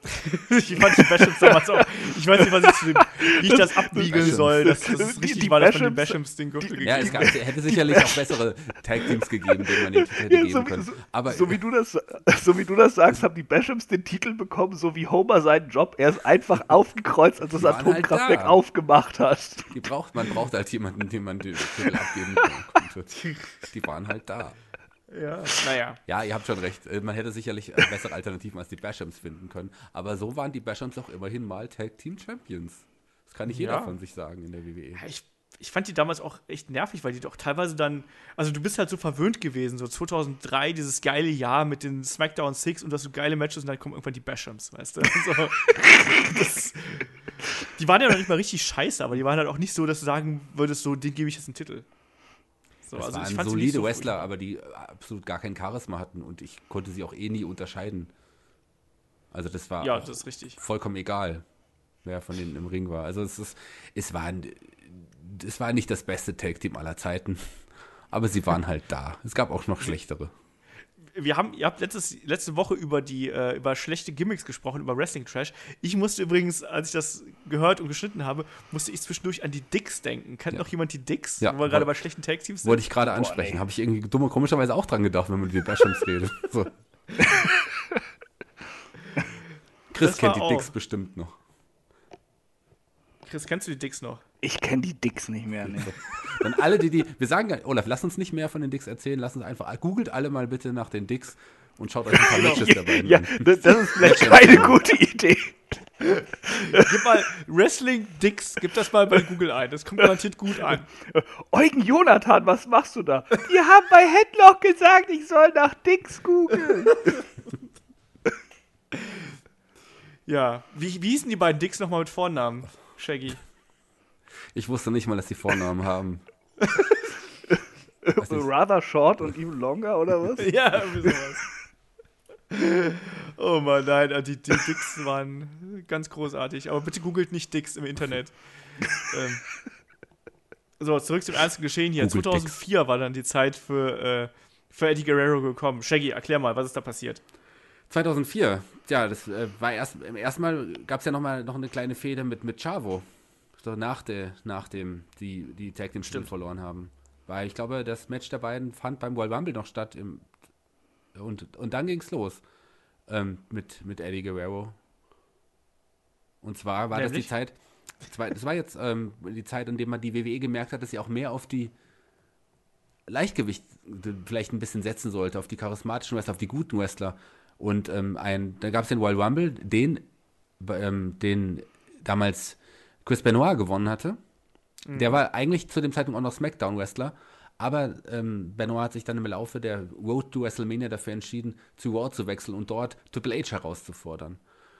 S2: Ich fand die Bashams damals auch. Ich weiß nicht, was ich zu dem, wie ich das abwiegeln
S4: Bashams.
S2: soll, dass das ist
S3: Die-
S2: richtig
S3: die
S2: war, dass man den
S3: Bashams-
S2: Bashams den Gürtel gegeben
S4: Ja, es gab, hätte sicherlich auch bessere Tag-Teams gegeben, denen man den Titel hätte
S3: Ja,
S4: geben
S3: so, wie,
S4: können.
S3: so,
S4: Aber
S3: so, wie du das, so wie du das sagst, haben die Bashams den Titel bekommen, so wie Homer seinen Job. Er ist einfach aufgekreuzt, als das
S4: Die waren halt
S3: Atomkraftwerk
S4: da.
S3: aufgemacht hat.
S4: die braucht, man braucht halt jemanden, dem man den Titel abgeben konnte. Die waren halt da.
S2: Ja, naja.
S4: Ja, ihr habt schon recht. Äh, Man hätte sicherlich äh, bessere Alternativen als die Bashams finden können. Aber so waren die Bashams auch immerhin mal Tag Team Champions. Das kann nicht jeder
S2: Ja.
S4: von sich sagen in der W W E.
S2: Ja, Ich, ich fand die damals auch echt nervig, weil die doch teilweise dann, also du bist halt so verwöhnt gewesen, so zweitausenddrei, dieses geile Jahr mit den SmackDown Six und das so geile Matches und dann kommen irgendwann die Bashams, weißt du? So, das, die waren ja noch nicht mal richtig scheiße, aber die waren halt auch nicht so, dass du sagen würdest, so, den gebe ich jetzt einen Titel. So,
S4: Das
S2: also ich
S4: waren
S2: fand sie
S4: solide
S2: nicht so
S4: Wrestler, aber die äh, absolut gar kein Charisma hatten und ich konnte sie auch eh nie unterscheiden. Also das war
S2: Ja,
S4: auch
S2: das ist richtig.
S4: vollkommen egal, wer von denen im Ring war. Also es ist, es war, es war nicht das beste Tag-Team aller Zeiten, aber sie waren halt da. Es gab auch noch schlechtere.
S2: Wir haben, ihr habt letztes, letzte Woche über die äh, über schlechte Gimmicks gesprochen, über Wrestling Trash. Ich musste übrigens, als ich das gehört und geschnitten habe, musste ich zwischendurch an die Dicks denken. Kennt
S4: Ja.
S2: noch jemand die Dicks?
S4: Ja,
S2: Wo wir gerade
S4: woll-
S2: bei schlechten Tag Teams sind.
S4: Wollte ich gerade ansprechen.
S3: nee.
S4: Habe ich irgendwie dumme, komischerweise auch dran gedacht, wenn man über die Bashams redet. So. Chris
S2: Das
S4: kennt
S2: war
S4: die
S2: auch-
S4: Dicks bestimmt noch.
S2: Chris, kennst du die Dicks noch?
S3: Ich kenne die Dicks nicht mehr. Nee.
S4: Und alle, die die, wir sagen, gar- Olaf, lass uns nicht mehr von den Dicks erzählen, lass uns einfach, googelt alle mal bitte nach den Dicks und schaut euch ein paar Matches der beiden
S3: Ja,
S4: an.
S3: das, das ist vielleicht keine gute Idee.
S2: Gib mal Wrestling Dicks, gib das mal bei Google ein. Das kommt garantiert gut an.
S3: Eugen Jonathan, was machst du da? Die haben bei Headlock gesagt, ich soll nach Dicks googeln.
S2: Ja. Wie, wie hießen die beiden Dicks nochmal mit Vornamen? Shaggy.
S4: Ich wusste nicht mal, dass die Vornamen haben. Weiß nicht.
S3: Rather short und even longer, oder was?
S2: Ja, irgendwie sowas. Oh Mann, nein, die, die Dicks waren ganz großartig. Aber bitte googelt nicht Dicks im Internet. ähm. So, zurück zum ernsten Geschehen hier.
S4: Googelt
S2: zweitausendvier war dann die Zeit für, äh, für Eddie Guerrero gekommen. Shaggy, erklär mal, was ist da passiert?
S4: zweitausendvier, ja, das äh, war erst, im ersten Mal gab es ja noch mal noch eine kleine Fehde mit, mit Chavo. So nach, der, nach dem, die, die Tag Team Titel
S2: Stimmt.
S4: verloren haben. Weil ich glaube, das Match der beiden fand beim Royal Rumble noch statt. Im, und, und dann ging es los ähm, mit, mit Eddie Guerrero. Und zwar war das die
S2: Nämlich?
S4: Zeit, das war, das war jetzt ähm, die Zeit, in der man die W W E gemerkt hat, dass sie auch mehr auf die Leichtgewicht vielleicht ein bisschen setzen sollte, auf die charismatischen Wrestler, auf die guten Wrestler. Und ähm, ein, da gab es den Royal Rumble, den, ähm, den damals Chris Benoit gewonnen hatte.
S2: Mhm.
S4: Der war eigentlich zu dem Zeitpunkt auch noch SmackDown-Wrestler, aber ähm, Benoit hat sich dann im Laufe der Road to WrestleMania dafür entschieden, zu Raw zu wechseln und dort Triple H herauszufordern.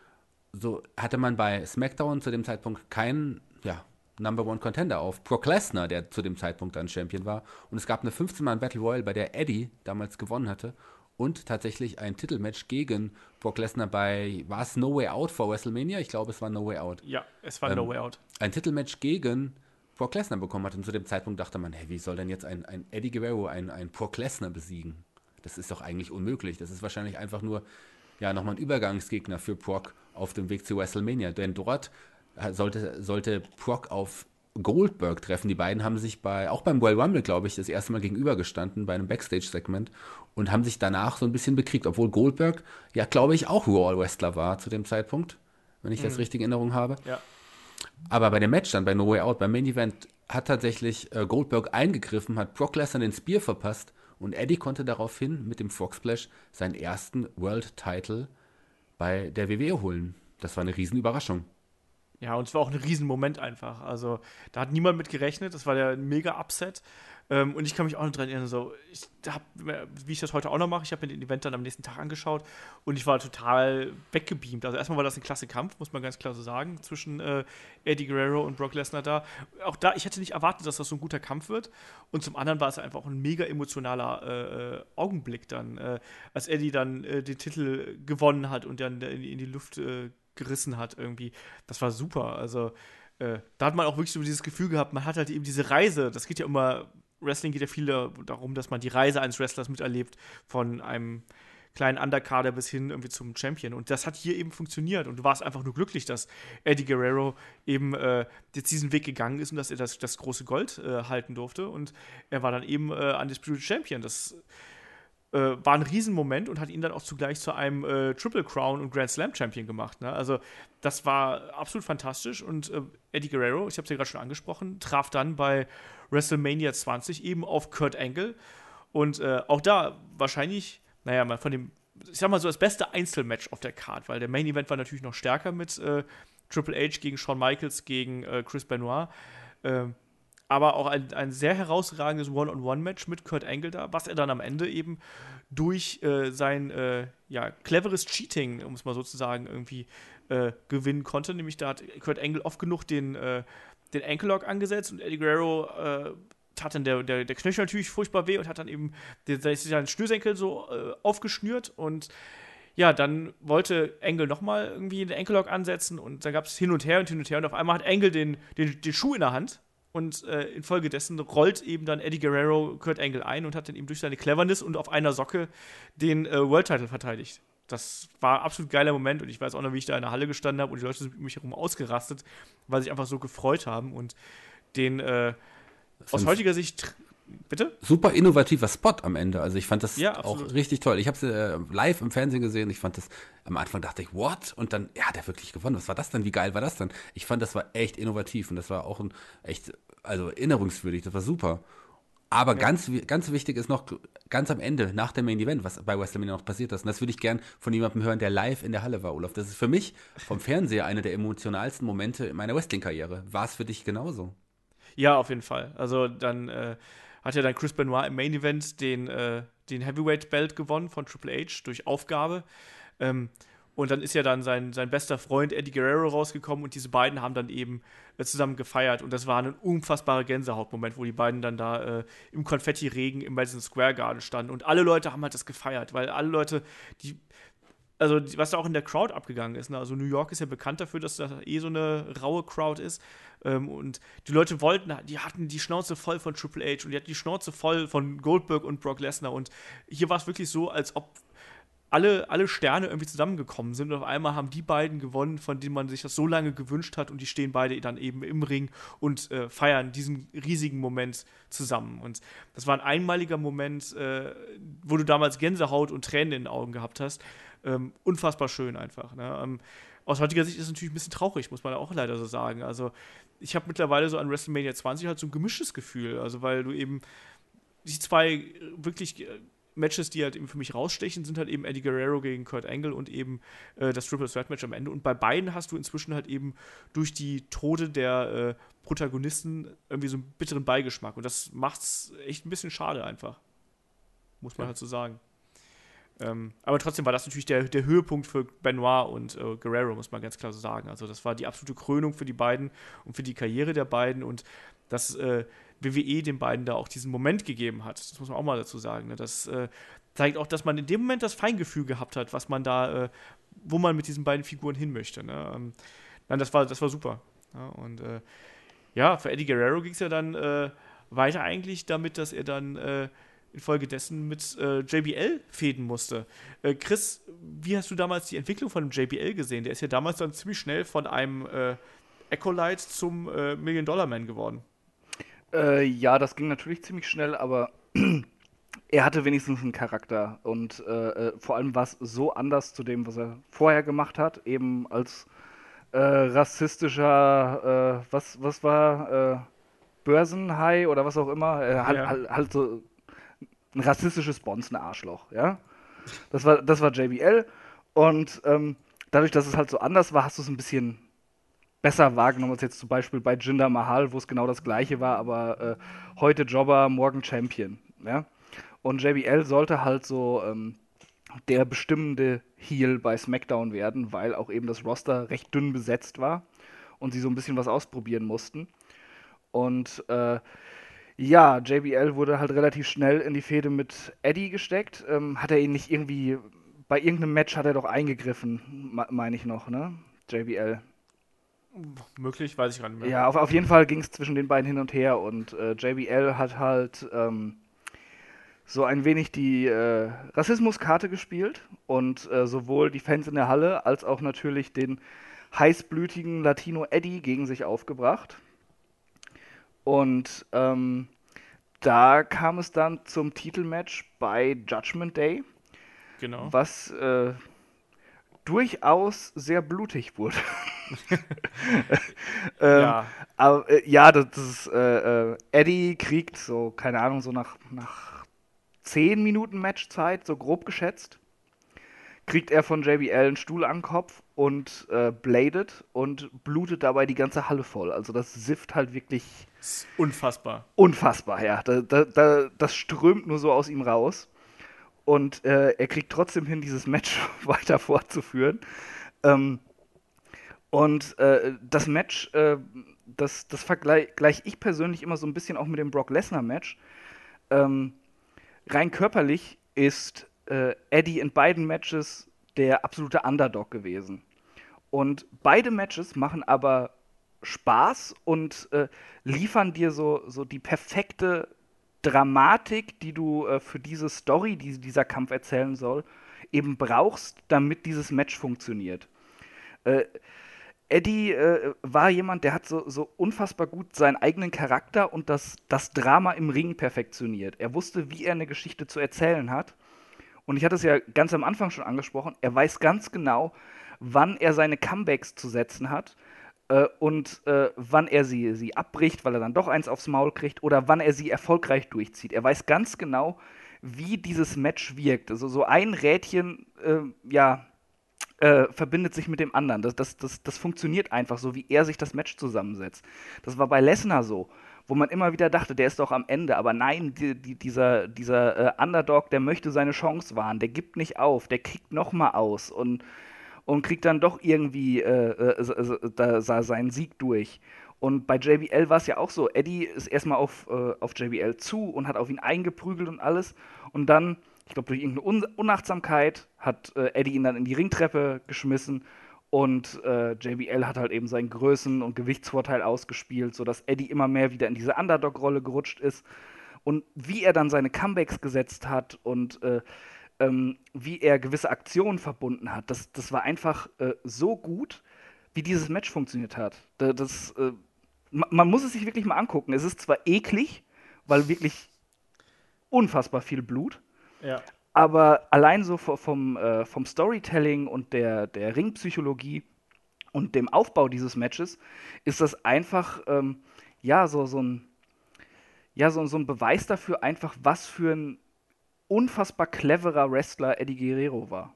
S4: So hatte man bei SmackDown zu dem Zeitpunkt keinen, ja, Number One Contender auf Brock Lesnar, der zu dem Zeitpunkt dann Champion war. Und es gab eine fünfzehn Mann Battle Royal, bei der Eddie damals gewonnen hatte. Und tatsächlich ein Titelmatch gegen Brock Lesnar bei, war es No Way Out vor WrestleMania? Ich glaube, es war No Way Out.
S2: Ja, es war
S4: Ähm,
S2: No Way Out.
S4: Ein Titelmatch gegen Brock Lesnar bekommen hat. Und zu dem Zeitpunkt dachte man, hey, wie soll denn jetzt ein, ein Eddie Guerrero ein, ein Brock Lesnar besiegen? Das ist doch eigentlich unmöglich. Das ist wahrscheinlich einfach nur, ja, nochmal ein Übergangsgegner für Brock auf dem Weg zu WrestleMania. Denn dort sollte, sollte Brock auf Goldberg treffen. Die beiden haben sich bei, auch beim Royal Rumble, glaube ich, das erste Mal gegenübergestanden bei einem Backstage-Segment und haben sich danach so ein bisschen bekriegt, obwohl Goldberg, ja, glaube ich, auch Raw-Wrestler war zu dem Zeitpunkt, wenn ich das richtig in Erinnerung habe.
S2: Ja.
S4: Aber bei dem Match dann, bei No Way Out, beim Main Event, hat tatsächlich äh, Goldberg eingegriffen, hat Brock Lesnar den Spear verpasst und Eddie konnte daraufhin mit dem Frog Splash seinen ersten World Title bei der W W E holen. Das war eine Riesenüberraschung.
S2: Ja, und es war auch ein Riesenmoment einfach. Also, da hat niemand mit gerechnet. Das war der mega Upset. Ähm, und ich kann mich auch noch dran erinnern, so, ich hab, wie ich das heute auch noch mache, ich habe mir den Event dann am nächsten Tag angeschaut und ich war total weggebeamt. Also, erstmal war das ein klasse Kampf, muss man ganz klar so sagen, zwischen äh, Eddie Guerrero und Brock Lesnar da. Auch da, ich hätte nicht erwartet, dass das so ein guter Kampf wird. Und zum anderen war es einfach auch ein mega emotionaler äh, äh, Augenblick dann, äh, als Eddie dann äh, den Titel gewonnen hat und dann in, in die Luft äh, gerissen hat irgendwie. Das war super. Also äh, da hat man auch wirklich so dieses Gefühl gehabt, man hat halt eben diese Reise, das geht ja immer, Wrestling geht ja viel darum, dass man die Reise eines Wrestlers miterlebt, von einem kleinen Undercarder bis hin irgendwie zum Champion. Und das hat hier eben funktioniert. Und du warst einfach nur glücklich, dass Eddie Guerrero eben äh, jetzt diesen Weg gegangen ist und dass er das, das große Gold äh, halten durfte. Und er war dann eben äh, Undisputed Champion. Das äh, war ein Riesenmoment und hat ihn dann auch zugleich zu einem äh, Triple Crown und Grand Slam Champion gemacht. Ne? Also das war absolut fantastisch. Und äh, Eddie Guerrero, ich habe es ja gerade schon angesprochen, traf dann bei WrestleMania zwanzig eben auf Kurt Angle. Und äh, auch da wahrscheinlich, naja, mal von dem, ich sag mal so, das beste Einzelmatch auf der Card, weil der Main Event war natürlich noch stärker mit äh, Triple H gegen Shawn Michaels gegen äh, Chris Benoit. Äh, aber auch ein, ein sehr herausragendes One-on-One-Match mit Kurt Angle da, was er dann am Ende eben durch äh, sein äh, ja, cleveres Cheating, um es mal so zu sagen, irgendwie äh, gewinnen konnte. Nämlich da hat Kurt Angle oft genug den, äh, den Ankle-Lock angesetzt und Eddie Guerrero äh, tat dann der, der, der Knöchel natürlich furchtbar weh und hat dann eben den, seinen Schnürsenkel so äh, aufgeschnürt und ja, dann wollte Angle nochmal irgendwie den Ankle-Lock ansetzen und dann gab es hin und her und hin und her und auf einmal hat Angle den, den, den Schuh in der Hand und äh, infolgedessen rollt eben dann Eddie Guerrero Kurt Angle ein und hat dann eben durch seine Cleverness und auf einer Socke den äh, World-Title verteidigt. Das war ein absolut geiler Moment und ich weiß auch noch, wie ich da in der Halle gestanden habe und die Leute sind um mich herum ausgerastet, weil sie sich einfach so gefreut haben und den äh, aus heutiger Sicht, bitte?
S4: Super innovativer Spot am Ende. Also ich fand das
S2: Ja,
S4: auch
S2: absolut.
S4: richtig toll. Ich habe es äh, live im Fernsehen gesehen. Ich fand das, am Anfang dachte ich, what? Und dann, ja, hat er wirklich gewonnen. Was war das denn? Wie geil war das denn? Ich fand, das war echt innovativ und das war auch ein echt, also erinnerungswürdig. Das war super. Aber ja. ganz, ganz wichtig ist noch, ganz am Ende, nach dem Main Event, was bei WrestleMania noch passiert ist. Und das würde ich gern von jemandem hören, der live in der Halle war, Olaf. Das ist für mich vom Fernseher einer der emotionalsten Momente in meiner Wrestling-Karriere. War es für dich genauso?
S2: Ja, auf jeden Fall. Also dann äh, hat ja dann Chris Benoit im Main Event den, äh, den Heavyweight Belt gewonnen von Triple H durch Aufgabe. Ähm, und dann ist ja dann sein, sein bester Freund Eddie Guerrero rausgekommen und diese beiden haben dann eben äh, zusammen gefeiert. Und das war ein unfassbarer Gänsehautmoment, wo die beiden dann da äh, im Konfetti-Regen im Madison Square Garden standen. Und alle Leute haben halt das gefeiert, weil alle Leute, die also was da auch in der Crowd abgegangen ist. Ne? Also New York ist ja bekannt dafür, dass das eh so eine raue Crowd ist. Ähm, und die Leute wollten, die hatten die Schnauze voll von Triple H und die hatten die Schnauze voll von Goldberg und Brock Lesnar. Und hier war es wirklich so, als ob alle, alle Sterne irgendwie zusammengekommen sind. Und auf einmal haben die beiden gewonnen, von denen man sich das so lange gewünscht hat. Und die stehen beide dann eben im Ring und äh, feiern diesen riesigen Moment zusammen. Und das war ein einmaliger Moment, äh, wo du damals Gänsehaut und Tränen in den Augen gehabt hast. Ähm, unfassbar schön einfach. Ne? Ähm, aus heutiger Sicht ist es natürlich ein bisschen traurig, muss man auch leider so sagen. Also ich habe mittlerweile so an WrestleMania zwanzig halt so ein gemischtes Gefühl. Also weil du eben die zwei wirklich Matches, die halt eben für mich rausstechen, sind halt eben Eddie Guerrero gegen Kurt Angle und eben äh, das Triple Threat Match am Ende. Und bei beiden hast du inzwischen halt eben durch die Tode der äh, Protagonisten irgendwie so einen bitteren Beigeschmack. Und das macht's echt ein bisschen schade einfach. Muss man ja. halt so sagen. Ähm, aber trotzdem war das natürlich der, der Höhepunkt für Benoit und äh, Guerrero, muss man ganz klar so sagen. Also das war die absolute Krönung für die beiden und für die Karriere der beiden und dass äh, W W E den beiden da auch diesen Moment gegeben hat. Das muss man auch mal dazu sagen. Ne? Das äh, zeigt auch, dass man in dem Moment das Feingefühl gehabt hat, was man da, äh, wo man mit diesen beiden Figuren hin möchte. Ne? Ähm, nein, das war, das war super. Ja, und äh, ja, für Eddie Guerrero ging es ja dann äh, weiter eigentlich damit, dass er dann äh, infolgedessen mit äh, J B L fäden musste. Äh, Chris, wie hast du damals die Entwicklung von dem J B L gesehen? Der ist ja damals dann ziemlich schnell von einem äh, Acolyte zum äh, Million-Dollar-Man geworden.
S3: Äh, ja, das ging natürlich ziemlich schnell, aber er hatte wenigstens einen Charakter und äh, vor allem war es so anders zu dem, was er vorher gemacht hat, eben als äh, rassistischer, äh, was, was war, äh, Börsenhai oder was auch immer, äh, halt,
S2: Ja.
S3: halt, halt so ein rassistisches Bonzen-Arschloch, ja. Das war, das war J B L und ähm, dadurch, dass es halt so anders war, hast du es ein bisschen besser wahrgenommen als jetzt zum Beispiel bei Jinder Mahal, wo es genau das Gleiche war, aber äh, heute Jobber, morgen Champion, ja. Und J B L sollte halt so ähm, der bestimmende Heel bei SmackDown werden, weil auch eben das Roster recht dünn besetzt war und sie so ein bisschen was ausprobieren mussten. Und äh, ja, J B L wurde halt relativ schnell in die Fehde mit Eddie gesteckt. Ähm, hat er ihn nicht irgendwie, bei irgendeinem Match hat er doch eingegriffen, meine ich noch, ne? J B L.
S2: Möglich, weiß ich gar nicht mehr.
S3: Ja, auf, auf jeden Fall ging es zwischen den beiden hin und her und äh, J B L hat halt ähm, so ein wenig die äh, Rassismuskarte gespielt und äh, sowohl die Fans in der Halle als auch natürlich den heißblütigen Latino Eddie gegen sich aufgebracht. Und ähm, da kam es dann zum Titelmatch bei Judgment Day,
S2: Genau.
S3: was äh, durchaus sehr blutig wurde. ähm,
S2: Ja.
S3: Aber äh, ja, das, das ist, äh, äh, Eddie kriegt so, keine Ahnung, so nach, nach zehn Minuten Matchzeit, so grob geschätzt, kriegt er von J B L einen Stuhl an den Kopf und äh, bladet und blutet dabei die ganze Halle voll. Also das sifft halt wirklich
S2: Das ist unfassbar.
S3: unfassbar, ja. Da, da, da, das strömt nur so aus ihm raus. Und äh, er kriegt trotzdem hin, dieses Match weiter fortzuführen. Ähm, und äh, das Match, äh, das, das vergleiche ich persönlich immer so ein bisschen auch mit dem Brock Lesnar-Match. Ähm, rein körperlich ist äh, Eddie in beiden Matches der absolute Underdog gewesen. Und beide Matches machen aber Spaß und äh, liefern dir so, so die perfekte Dramatik, die du äh, für diese Story, die dieser Kampf erzählen soll, eben brauchst, damit dieses Match funktioniert. Äh, Eddie äh, war jemand, der hat so, so unfassbar gut seinen eigenen Charakter und das, das Drama im Ring perfektioniert. Er wusste, wie er eine Geschichte zu erzählen hat. Und ich hatte es ja ganz am Anfang schon angesprochen, er weiß ganz genau, wann er seine Comebacks zu setzen hat äh, und äh, wann er sie, sie abbricht, weil er dann doch eins aufs Maul kriegt oder wann er sie erfolgreich durchzieht. Er weiß ganz genau, wie dieses Match wirkt. Also so ein Rädchen, äh, ja, äh, verbindet sich mit dem anderen. Das, das, das, das funktioniert einfach so, wie er sich das Match zusammensetzt. Das war bei Lesnar so, wo man immer wieder dachte, der ist doch am Ende. Aber nein, die, die, dieser, dieser äh, Underdog, der möchte seine Chance wahren. Der gibt nicht auf, der kickt nochmal aus und, und kriegt dann doch irgendwie äh, äh, da, da seinen Sieg durch. Und bei J B L war es ja auch so. Eddie ist erstmal auf, äh, auf J B L zu und hat auf ihn eingeprügelt und alles. Und dann, ich glaube, durch irgendeine Un Unachtsamkeit hat äh, Eddie ihn dann in die Ringtreppe geschmissen. Und äh, J B L hat halt eben seinen Größen- und Gewichtsvorteil ausgespielt, sodass Eddie immer mehr wieder in diese Underdog-Rolle gerutscht ist. Und wie er dann seine Comebacks gesetzt hat und äh, ähm, wie er gewisse Aktionen verbunden hat, das, das war einfach äh, so gut, wie dieses Match funktioniert hat. Da- Das, äh, ma- man muss es sich wirklich mal angucken. Es ist zwar eklig, weil wirklich unfassbar viel Blut,
S2: Ja.
S3: aber allein so vo- vom, äh, vom Storytelling und der, der Ringpsychologie und dem Aufbau dieses Matches ist das einfach, ähm, ja, so, so ein, ja, so, so ein Beweis dafür, einfach, was für ein unfassbar cleverer Wrestler Eddie Guerrero war.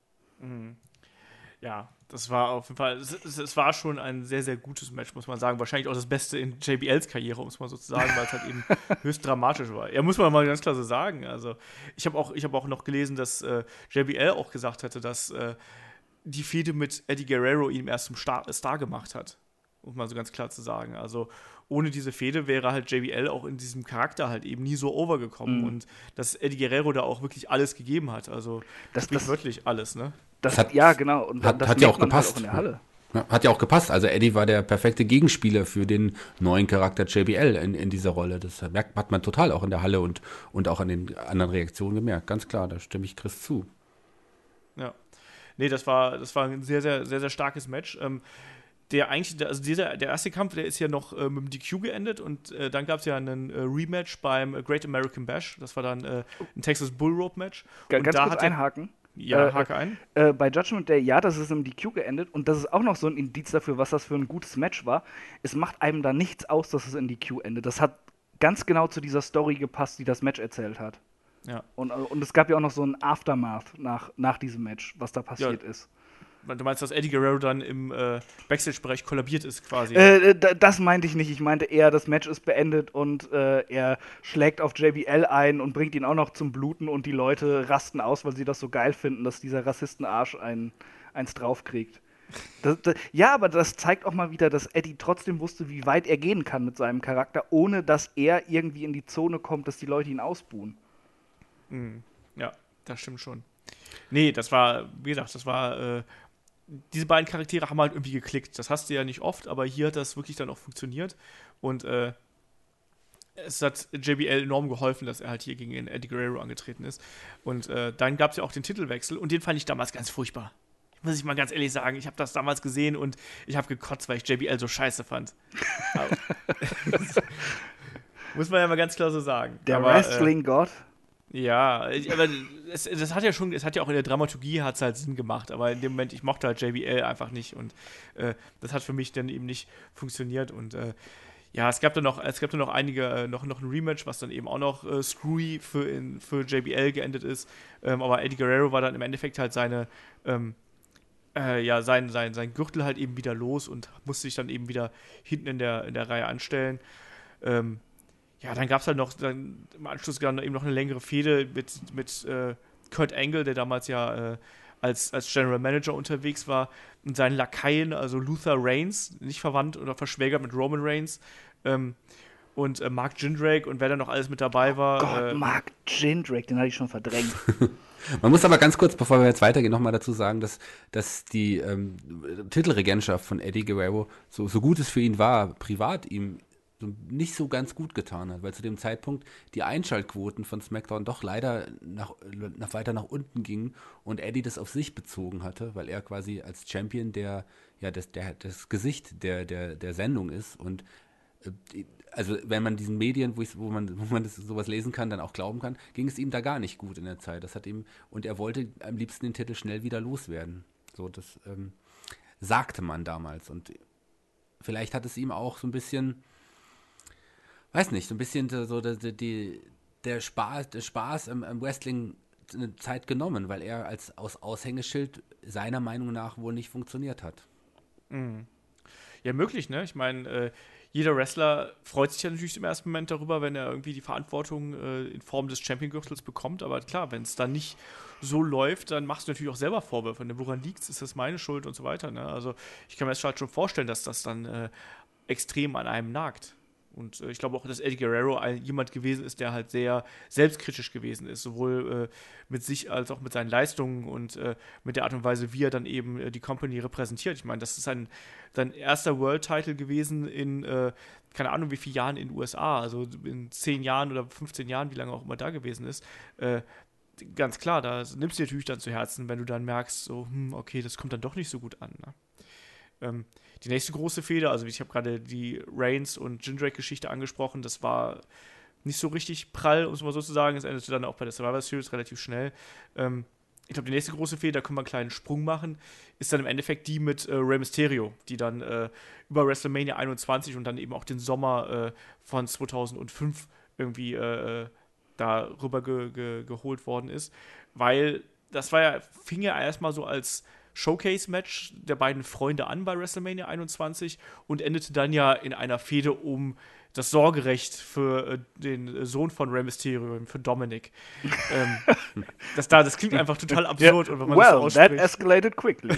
S2: Ja, das war auf jeden Fall, es, es, es war schon ein sehr, sehr gutes Match, muss man sagen. Wahrscheinlich auch das Beste in J B Ls Karriere, um es mal so zu sagen, weil es halt eben höchst dramatisch war. Ja, muss man mal ganz klar so sagen. Also, ich habe auch, ich hab auch noch gelesen, dass äh, J B L auch gesagt hatte, dass äh, die Fehde mit Eddie Guerrero ihn erst zum Star, Star gemacht hat. Um mal so ganz klar zu sagen. Also, ohne diese Fehde wäre halt J B L auch in diesem Charakter halt eben nie so overgekommen.
S3: Mhm.
S2: Und dass Eddie Guerrero da auch wirklich alles gegeben hat. Also,
S3: Das-
S2: sprich
S3: das-
S2: wirklich alles, ne?
S3: Das,
S4: Hat-
S3: ja, genau. Und
S4: hat-
S3: das
S4: hat ja
S3: merkt
S4: auch
S3: man halt
S4: gepasst.
S3: auch in der Halle.
S4: Ja, hat ja auch gepasst. Also Eddie war der perfekte Gegenspieler für den neuen Charakter J B L in, in dieser Rolle. Das merkt, hat man total auch in der Halle und, und auch an den anderen Reaktionen gemerkt. Ganz klar, da stimme ich Chris zu.
S2: Ja. Nee, das war, das war ein sehr, sehr, sehr, sehr starkes Match. Ähm, der eigentlich, der- also dieser, der erste Kampf, der ist ja noch äh, mit dem D Q geendet und äh, dann gab es ja einen äh, Rematch beim äh, Great American Bash. Das war dann äh, ein Texas Bull Rope Match.
S3: Ga-
S2: Und
S3: Ganz
S2: da
S3: kurz
S2: hat der-
S3: einhaken.
S2: Ja,
S3: Äh,
S2: hake ein.
S3: Äh, bei Judgment Day, ja, das ist im D Q geendet und das ist auch noch so ein Indiz dafür, was das für ein gutes Match war. Es macht einem da nichts aus, dass es in D Q endet. Das hat ganz genau zu dieser Story gepasst, die das Match erzählt hat.
S2: Ja.
S3: Und, äh, und es gab ja auch noch so ein Aftermath nach, nach diesem Match, was da passiert ist.
S2: Du meinst, dass Eddie Guerrero dann im äh, Backstage-Bereich kollabiert ist quasi?
S3: Äh, d- das meinte ich nicht. Ich meinte eher, das Match ist beendet und äh, er schlägt auf J B L ein und bringt ihn auch noch zum Bluten und die Leute rasten aus, weil sie das so geil finden, dass dieser Rassistenarsch ein, eins draufkriegt. Das, das, ja, aber das zeigt auch mal wieder, dass Eddie trotzdem wusste, wie weit er gehen kann mit seinem Charakter, ohne dass er irgendwie in die Zone kommt, dass die Leute ihn ausbuhen.
S2: Mhm. Ja, das stimmt schon. Nee, das war, wie gesagt, das war, äh, diese beiden Charaktere haben halt irgendwie geklickt. Das hast du ja nicht oft, aber hier hat das wirklich dann auch funktioniert. Und äh, es hat J B L enorm geholfen, dass er halt hier gegen Eddie Guerrero angetreten ist. Und äh, dann gab es ja auch den Titelwechsel und den fand ich damals ganz furchtbar. Muss ich mal ganz ehrlich sagen, ich habe das damals gesehen und ich habe gekotzt, weil ich J B L so scheiße fand. Muss man ja mal ganz klar so sagen.
S3: Der Wrestling-Gott.
S2: Äh, ja, aber es, das hat ja schon, es hat ja auch in der Dramaturgie hat es halt Sinn gemacht, aber in dem Moment, ich mochte halt J B L einfach nicht und äh, das hat für mich dann eben nicht funktioniert und äh, ja, es gab dann noch, es gab dann noch einige, äh, noch, noch ein Rematch, was dann eben auch noch äh, screwy für, in, für J B L geendet ist, ähm, aber Eddie Guerrero war dann im Endeffekt halt seine, ähm, äh, ja, sein, sein, sein Gürtel halt eben wieder los und musste sich dann eben wieder hinten in der, in der Reihe anstellen. Ähm, ja, dann gab es halt noch, dann im Anschluss dann eben noch eine längere Fehde mit, mit äh, Kurt Angle, der damals ja äh, als, als General Manager unterwegs war, und seinen Lakaien, also Luther Reigns, nicht verwandt oder verschwägert mit Roman Reigns, ähm, und äh, Mark Jindrak und wer da noch alles mit dabei war.
S3: Oh Gott,
S2: äh,
S3: Mark Jindrak, den hatte ich schon verdrängt.
S4: Man muss aber ganz kurz, bevor wir jetzt weitergehen, nochmal dazu sagen, dass, dass die ähm, Titelregentschaft von Eddie Guerrero, so, so gut es für ihn war, privat ihm so nicht so ganz gut getan hat, weil zu dem Zeitpunkt die Einschaltquoten von SmackDown doch leider nach, nach weiter nach unten gingen und Eddie das auf sich bezogen hatte, weil er quasi als Champion der, ja, das, der, das Gesicht der, der, der Sendung ist und äh, also wenn man diesen Medien, wo, wo man, wo man das, sowas lesen kann, dann auch glauben kann, ging es ihm da gar nicht gut in der Zeit. Das hat ihm, und er wollte am liebsten den Titel schnell wieder loswerden. So, das ähm, sagte man damals. Und vielleicht hat es ihm auch so ein bisschen, weiß nicht, so ein bisschen so die, die, der Spaß, der Spaß am, am Wrestling eine Zeit genommen, weil er als aus Aushängeschild seiner Meinung nach wohl nicht funktioniert hat.
S2: Mhm. Ja, möglich, ne? Ich meine, äh, jeder Wrestler freut sich ja natürlich im ersten Moment darüber, wenn er irgendwie die Verantwortung äh, in Form des Champion-Gürtels bekommt. Aber klar, wenn es dann nicht so läuft, dann machst du natürlich auch selber Vorwürfe. Ne? Woran liegt es? Ist das meine Schuld und so weiter? Ne? Also ich kann mir jetzt halt schon vorstellen, dass das dann äh, extrem an einem nagt. Und äh, ich glaube auch, dass Eddie Guerrero ein, jemand gewesen ist, der halt sehr selbstkritisch gewesen ist, sowohl äh, mit sich als auch mit seinen Leistungen und äh, mit der Art und Weise, wie er dann eben äh, die Company repräsentiert. Ich meine, das ist ein, sein erster World-Title gewesen in, äh, keine Ahnung, wie viele Jahren in den U S A, also in zehn Jahren oder fünfzehn Jahren, wie lange auch immer da gewesen ist. Äh, ganz klar, da nimmst du dir natürlich dann zu Herzen, wenn du dann merkst, so, hm, okay, das kommt dann doch nicht so gut an. Ne? Ähm, die nächste große Fehde, also ich habe gerade die Reigns und Jindrak-Geschichte angesprochen, das war nicht so richtig prall, um es mal so zu sagen. Es endete dann auch bei der Survivor Series relativ schnell. Ähm, ich glaube, die nächste große Fehde, da können wir einen kleinen Sprung machen, ist dann im Endeffekt die mit äh, Rey Mysterio, die dann äh, über WrestleMania einundzwanzig und dann eben auch den Sommer äh, von zweitausendfünf irgendwie äh, da rüber ge- ge- geholt worden ist. Weil das war ja, fing ja erstmal so als Showcase-Match der beiden Freunde an bei WrestleMania einundzwanzig und endete dann ja in einer Fehde um das Sorgerecht für äh, den Sohn von Rey Mysterio, für Dominic. ähm, das, da, das klingt einfach total absurd.
S3: Yeah.
S2: Und wenn man
S3: Well,
S2: das so ausspricht.
S3: that escalated quickly.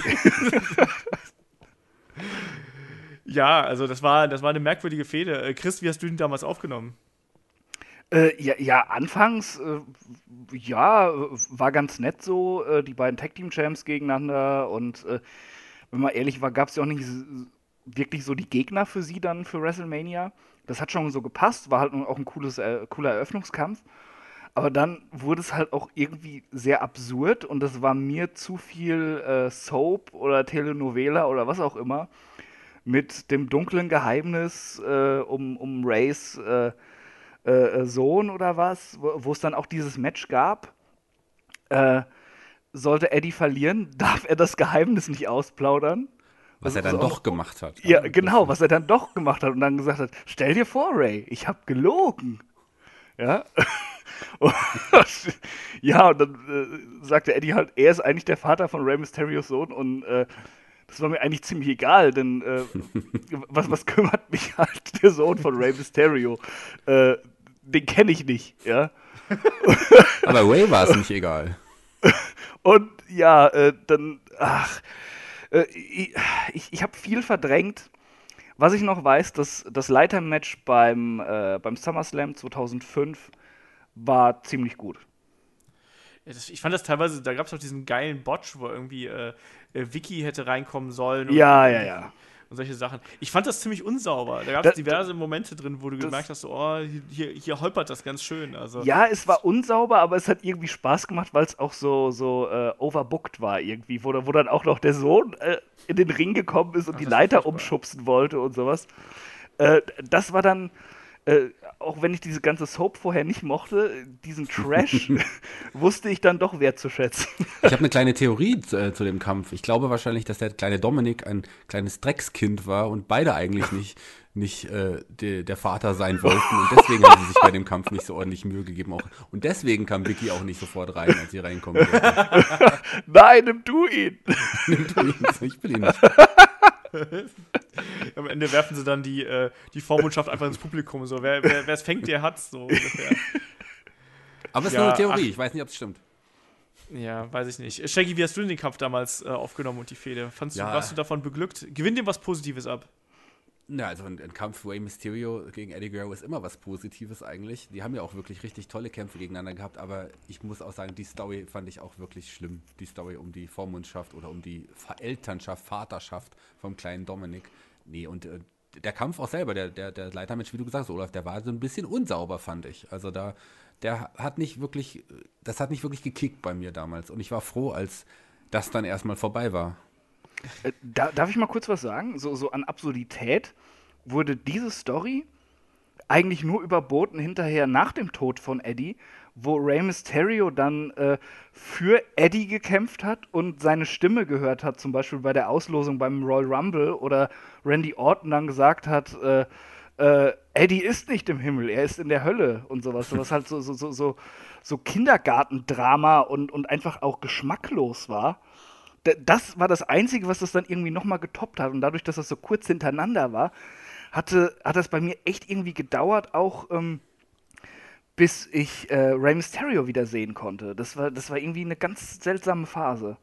S2: Ja, also das war, das war eine merkwürdige Fehde. Äh, Chris, wie hast du den damals aufgenommen?
S3: Äh, ja, ja, anfangs, äh, ja, war ganz nett so, äh, die beiden Tag-Team-Champs gegeneinander und äh, wenn man ehrlich war, gab es ja auch nicht s- wirklich so die Gegner für sie dann für WrestleMania. Das hat schon so gepasst, war halt auch ein cooles, äh, cooler Eröffnungskampf. Aber dann wurde es halt auch irgendwie sehr absurd und das war mir zu viel äh, Soap oder Telenovela oder was auch immer mit dem dunklen Geheimnis äh, um, um Rays äh, äh, Sohn oder was, wo wo es dann auch dieses Match gab. Äh, sollte Eddie verlieren, darf er das Geheimnis nicht ausplaudern.
S4: Was
S3: Also,
S4: er dann
S3: so auch
S4: doch
S3: noch-
S4: gemacht hat.
S3: Ja,
S4: Das-
S3: genau, was er dann doch gemacht hat und dann gesagt hat, stell dir vor, Ray, ich hab gelogen. Ja. Und, ja, und dann äh, sagte Eddie halt, er ist eigentlich der Vater von Rey Mysterios Sohn und äh, das war mir eigentlich ziemlich egal, denn äh, was, was kümmert mich halt der Sohn von Rey Mysterio? Äh, den kenne ich nicht, ja.
S4: Aber Ray war es nicht egal.
S3: Und ja, äh, dann, ach, äh, ich, ich, ich habe viel verdrängt. Was ich noch weiß, dass das Leitermatch beim, äh, beim SummerSlam zweitausendfünf war ziemlich gut.
S2: Ja, das, ich fand das teilweise, da gab es auch diesen geilen Botch, wo irgendwie äh, äh, Vicky hätte reinkommen sollen. Und
S3: Ja,
S2: und,
S3: ja, ja.
S2: und solche Sachen. Ich fand das ziemlich unsauber. Da gab es
S3: Das-
S2: diverse Momente drin, wo du
S3: das-
S2: gemerkt hast, so, oh, hier, hier holpert das ganz schön. Also,
S3: Ja, es war unsauber, aber es hat irgendwie Spaß gemacht, weil es auch so, so äh, overbooked war irgendwie, wo, da- wo dann auch noch der Sohn äh, in den Ring gekommen ist und
S2: Ach,
S3: die
S2: das war
S3: Leiter
S2: furchtbar.
S3: umschubsen wollte und sowas. Äh, das war dann, äh, auch wenn ich diese ganze Soap vorher nicht mochte, diesen Trash wusste ich dann doch wertzuschätzen.
S4: Ich habe eine kleine Theorie zu, äh, zu dem Kampf. Ich glaube wahrscheinlich, dass der kleine Dominik ein kleines Dreckskind war und beide eigentlich nicht, nicht äh, de, der Vater sein wollten. Und deswegen haben sie sich bei dem Kampf nicht so ordentlich Mühe gegeben. Auch, und deswegen kam Vicky auch nicht sofort rein, als sie reinkommen wollte.
S3: Nein, nimm du ihn!
S4: Nimm du ihn, ich will ihn nicht.
S2: am Ende werfen sie dann die, äh, die Vormundschaft einfach ins Publikum. So, wer wer es fängt, der hat's. So ungefähr.
S4: Aber es ist
S2: Ja,
S4: nur eine Theorie,
S2: ach.
S4: ich weiß nicht, ob es stimmt.
S2: Ja, weiß ich nicht. Shaggy, wie hast du denn den Kampf damals äh, aufgenommen und die Fehde? Fandst
S4: Ja.
S2: du, warst du davon beglückt? Gewinn dir was Positives ab.
S4: Na, also ein, ein Kampf Rey Mysterio gegen Eddie Guerrero ist immer was Positives eigentlich. Die haben ja auch wirklich richtig tolle Kämpfe gegeneinander gehabt, aber ich muss auch sagen, die Story fand ich auch wirklich schlimm. Die Story um die Vormundschaft oder um die Elternschaft, Vaterschaft vom kleinen Dominik. Nee, und äh, der Kampf auch selber, der, der, der Leitermatch, wie du gesagt hast, Olaf, der war so ein bisschen unsauber, fand ich. Also da, der hat nicht wirklich, das hat nicht wirklich gekickt bei mir damals. Und ich war froh, als das dann erstmal vorbei war.
S3: Äh, da, darf ich mal kurz was sagen? So, so an Absurdität wurde diese Story eigentlich nur überboten hinterher nach dem Tod von Eddie, wo Rey Mysterio dann äh, für Eddie gekämpft hat und seine Stimme gehört hat, zum Beispiel bei der Auslosung beim Royal Rumble, oder Randy Orton dann gesagt hat, äh, äh, Eddie ist nicht im Himmel, er ist in der Hölle und sowas. Sowas halt so, so, so, so, so Kindergartendrama und, und einfach auch geschmacklos war. D- Das war das Einzige, was das dann irgendwie nochmal getoppt hat. Und dadurch, dass das so kurz hintereinander war, hatte, hat das bei mir echt irgendwie gedauert, auch ähm, bis ich äh, Rey Mysterio wieder sehen konnte. Das war, das war irgendwie eine ganz seltsame Phase.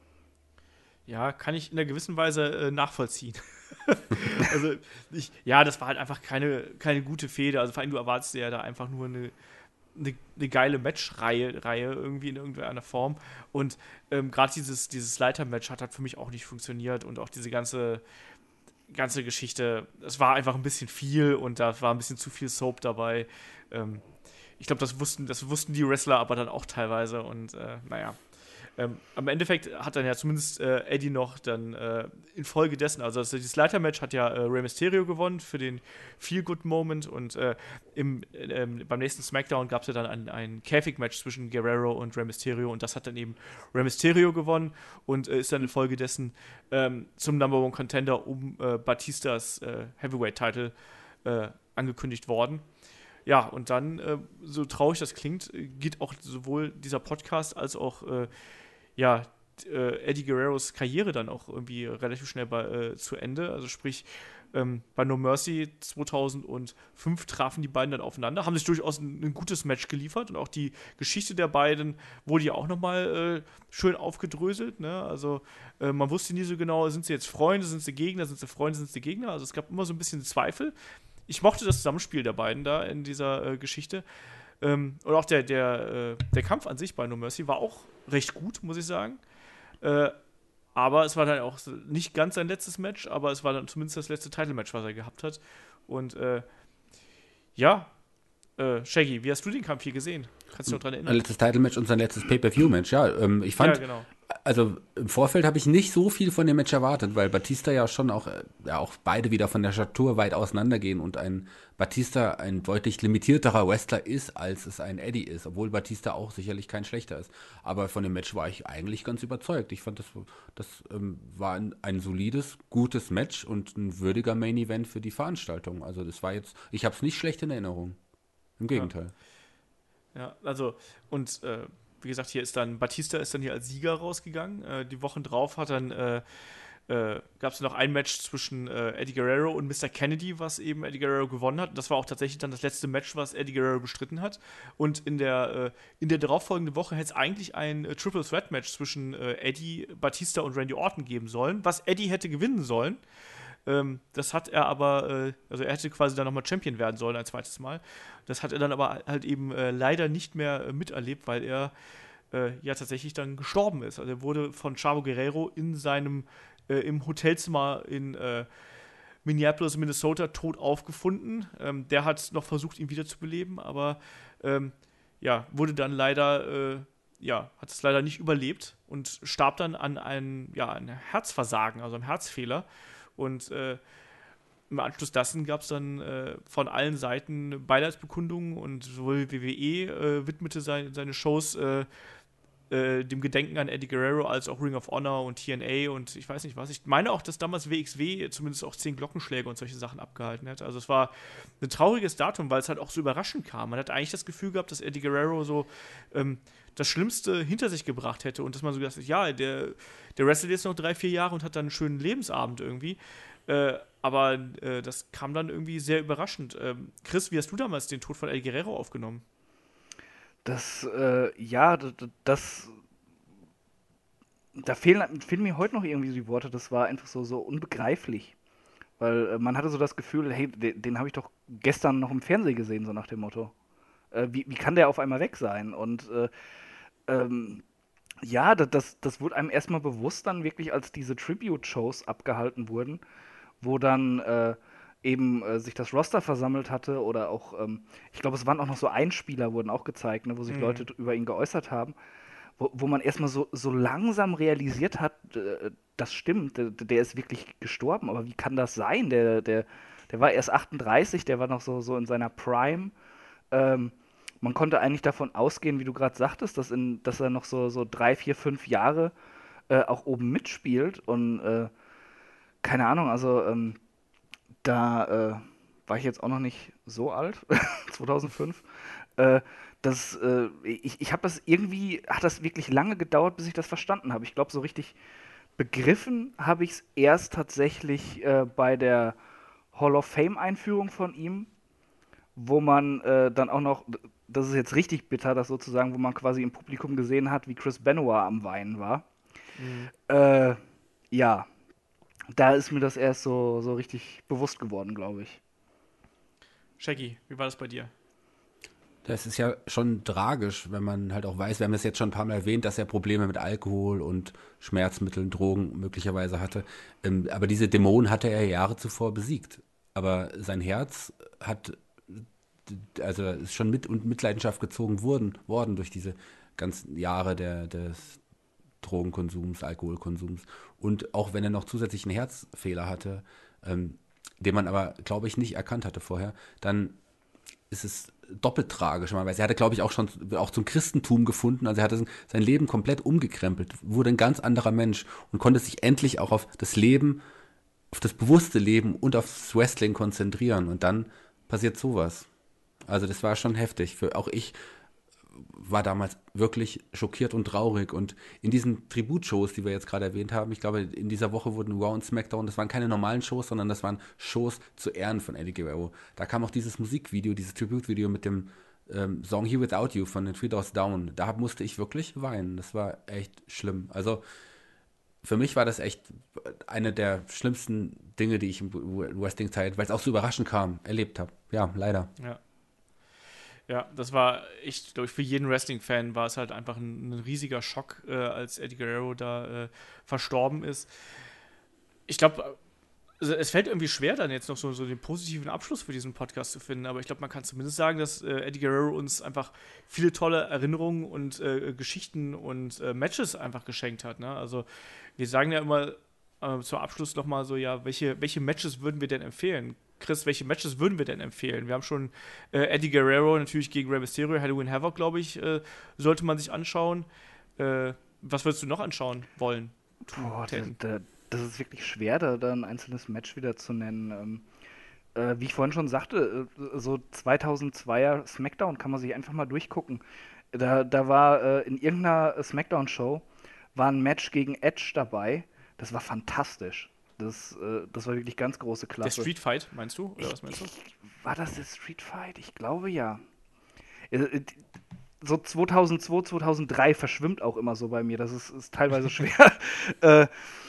S2: Ja, kann ich in einer gewissen Weise äh, nachvollziehen. also, ich, ja, das war halt einfach keine, keine gute Fehde. Also, vor allem, du erwartest ja da einfach nur eine, eine, eine geile Matchreihe Reihe irgendwie in irgendeiner Form. Und ähm, gerade dieses, dieses Leiter-Match hat halt für mich auch nicht funktioniert. Und auch diese ganze, ganze Geschichte, es war einfach ein bisschen viel und da war ein bisschen zu viel Soap dabei. Ähm, ich glaube, das wussten, das wussten die Wrestler aber dann auch teilweise. Und äh, naja. Ähm, am Endeffekt hat dann ja zumindest äh, Eddie noch dann äh, infolgedessen, also das, dieses Leitermatch hat ja äh, Rey Mysterio gewonnen für den Feel-Good-Moment und äh, im, ähm, beim nächsten Smackdown gab es ja dann ein, ein Käfig-Match zwischen Guerrero und Rey Mysterio und das hat dann eben Rey Mysterio gewonnen und äh, ist dann infolgedessen ähm, zum Number One Contender um äh, Batistas äh, Heavyweight-Title äh, angekündigt worden. Ja, und dann, äh, so traurig das klingt, geht auch sowohl dieser Podcast als auch äh, ja, äh, Eddie Guerreros Karriere dann auch irgendwie relativ schnell bei, äh, zu Ende. Also sprich, ähm, bei No Mercy zweitausendfünf trafen die beiden dann aufeinander, haben sich durchaus ein, ein gutes Match geliefert und auch die Geschichte der beiden wurde ja auch nochmal äh, schön aufgedröselt. Ne? Also äh, man wusste nie so genau, sind sie jetzt Freunde, sind sie Gegner, sind sie Freunde, sind sie Gegner. Also es gab immer so ein bisschen Zweifel. Ich mochte das Zusammenspiel der beiden da in dieser äh, Geschichte. Ähm, und auch der, der, äh, der Kampf an sich bei No Mercy war auch recht gut, muss ich sagen. Äh, aber es war dann auch nicht ganz sein letztes Match, aber es war dann zumindest das letzte Title-Match, was er gehabt hat. Und äh, ja, äh, Shaggy, wie hast du den Kampf hier gesehen? Kannst du dich noch dran
S4: Ein
S2: erinnern?
S4: letztes Title-Match und sein letztes Pay-Per-View-Match, ja. Ähm, ich fand,
S2: Ja, genau.
S4: also im Vorfeld habe ich nicht so viel von dem Match erwartet, weil Batista ja schon auch, äh, ja auch beide wieder von der Statur weit auseinandergehen und ein Batista ein deutlich limitierterer Wrestler ist, als es ein Eddie ist, obwohl Batista auch sicherlich kein schlechter ist. Aber von dem Match war ich eigentlich ganz überzeugt. Ich fand, das, das ähm, war ein, ein solides, gutes Match und ein würdiger Main-Event für die Veranstaltung. Also das war jetzt, ich habe es nicht schlecht in Erinnerung. Im Gegenteil.
S2: Ja, also, und äh, wie gesagt, hier ist dann, Batista ist dann hier als Sieger rausgegangen. Äh, die Wochen drauf hat dann, äh, äh, gab es noch ein Match zwischen äh, Eddie Guerrero und Mister Kennedy, was eben Eddie Guerrero gewonnen hat. Das war auch tatsächlich dann das letzte Match, was Eddie Guerrero bestritten hat. Und in der, äh, in der darauffolgenden Woche hätte es eigentlich ein äh, Triple Threat Match zwischen äh, Eddie, Batista und Randy Orton geben sollen, was Eddie hätte gewinnen sollen. Ähm, das hat er aber, äh, also er hätte quasi dann nochmal Champion werden sollen ein zweites Mal. Das hat er dann aber halt eben äh, leider nicht mehr äh, miterlebt, weil er äh, ja tatsächlich dann gestorben ist. Also er wurde von Chavo Guerrero in seinem, äh, im Hotelzimmer in, äh, Minneapolis, Minnesota tot aufgefunden. Ähm, der hat noch versucht, ihn wiederzubeleben, aber ähm, ja, wurde dann leider, äh, ja, hat es leider nicht überlebt und starb dann an einem, ja, einem Herzversagen, also einem Herzfehler. Und äh, im Anschluss dessen gab es dann äh, von allen Seiten Beileidsbekundungen und sowohl W W E äh, widmete sein, seine Shows äh, äh, dem Gedenken an Eddie Guerrero als auch Ring of Honor und T N A und ich weiß nicht was. Ich meine auch, dass damals W X W zumindest auch zehn Glockenschläge und solche Sachen abgehalten hat. Also es war ein trauriges Datum, weil es halt auch so überraschend kam. Man hat eigentlich das Gefühl gehabt, dass Eddie Guerrero so ähm, das Schlimmste hinter sich gebracht hätte und dass man so gedacht hat, ja, der, der wrestelt jetzt noch drei, vier Jahre und hat dann einen schönen Lebensabend irgendwie. Äh, aber äh, das kam dann irgendwie sehr überraschend. Ähm, Chris, wie hast du damals den Tod von Eddie Guerrero aufgenommen?
S3: Das, äh, ja, das, das da fehlen, fehlen mir heute noch irgendwie so die Worte, das war einfach so, so unbegreiflich. Weil äh, man hatte so das Gefühl, hey, den, den habe ich doch gestern noch im Fernsehen gesehen, so nach dem Motto. Äh, wie, wie kann der auf einmal weg sein? Und äh, ähm, ja, das, das, das wurde einem erstmal bewusst dann wirklich, als diese Tribute-Shows abgehalten wurden, wo dann äh, eben äh, sich das Roster versammelt hatte oder auch, ähm, ich glaube, es waren auch noch so Einspieler, wurden auch gezeigt, ne, wo sich
S2: Mhm.
S3: Leute d- über ihn geäußert haben, wo, wo man erstmal so, so langsam realisiert hat, äh, das stimmt, der, der ist wirklich gestorben, aber wie kann das sein? Der, der, der war erst achtunddreißig, der war noch so, so in seiner Prime. Ähm, Man konnte eigentlich davon ausgehen, wie du gerade sagtest, dass, in, dass er noch so, so drei, vier, fünf Jahre äh, auch oben mitspielt und äh, keine Ahnung, also ähm, da äh, war ich jetzt auch noch nicht so alt, zweitausendfünf. Äh, das, äh, ich ich habe das irgendwie, hat das wirklich lange gedauert, bis ich das verstanden habe. Ich glaube, so richtig begriffen habe ich es erst tatsächlich äh, bei der Hall of Fame-Einführung von ihm, wo man äh, dann auch noch, das ist jetzt richtig bitter, das sozusagen, wo man quasi im Publikum gesehen hat, wie Chris Benoit am Weinen war.
S2: Mhm.
S3: Äh, ja, da ist mir das erst so, so richtig bewusst geworden, glaube ich.
S2: Shaggy, wie war das bei dir?
S4: Das ist ja schon tragisch, wenn man halt auch weiß, wir haben das jetzt schon ein paar Mal erwähnt, dass er Probleme mit Alkohol und Schmerzmitteln, Drogen möglicherweise hatte. Ähm, aber diese Dämonen hatte er Jahre zuvor besiegt. Aber sein Herz hat, also ist schon mit und Mitleidenschaft gezogen worden, worden durch diese ganzen Jahre der, des Drogenkonsums, Alkoholkonsums. Und auch wenn er noch zusätzlich einen Herzfehler hatte, ähm, den man aber, glaube ich, nicht erkannt hatte vorher, dann ist es doppelt tragisch. Man weiß, er hatte, glaube ich, auch schon auch zum Christentum gefunden. Also er hatte sein Leben komplett umgekrempelt, wurde ein ganz anderer Mensch und konnte sich endlich auch auf das Leben, auf das bewusste Leben und aufs Wrestling konzentrieren. Und dann passiert sowas. Also das war schon heftig. Für, auch ich war damals wirklich schockiert und traurig. Und in diesen Tributshows, die wir jetzt gerade erwähnt haben, ich glaube, in dieser Woche wurden Raw und SmackDown, das waren keine normalen Shows, sondern das waren Shows zu Ehren von Eddie Guerrero. Da kam auch dieses Musikvideo, dieses Tributvideo mit dem ähm, Song Here Without You von den Three Doors Down. Da musste ich wirklich weinen. Das war echt schlimm. Also für mich war das echt eine der schlimmsten Dinge, die ich im Wrestling-Zeit, weil es auch so überraschend kam, erlebt habe. Ja, leider.
S2: Ja. Ja, das war echt, glaube ich, für jeden Wrestling-Fan war es halt einfach ein, ein riesiger Schock, äh, als Eddie Guerrero da äh, verstorben ist. Ich glaube, also es fällt irgendwie schwer, dann jetzt noch so, so den positiven Abschluss für diesen Podcast zu finden, aber ich glaube, man kann zumindest sagen, dass äh, Eddie Guerrero uns einfach viele tolle Erinnerungen und äh, Geschichten und äh, Matches einfach geschenkt hat. Ne? Also wir sagen ja immer äh, zum Abschluss nochmal so, ja, welche, welche Matches würden wir denn empfehlen? Chris, welche Matches würden wir denn empfehlen? Wir haben schon äh, Eddie Guerrero natürlich gegen Rey Mysterio, Halloween Havoc, glaube ich, äh, sollte man sich anschauen. Äh, was würdest du noch anschauen wollen?
S3: Boah, da,
S2: Ten.
S3: da, das ist wirklich schwer, da, da ein einzelnes Match wieder zu nennen. Ähm, äh, wie ich vorhin schon sagte, äh, so zweitausendzweier SmackDown kann man sich einfach mal durchgucken. Da, da war äh, in irgendeiner SmackDown-Show war ein Match gegen Edge dabei. Das war fantastisch. Das, äh, das war wirklich ganz große
S2: Der
S3: Klasse.
S2: Street Fight, meinst du? Oder was meinst du?
S3: War das der Street Fight? Ich glaube ja. Äh, äh, So zweitausendzwei, zweitausenddrei verschwimmt auch immer so bei mir. Das ist, ist teilweise schwer. äh,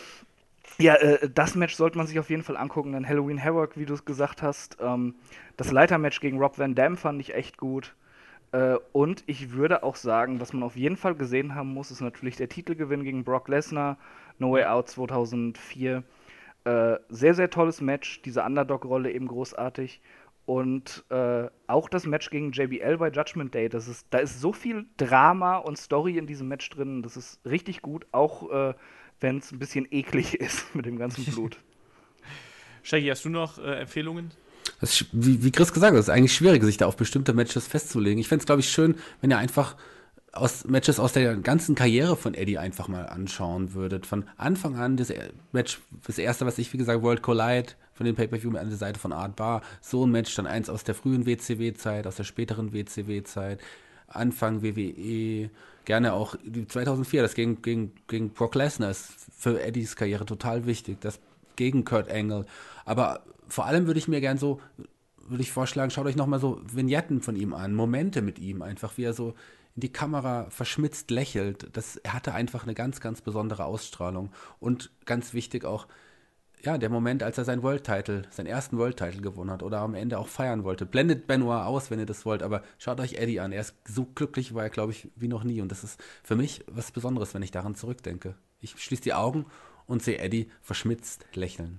S3: ja, äh, das Match sollte man sich auf jeden Fall angucken. Dann Halloween Havoc, wie du es gesagt hast. Ähm, das Leitermatch gegen Rob Van Dam fand ich echt gut. Äh, und ich würde auch sagen, was man auf jeden Fall gesehen haben muss, ist natürlich der Titelgewinn gegen Brock Lesnar, No Way Out zweitausendvier. Äh, sehr, sehr tolles Match, diese Underdog-Rolle eben großartig. Und äh, auch das Match gegen J B L bei Judgment Day, das ist, da ist so viel Drama und Story in diesem Match drin, das ist richtig gut, auch äh, wenn es ein bisschen eklig ist mit dem ganzen Blut.
S2: Shaggy, hast du noch äh, Empfehlungen?
S4: Das ist, wie, wie Chris gesagt hat, es ist eigentlich schwierig, sich da auf bestimmte Matches festzulegen. Ich fände es, glaube ich, schön, wenn ihr einfach aus Matches aus der ganzen Karriere von Eddie einfach mal anschauen würdet. Von Anfang an, das Match, das erste, was ich, wie gesagt, World Collide von dem Pay-Per-View an der Seite von Art Bar, so ein Match, dann eins aus der frühen W C W-Zeit, aus der späteren W C W-Zeit, Anfang W W E, gerne auch zweitausendvier, das gegen, gegen, gegen Brock Lesnar ist für Eddies Karriere total wichtig, das gegen Kurt Angle, aber vor allem würde ich mir gern so, würde ich vorschlagen, schaut euch nochmal so Vignetten von ihm an, Momente mit ihm, einfach wie er so in die Kamera verschmitzt lächelt. Das, er hatte einfach eine ganz, ganz besondere Ausstrahlung. Und ganz wichtig auch, ja, der Moment, als er seinen World-Title, seinen ersten World-Title gewonnen hat oder am Ende auch feiern wollte. Blendet Benoit aus, wenn ihr das wollt, aber schaut euch Eddie an. Er ist so glücklich, war er, glaube ich, wie noch nie. Und das ist für mich was Besonderes, wenn ich daran zurückdenke. Ich schließe die Augen und sehe Eddie verschmitzt lächeln.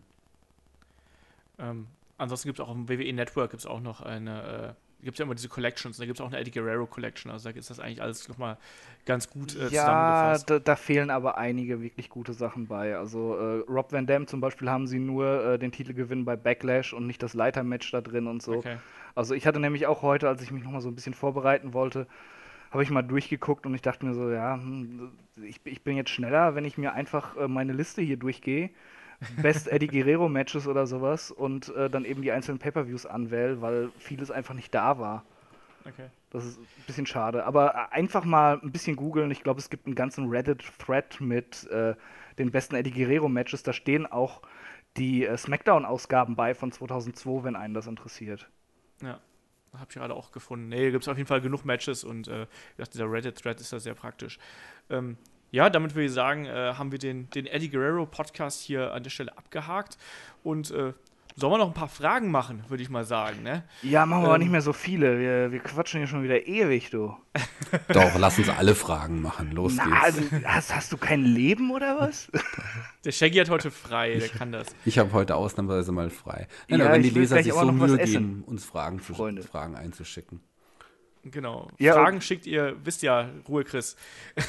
S2: Ähm, ansonsten gibt es auch auf dem W W E Network gibt's auch noch eine, äh, gibt es ja immer diese Collections, da gibt es auch eine Eddie Guerrero Collection, also da ist das eigentlich alles nochmal ganz gut äh,
S3: Ja,
S2: zusammengefasst.
S3: da, da fehlen aber einige wirklich gute Sachen bei. Also äh, Rob Van Dam zum Beispiel haben sie nur äh, den Titelgewinn bei Backlash und nicht das Leitermatch da drin und so.
S2: Okay.
S3: Also ich hatte nämlich auch heute, als ich mich nochmal so ein bisschen vorbereiten wollte, habe ich mal durchgeguckt und ich dachte mir so, ja, hm, ich, ich bin jetzt schneller, wenn ich mir einfach äh, meine Liste hier durchgehe, Best Eddie Guerrero Matches oder sowas und äh, dann eben die einzelnen Pay-Per-Views anwähle, weil vieles einfach nicht da war.
S2: Okay.
S3: Das ist ein bisschen schade. Aber einfach mal ein bisschen googeln. Ich glaube, es gibt einen ganzen Reddit-Thread mit äh, den besten Eddie Guerrero-Matches. Da stehen auch die äh, Smackdown-Ausgaben bei von zweitausendzwei, wenn einen das interessiert.
S2: Ja, habe ich gerade auch gefunden. Nee, gibt es auf jeden Fall genug Matches und äh, wie gesagt, dieser Reddit-Thread ist da sehr praktisch. Ähm, ja, damit würde ich sagen, äh, haben wir den, den Eddie Guerrero-Podcast hier an der Stelle abgehakt und äh, sollen wir noch ein paar Fragen machen, würde ich mal sagen, ne?
S3: Ja, machen wir
S2: Ähm,
S3: aber nicht mehr so viele. Wir, wir quatschen hier schon wieder ewig, du.
S4: Doch, lass uns alle Fragen machen. Los
S3: Na,
S4: geht's.
S3: also, hast, hast du kein Leben oder was?
S2: Der Shaggy hat heute frei, der kann das.
S4: Ich habe heute ausnahmsweise mal frei. Nein,
S3: Ja,
S4: aber wenn die
S3: ich will
S4: Leser
S3: gleich
S4: sich
S3: aber
S4: so
S3: noch was
S4: Mühe
S3: essen,
S4: geben, uns Fragen, zu,
S3: Freunde.
S4: Fragen einzuschicken.
S2: Genau.
S3: Ja,
S2: Fragen
S3: und-
S2: schickt ihr, wisst ja, Ruhe Chris.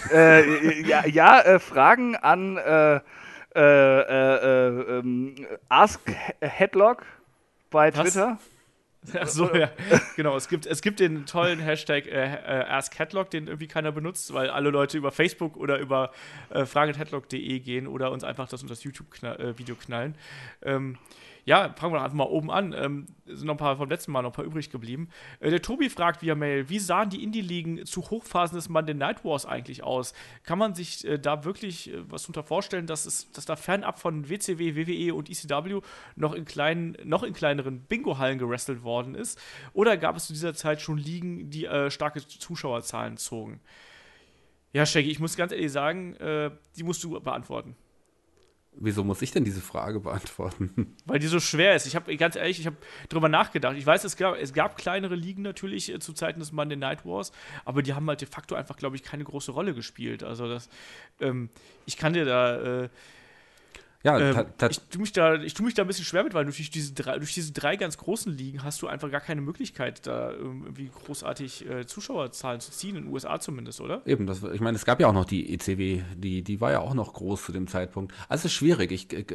S3: äh, ja, ja äh, Fragen an äh, äh, äh, äh, ähm, Ask Headlock bei
S2: Was?
S3: Twitter.
S2: Ach so, ja. Genau, es gibt, es gibt den tollen Hashtag äh, äh, AskHeadlock, den irgendwie keiner benutzt, weil alle Leute über Facebook oder über äh, fragen at headlock punkt de gehen oder uns einfach das unter das YouTube-Video knallen. Ähm, ja, fangen wir doch einfach mal oben an. Ähm, sind noch ein paar vom letzten Mal noch ein paar übrig geblieben. Äh, der Tobi fragt via Mail, wie sahen die Indie-Ligen zu Hochphasen des Monday Night Wars eigentlich aus? Kann man sich äh, da wirklich äh, was drunter vorstellen, dass, es, dass da fernab von W C W, W W E und E C W noch in, kleinen, noch in kleineren Bingo-Hallen gewrestelt worden ist? Oder gab es zu dieser Zeit schon Ligen, die äh, starke Zuschauerzahlen zogen? Ja, Shaggy, ich muss ganz ehrlich sagen, äh, die musst du beantworten.
S4: Wieso muss ich denn diese Frage beantworten?
S2: Weil die so schwer ist. Ich habe, ganz ehrlich, ich habe drüber nachgedacht. Ich weiß, es gab, es gab kleinere Ligen natürlich äh, zu Zeiten des Monday Night Wars, aber die haben halt de facto einfach, glaube ich, keine große Rolle gespielt. Also das, ähm, ich kann dir da, äh,
S4: Ja,
S2: ähm,
S4: ta- ta-
S2: ich tue mich da, ich tue mich da ein bisschen schwer mit, weil durch diese drei, durch diese drei ganz großen Ligen hast du einfach gar keine Möglichkeit, da ähm, irgendwie großartig äh, Zuschauerzahlen zu ziehen, in den U S A zumindest, oder?
S4: eben, das, ich meine, es gab ja auch noch die E C W, die, die war ja auch noch groß zu dem Zeitpunkt. Also es ist schwierig. Ich, äh,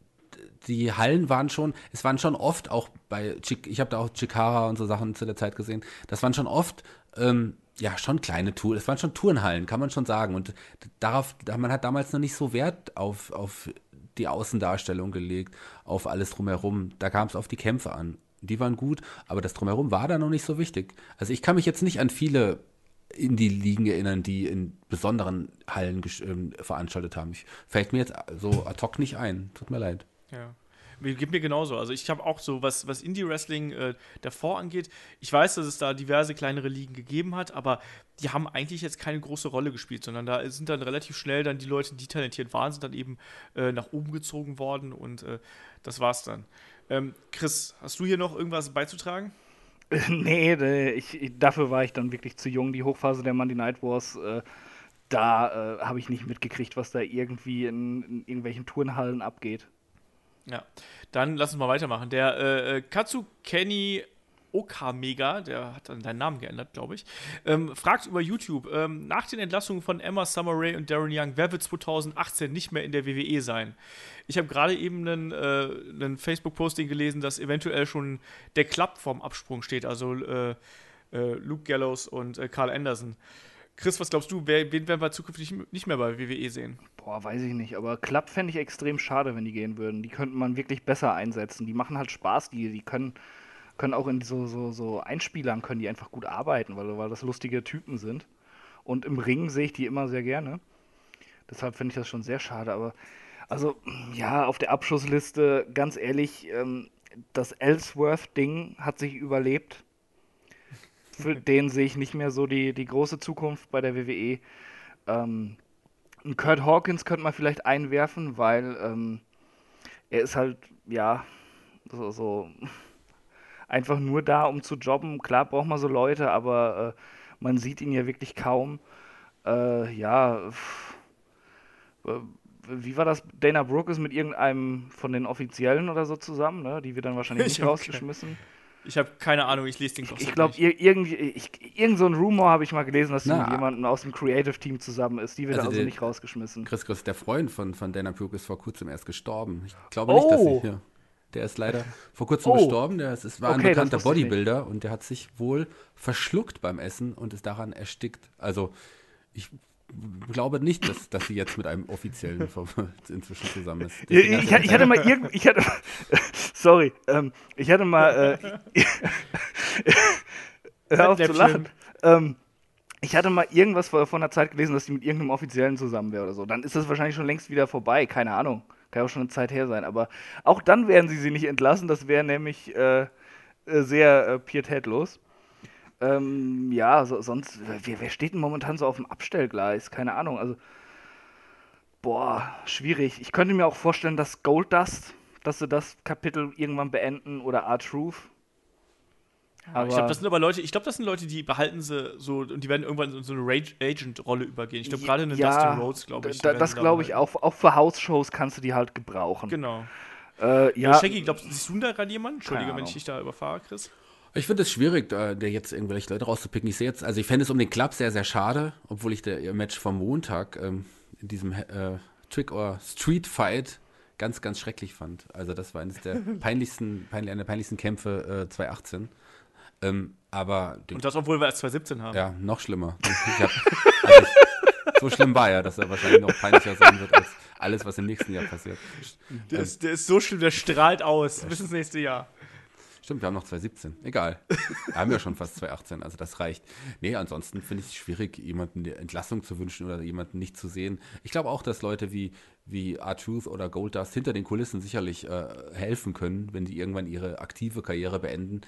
S4: die Hallen waren schon, es waren schon oft auch bei, Chick, ich habe da auch Chikara und so Sachen zu der Zeit gesehen, das waren schon oft, ähm, ja, schon kleine Touren, es waren schon Turnhallen, kann man schon sagen. Und darauf, man hat damals noch nicht so Wert auf, auf die Außendarstellung gelegt, auf alles drumherum. Da kam es auf die Kämpfe an. Die waren gut, aber das drumherum war da noch nicht so wichtig. Also ich kann mich jetzt nicht an viele Indie-Ligen erinnern, die in besonderen Hallen gesch- ähm, veranstaltet haben. Ich, fällt mir jetzt so ad hoc nicht ein. Tut mir leid.
S2: Ja. Mir- Geht mir genauso. Also ich habe auch so, was, was Indie-Wrestling äh, davor angeht, ich weiß, dass es da diverse kleinere Ligen gegeben hat, aber die haben eigentlich jetzt keine große Rolle gespielt, sondern da sind dann relativ schnell dann die Leute, die talentiert waren, sind dann eben äh, nach oben gezogen worden und äh, das war's dann. Ähm, Chris, hast du hier noch irgendwas beizutragen?
S3: Nee, de- ich, ich, dafür war ich dann wirklich zu jung. Die Hochphase der Monday Night Wars, äh, da äh, habe ich nicht mitgekriegt, was da irgendwie in, in irgendwelchen Turnhallen abgeht.
S2: Ja, dann lass uns mal weitermachen. Der äh, Katsu Kenny Okamega, der hat dann seinen Namen geändert, glaube ich, ähm, fragt über YouTube, ähm, nach den Entlassungen von Emma, Summer Rae und Darren Young, wer wird zwanzig achtzehn nicht mehr in der W W E sein? Ich habe gerade eben einen, äh, einen Facebook-Posting gelesen, dass eventuell schon der Club vorm Absprung steht, also äh, äh, Luke Gallows und äh, Carl Anderson. Chris, was glaubst du, wer, wen werden wir zukünftig nicht mehr bei W W E sehen?
S3: Boah, weiß ich nicht, aber Club fände ich extrem schade, wenn die gehen würden. Die könnte man wirklich besser einsetzen. Die machen halt Spaß, die, die können, können auch in so, so, so Einspielern können die einfach gut arbeiten, weil, weil das lustige Typen sind. Und im Ring sehe ich die immer sehr gerne. Deshalb finde ich das schon sehr schade, aber also, ja, auf der Abschussliste, ganz ehrlich, ähm, das Ellsworth-Ding hat sich überlebt. Für den sehe ich nicht mehr so die, die große Zukunft bei der W W E. Ähm, einen Kurt Hawkins könnte man vielleicht einwerfen, weil ähm, er ist halt, ja, so, so einfach nur da, um zu jobben. Klar braucht man so Leute, aber äh, man sieht ihn ja wirklich kaum. Äh, ja, pff, äh, wie war das? Dana Brooke ist mit irgendeinem von den Offiziellen oder so zusammen, ne? Die wird dann wahrscheinlich
S2: Ich
S3: nicht
S2: hab
S3: rausgeschmissen.
S2: Ich habe keine Ahnung, ich lese den
S3: Ich,
S2: Gossip
S3: ich glaube,
S2: nicht.
S3: ir irgendwie, ich, irgend so ein Rumor habe ich mal gelesen, dass sie
S4: Na,
S3: mit jemandem aus dem Creative-Team zusammen ist. Die wird
S4: Also
S3: also
S4: der-
S3: nicht rausgeschmissen.
S4: Chris Chris, der Freund von, von Dana Brooke, ist vor kurzem erst gestorben. Ich glaube
S3: Oh!
S4: nicht, dass sie hier. Der ist leider vor kurzem
S3: Oh!
S4: gestorben. Der ist, es war ein
S3: Okay, das
S4: bekannter
S3: wusste ich nicht.
S4: Bodybuilder und der hat sich wohl verschluckt beim Essen und ist daran erstickt. Also ich glaube nicht, dass, dass sie jetzt mit einem Offiziellen vom- inzwischen zusammen ist.
S3: Ich, ich, ich hatte mal irgend, ich hatte, sorry, ähm, ich hatte mal, äh, hör auf zu
S2: Fettnäpfchen.
S3: lachen. Ähm, ich hatte mal irgendwas vor, vor einer Zeit gelesen, dass die mit irgendeinem Offiziellen zusammen wäre oder so. Dann ist das wahrscheinlich schon längst wieder vorbei, keine Ahnung. Kann ja auch schon eine Zeit her sein. Aber auch dann werden sie sie nicht entlassen. Das wäre nämlich äh, äh, sehr äh, pietätlos. Ähm, ja, so, sonst, wer, wer steht denn momentan so auf dem Abstellgleis? Keine Ahnung. Also, boah, schwierig. Ich könnte mir auch vorstellen, dass Goldust, dass sie das Kapitel irgendwann beenden oder R-Truth.
S2: Aber ich glaube, das sind aber Leute, ich glaube, das sind Leute, die behalten sie so und die werden irgendwann in so eine Rage- Agent-Rolle übergehen. Ich glaube, gerade eine
S3: ja,
S2: Dustin Rhodes, glaube ich.
S3: Da,
S2: werden
S3: das
S2: sie da
S3: glaube ich
S2: behalten.
S3: auch. Auch für House-Shows kannst du die halt gebrauchen.
S2: Genau.
S3: Äh,
S2: Ja.
S3: ja,
S2: Shaggy, glaubst du, siehst du da gerade jemanden? Entschuldige,
S3: Keine
S2: wenn ich
S3: Ahnung.
S2: dich da überfahre, Chris.
S4: Ich finde es schwierig, da der jetzt irgendwelche Leute rauszupicken. Ich sehe jetzt, also ich fände es um den Club sehr, sehr schade, obwohl ich der Match vom Montag ähm, in diesem äh, Trick or Street Fight ganz, ganz schrecklich fand. Also das war eines der peinlichsten, peinlich, einer der peinlichsten Kämpfe äh, zwanzig achtzehn. Ähm, aber den,
S2: Und das, obwohl wir erst zwanzig siebzehn haben.
S4: ja, noch schlimmer. Ich hab, also ich, so schlimm war er, dass er wahrscheinlich noch peinlicher sein wird als alles, was im nächsten Jahr passiert.
S2: Der, ist, der ist so schlimm, der strahlt aus. Bis ins nächste Jahr.
S4: Stimmt, wir haben noch zwanzig siebzehn. Egal. Wir haben ja schon fast zwanzig achtzehn, also das reicht. Nee, ansonsten finde ich es schwierig, jemanden die Entlassung zu wünschen oder jemanden nicht zu sehen. Ich glaube auch, dass Leute wie, wie R-Truth oder Goldust hinter den Kulissen sicherlich äh, helfen können, wenn die irgendwann ihre aktive Karriere beenden.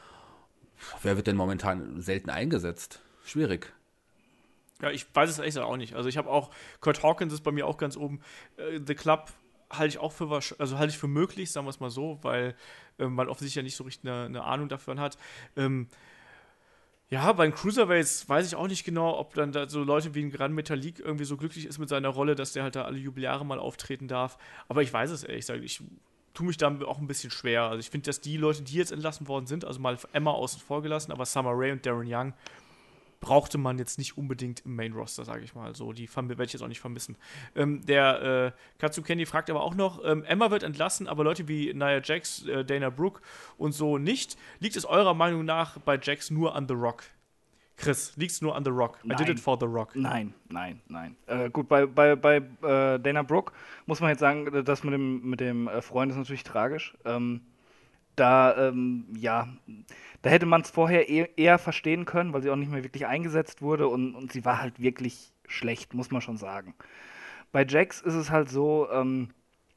S4: Wer wird denn momentan selten eingesetzt? Schwierig.
S2: Ja, ich weiß es echt auch nicht. Also ich habe auch, Kurt Hawkins ist bei mir auch ganz oben. Äh, The Club halte ich auch für wahrsch- also halte ich für möglich, sagen wir es mal so, weil ähm, man offensichtlich ja nicht so richtig eine, eine Ahnung davon hat. Ähm, ja, bei den Cruiserweights weiß ich auch nicht genau, ob dann da so Leute wie ein Gran Metalik irgendwie so glücklich ist mit seiner Rolle, dass der halt da alle Jubeljahre mal auftreten darf. Aber ich weiß es ehrlich gesagt. Ich tue mich da auch ein bisschen schwer. Also ich finde, dass die Leute, die jetzt entlassen worden sind, also mal Emma außen vor gelassen, aber Summer Rae und Darren Young brauchte man jetzt nicht unbedingt im Main-Roster, sage ich mal. So, die werde ich jetzt auch nicht vermissen. Ähm, der äh, Katsu Kenny fragt aber auch noch, ähm, Emma wird entlassen, aber Leute wie Nia Jax, äh, Dana Brooke und so nicht. Liegt es eurer Meinung nach bei Jax nur an The Rock? Chris, liegt es nur an The Rock? I did
S3: Nein.
S2: it for The Rock.
S3: Nein, nein, nein. Äh, gut, bei, bei, bei äh, Dana Brooke muss man jetzt sagen, das mit dem, mit dem äh, Freund ist natürlich tragisch. Ähm, da, ähm, ja, da hätte man es vorher eh, eher verstehen können, weil sie auch nicht mehr wirklich eingesetzt wurde und, und sie war halt wirklich schlecht, muss man schon sagen. Bei Jax ist es halt so, ähm,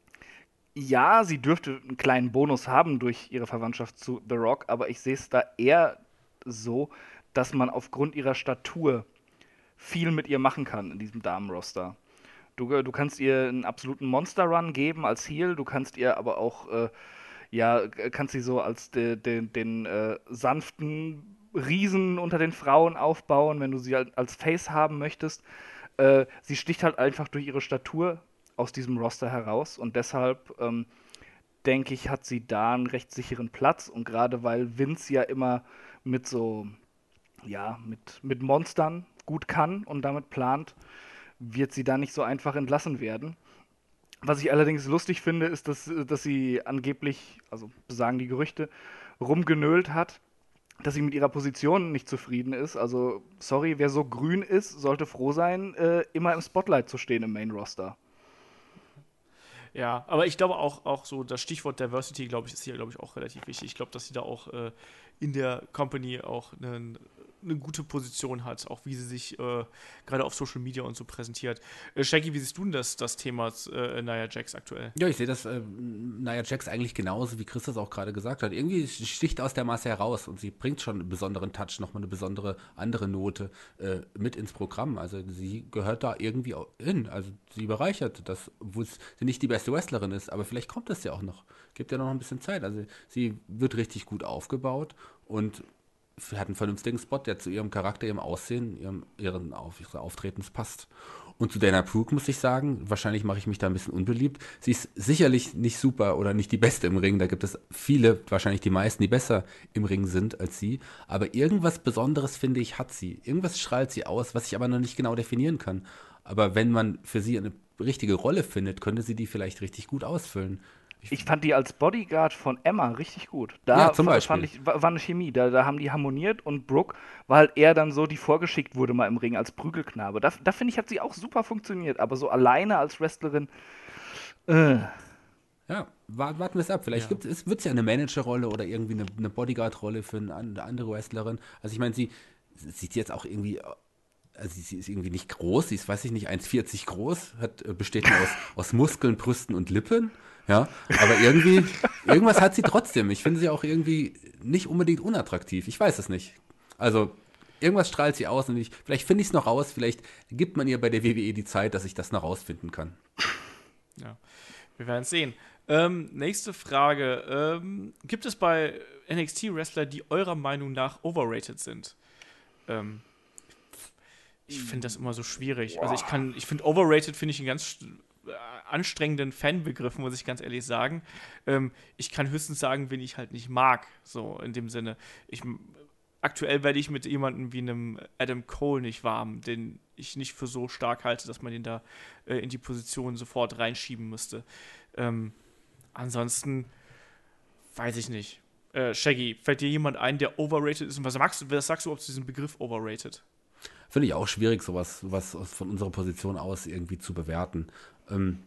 S3: ja, sie dürfte einen kleinen Bonus haben durch ihre Verwandtschaft zu The Rock, aber ich sehe es da eher so, dass man aufgrund ihrer Statur viel mit ihr machen kann in diesem Damenroster. Du, du kannst ihr einen absoluten Monster-Run geben als Heel, du kannst ihr aber auch, äh, ja, kannst sie so als de, de, den äh, sanften Riesen unter den Frauen aufbauen, wenn du sie halt als Face haben möchtest. Äh, sie sticht halt einfach durch ihre Statur aus diesem Roster heraus und deshalb ähm, denke ich, hat sie da einen recht sicheren Platz. Und gerade weil Vince ja immer mit so, ja, mit, mit Monstern gut kann und damit plant, wird sie da nicht so einfach entlassen werden. Was ich allerdings lustig finde, ist, dass, dass sie angeblich, also besagen die Gerüchte, rumgenölt hat, dass sie mit ihrer Position nicht zufrieden ist. Also, sorry, wer so grün ist, sollte froh sein, äh, immer im Spotlight zu stehen im Main-Roster.
S2: Ja, aber ich glaube auch, auch so das Stichwort Diversity, glaube ich, ist hier, glaube ich, auch relativ wichtig. Ich glaube, dass sie da auch äh, in der Company auch eine, eine gute Position hat, auch wie sie sich äh, gerade auf Social Media und so präsentiert. Äh, Shaggy, wie siehst du denn das, das Thema äh, Nia Jax aktuell?
S4: Ja, ich sehe das äh, Nia Jax eigentlich genauso, wie Chris das auch gerade gesagt hat. Irgendwie sticht aus der Masse heraus und sie bringt schon einen besonderen Touch, nochmal eine besondere andere Note äh, mit ins Programm. Also sie gehört da irgendwie auch hin. Also sie bereichert das, obwohl sie nicht die beste Wrestlerin ist, aber vielleicht kommt das ja auch noch. Gibt ja noch ein bisschen Zeit. Also sie wird richtig gut aufgebaut und hat einen vernünftigen Spot, der zu ihrem Charakter, ihrem Aussehen, ihrem, ihren Auf, ihres Auftretens passt. Und zu Dana Brooke muss ich sagen, wahrscheinlich mache ich mich da ein bisschen unbeliebt. Sie ist sicherlich nicht super oder nicht die Beste im Ring. Da gibt es viele, wahrscheinlich die meisten, die besser im Ring sind als sie. Aber irgendwas Besonderes, finde ich, hat sie. Irgendwas strahlt sie aus, was ich aber noch nicht genau definieren kann. Aber wenn man für sie eine richtige Rolle findet, könnte sie die vielleicht richtig gut ausfüllen.
S3: Ich, ich fand die als Bodyguard von Emma richtig gut. Da
S4: ja, zum
S3: fand,
S4: Beispiel.
S3: fand ich, war, war eine Chemie. Da, da haben die harmoniert und Brooke war halt eher dann so, die vorgeschickt wurde mal im Ring als Prügelknabe. Da, da finde ich, hat sie auch super funktioniert. Aber so alleine als Wrestlerin, äh.
S4: Ja, warten wir es ab. Vielleicht ja. wird es ja eine Managerrolle oder irgendwie eine, eine Bodyguard-Rolle für eine andere Wrestlerin. Also ich meine, sie sieht jetzt auch irgendwie, also sie ist irgendwie nicht groß, sie ist, weiß ich nicht, eins Komma vierzig groß, hat, besteht nur aus, aus Muskeln, Brüsten und Lippen. Ja, aber irgendwie, irgendwas hat sie trotzdem. Ich finde sie auch irgendwie nicht unbedingt unattraktiv. Ich weiß es nicht. Also, irgendwas strahlt sie aus und ich, vielleicht finde ich es noch raus, vielleicht gibt man ihr bei der W W E die Zeit, dass ich das noch rausfinden kann.
S2: Ja, wir werden es sehen. Ähm, nächste Frage. Ähm, gibt es bei N X T-Wrestler, die eurer Meinung nach overrated sind? Ähm, ich finde das immer so schwierig. Also ich kann, ich finde overrated finde ich einen ganz anstrengenden Fanbegriff, muss ich ganz ehrlich sagen. Ähm, ich kann höchstens sagen, wen ich halt nicht mag, so in dem Sinne. Ich, aktuell werde ich mit jemandem wie einem Adam Cole nicht warm, den ich nicht für so stark halte, dass man den da äh, in die Position sofort reinschieben müsste. Ähm, ansonsten weiß ich nicht. Äh, Shaggy, fällt dir jemand ein, der overrated ist? Und was, magst du, was sagst du, ob zu diesem Begriff overrated?
S4: Finde ich auch schwierig, sowas, sowas von unserer Position aus irgendwie zu bewerten. Ähm,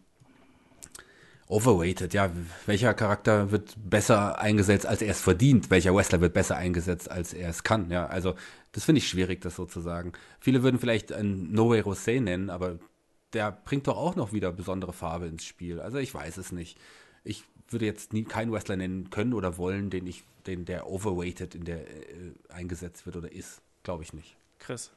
S4: overrated, ja, welcher Charakter wird besser eingesetzt, als er es verdient? Welcher Wrestler wird besser eingesetzt, als er es kann? Ja, also das finde ich schwierig, das so zu sagen. Viele würden vielleicht einen No Way Jose nennen, aber der bringt doch auch noch wieder besondere Farbe ins Spiel. Also ich weiß es nicht. Ich würde jetzt nie keinen Wrestler nennen können oder wollen, den ich, den der overrated in der äh, eingesetzt wird oder ist. Glaube ich nicht.
S2: Chris.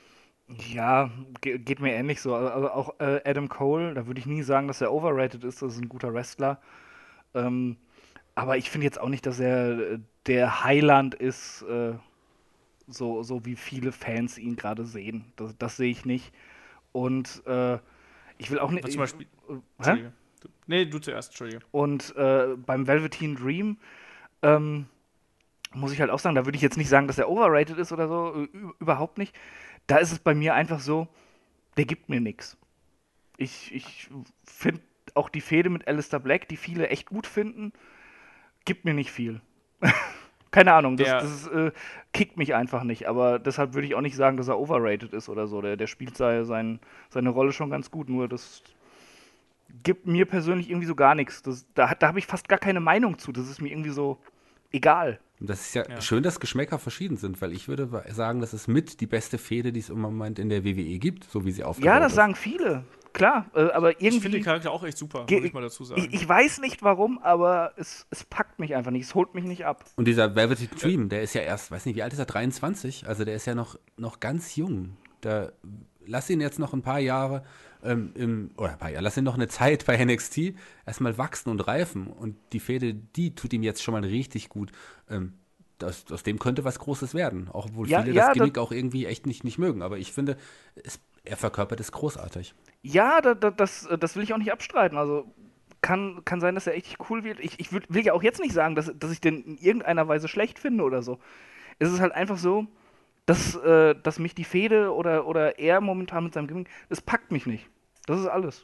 S3: Ja, ge- geht mir ähnlich so. Also auch äh, Adam Cole, da würde ich nie sagen, dass er overrated ist. Das ist ein guter Wrestler. Ähm, aber ich finde jetzt auch nicht, dass er äh, der Heiland ist, äh, so, so wie viele Fans ihn gerade sehen. Das, das sehe ich nicht. Und äh, ich will auch nicht.
S2: Zum Beispiel.
S3: Äh,
S2: Entschuldige. Du, nee, du zuerst, Entschuldige.
S3: Und äh, beim Velveteen Dream ähm, muss ich halt auch sagen, da würde ich jetzt nicht sagen, dass er overrated ist oder so. Ü- überhaupt nicht. Da ist es bei mir einfach so, der gibt mir nichts. Ich, ich finde auch die Fehde mit Aleister Black, die viele echt gut finden, gibt mir nicht viel. Keine Ahnung, das,
S2: Der-
S3: das äh, kickt mich einfach nicht. Aber deshalb würde ich auch nicht sagen, dass er overrated ist oder so. Der, der spielt sei, sein, seine Rolle schon ganz gut, nur das gibt mir persönlich irgendwie so gar nichts. Das, da da habe ich fast gar keine Meinung zu. Das ist mir irgendwie so egal.
S4: Und das ist ja,
S2: Ja.
S4: schön, dass Geschmäcker verschieden sind, weil ich würde sagen, das ist mit die beste Fehde, die es im Moment in der W W E gibt, so wie sie aufgebaut
S3: Ja, das
S4: ist.
S3: sagen viele. Klar, äh, aber irgendwie.
S2: Ich finde den Charakter auch echt super,
S3: Ge-
S2: muss ich mal dazu sagen.
S3: Ich, ich weiß nicht warum, aber es, es packt mich einfach nicht. Es holt mich nicht ab.
S4: Und dieser Velvet Dream, der ist ja erst, weiß nicht, wie alt ist er, dreiundzwanzig? Also der ist ja noch, noch ganz jung. Da, lass ihn jetzt noch ein paar Jahre, ähm, im, oder ein paar Jahre, lass ihn noch eine Zeit bei N X T erstmal wachsen und reifen. Und die Fehde, die tut ihm jetzt schon mal richtig gut. Ähm, das, aus dem könnte was Großes werden. Auch obwohl
S3: Ja,
S4: viele
S3: ja,
S4: das
S3: da-
S4: Gimmick auch irgendwie echt nicht, nicht mögen. Aber ich finde, es, er verkörpert es großartig.
S3: Ja, da, da, das, das will ich auch nicht abstreiten. Also kann, kann sein, dass er echt cool wird. Ich, ich würd, will ja auch jetzt nicht sagen, dass, dass ich den in irgendeiner Weise schlecht finde oder so. Es ist halt einfach so, dass, äh, dass mich die Fehde oder, oder er momentan mit seinem Gimmick, das packt mich nicht. Das ist alles.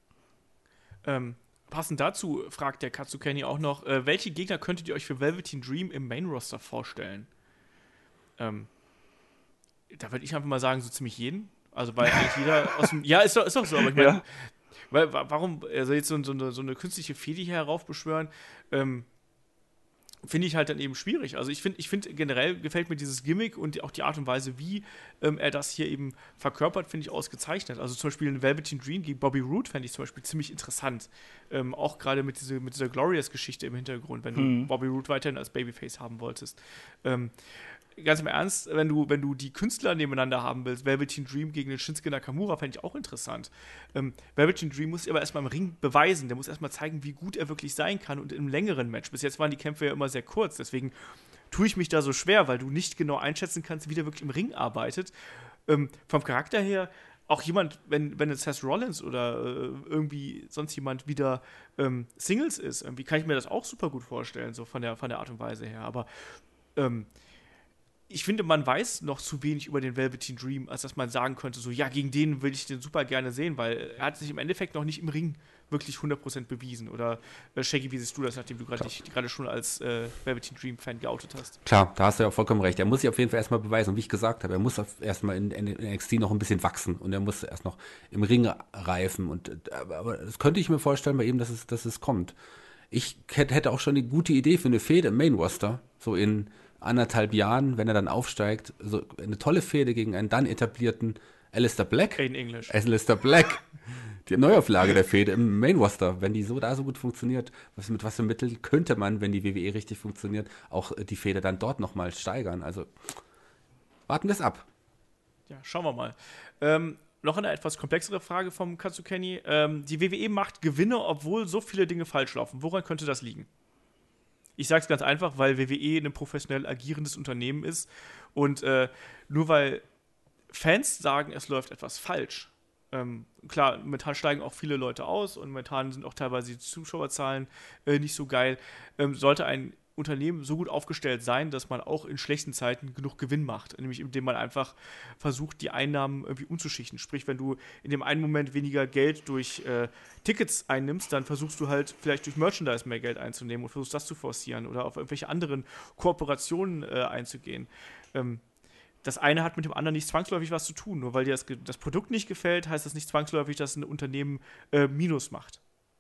S2: Ähm, passend dazu fragt der Katsu-Kenny auch noch, äh, welche Gegner könntet ihr euch für Velveteen Dream im Main-Roster vorstellen? Ähm, da würde ich einfach mal sagen, so ziemlich jeden. Also, weil eigentlich jeder aus dem. Ja, ist doch, ist doch so, aber ich meine,
S3: Ja.
S2: weil, wa- warum, also jetzt so, so, eine, so eine künstliche Fehde hier heraufbeschwören, ähm, finde ich halt dann eben schwierig. Also ich finde, ich finde generell gefällt mir dieses Gimmick und auch die Art und Weise, wie ähm, er das hier eben verkörpert, finde ich ausgezeichnet. Also zum Beispiel ein Velveteen Dream gegen Bobby Roode fände ich zum Beispiel ziemlich interessant. Ähm, auch gerade mit, diese, mit dieser Glorious-Geschichte im Hintergrund, wenn du
S3: Mhm.
S2: Bobby Roode weiterhin als Babyface haben wolltest. Ähm, ganz im Ernst, wenn du, wenn du die Künstler nebeneinander haben willst, Velveteen Dream gegen den Shinsuke Nakamura, fände ich auch interessant. Ähm, Velveteen Dream muss aber erstmal im Ring beweisen, der muss erstmal zeigen, wie gut er wirklich sein kann und im längeren Match. Bis jetzt waren die Kämpfe ja immer sehr kurz, deswegen tue ich mich da so schwer, weil du nicht genau einschätzen kannst, wie der wirklich im Ring arbeitet. Ähm, vom Charakter her, auch jemand, wenn, wenn jetzt Seth Rollins oder äh, irgendwie sonst jemand wieder ähm, Singles ist, irgendwie kann ich mir das auch super gut vorstellen, so von der, von der Art und Weise her. Aber ähm, ich finde, man weiß noch zu wenig über den Velveteen Dream, als dass man sagen könnte, so, ja, gegen den will ich den super gerne sehen, weil er hat sich im Endeffekt noch nicht im Ring wirklich hundert Prozent bewiesen. Oder, äh, Shaggy, wie siehst du das, nachdem du gerade dich gerade schon als äh, Velveteen Dream-Fan geoutet hast?
S4: Klar, da hast du ja auch vollkommen recht. Er muss sich auf jeden Fall erstmal beweisen. Und wie ich gesagt habe, er muss erstmal in, in N X T noch ein bisschen wachsen und er muss erst noch im Ring reifen. Und, äh, aber, aber das könnte ich mir vorstellen bei ihm, dass es, dass es kommt. Ich hätte hätte auch schon eine gute Idee für eine Fehde im Main-Roster. So in anderthalb Jahren, wenn er dann aufsteigt. So eine tolle Fehde gegen einen dann etablierten Aleister Black.
S2: In English.
S4: Aleister Black. Die Neuauflage der Fehde im Main-Roster, wenn die so da so gut funktioniert, was, mit was für Mitteln könnte man, wenn die W W E richtig funktioniert, auch äh, die Fehde dann dort nochmal steigern. Also warten wir es ab.
S2: Ja, schauen wir mal. Ähm, noch eine etwas komplexere Frage vom Katsu-Kenny. Ähm, die W W E macht Gewinne, obwohl so viele Dinge falsch laufen. Woran könnte das liegen? Ich sage es ganz einfach, weil W W E ein professionell agierendes Unternehmen ist und äh, nur weil Fans sagen, es läuft etwas falsch. Ähm, klar, momentan steigen auch viele Leute aus und momentan sind auch teilweise die Zuschauerzahlen äh, nicht so geil. Ähm, sollte ein Unternehmen so gut aufgestellt sein, dass man auch in schlechten Zeiten genug Gewinn macht, nämlich indem man einfach versucht, die Einnahmen irgendwie umzuschichten. Sprich, wenn du in dem einen Moment weniger Geld durch äh, Tickets einnimmst, dann versuchst du halt vielleicht durch Merchandise mehr Geld einzunehmen und versuchst das zu forcieren oder auf irgendwelche anderen Kooperationen äh, einzugehen. Ähm, das eine hat mit dem anderen nicht zwangsläufig was zu tun. Nur weil dir das, das Produkt nicht gefällt, heißt das nicht zwangsläufig, dass ein Unternehmen äh, Minus macht.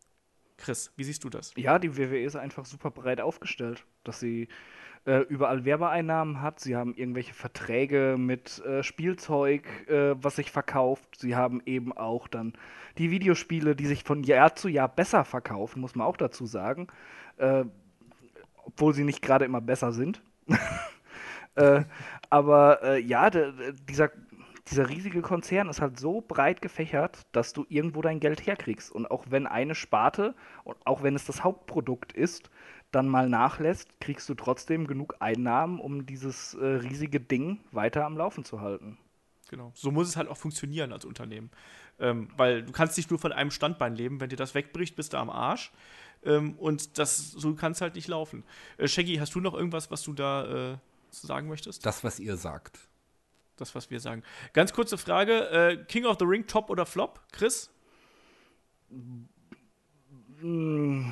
S2: Chris, wie siehst du das?
S3: Ja, die W W E ist einfach super breit aufgestellt, dass sie äh, überall Werbeeinnahmen hat. Sie haben irgendwelche Verträge mit äh, Spielzeug, äh, was sich verkauft. Sie haben eben auch dann die Videospiele, die sich von Jahr zu Jahr besser verkaufen, muss man auch dazu sagen. Äh, obwohl sie nicht gerade immer besser sind. äh, aber äh, ja, de, de, dieser, dieser riesige Konzern ist halt so breit gefächert, dass du irgendwo dein Geld herkriegst. Und auch wenn eine Sparte, und auch wenn es das Hauptprodukt ist, dann mal nachlässt, kriegst du trotzdem genug Einnahmen, um dieses äh, riesige Ding weiter am Laufen zu halten.
S2: Genau. So muss es halt auch funktionieren als Unternehmen. Ähm, weil du kannst nicht nur von einem Standbein leben. Wenn dir das wegbricht, bist du am Arsch. Ähm, und das, so kann es halt nicht laufen. Äh, Shaggy, hast du noch irgendwas, was du da äh, sagen möchtest?
S4: Das, was ihr sagt.
S2: Das, was wir sagen. Ganz kurze Frage: äh, King of the Ring, Top oder Flop? Chris?
S3: Mm.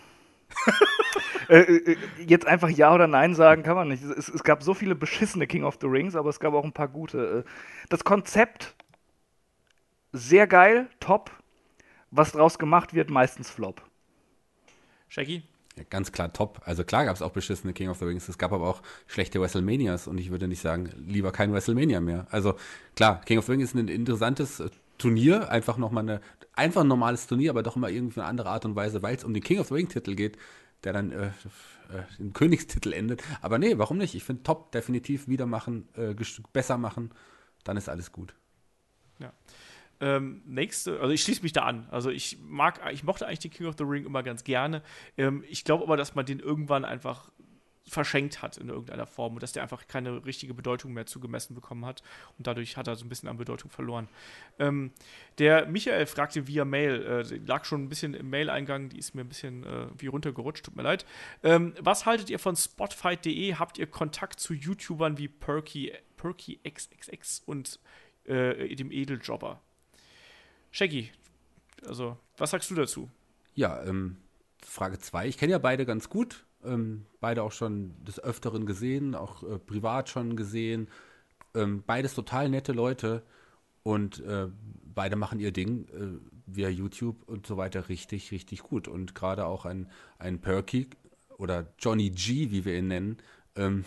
S3: äh, äh, jetzt einfach Ja oder Nein sagen kann man nicht. Es, es gab so viele beschissene King of the Rings, aber es gab auch ein paar gute. Das Konzept, sehr geil, top. Was draus gemacht wird, meistens Flop.
S2: Shaggy?
S4: Ja, ganz klar top. Also klar gab es auch beschissene King of the Rings. Es gab aber auch schlechte WrestleManias und ich würde nicht sagen, lieber kein WrestleMania mehr. Also klar, King of the Ring ist ein interessantes äh, Turnier, einfach nochmal eine, einfach ein normales Turnier, aber doch immer irgendwie eine andere Art und Weise, weil es um den King of the Ring-Titel geht, der dann äh, äh, im Königstitel endet. Aber nee, warum nicht? Ich finde top, definitiv wieder machen, äh, besser machen, dann ist alles gut.
S2: Ja. Ähm, nächste, also ich schließe mich da an. Also ich mag, ich mochte eigentlich den King of the Ring immer ganz gerne. Ähm, ich glaube aber, dass man den irgendwann einfach verschenkt hat in irgendeiner Form und dass der einfach keine richtige Bedeutung mehr zugemessen bekommen hat und dadurch hat er so ein bisschen an Bedeutung verloren. Ähm, der Michael fragte via Mail, äh, die lag schon ein bisschen im Mail-Eingang, die ist mir ein bisschen äh, wie runtergerutscht, tut mir leid. Ähm, was haltet ihr von spotfight punkt de? Habt ihr Kontakt zu YouTubern wie Perky, Perky X X X und äh, dem Edeljobber? Shaggy, also was sagst du dazu?
S4: Ja, ähm, Frage zwei. Ich kenne ja beide ganz gut. Ähm, beide auch schon des Öfteren gesehen, auch äh, privat schon gesehen. Ähm, beides total nette Leute und äh, beide machen ihr Ding äh, via YouTube und so weiter richtig, richtig gut. Und gerade auch ein, ein Perky oder Johnny G, wie wir ihn nennen, ähm,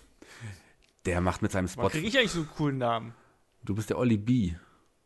S4: der macht mit seinem Spot.
S2: Warum kriege ich eigentlich so einen coolen Namen?
S4: Du bist der Olli B.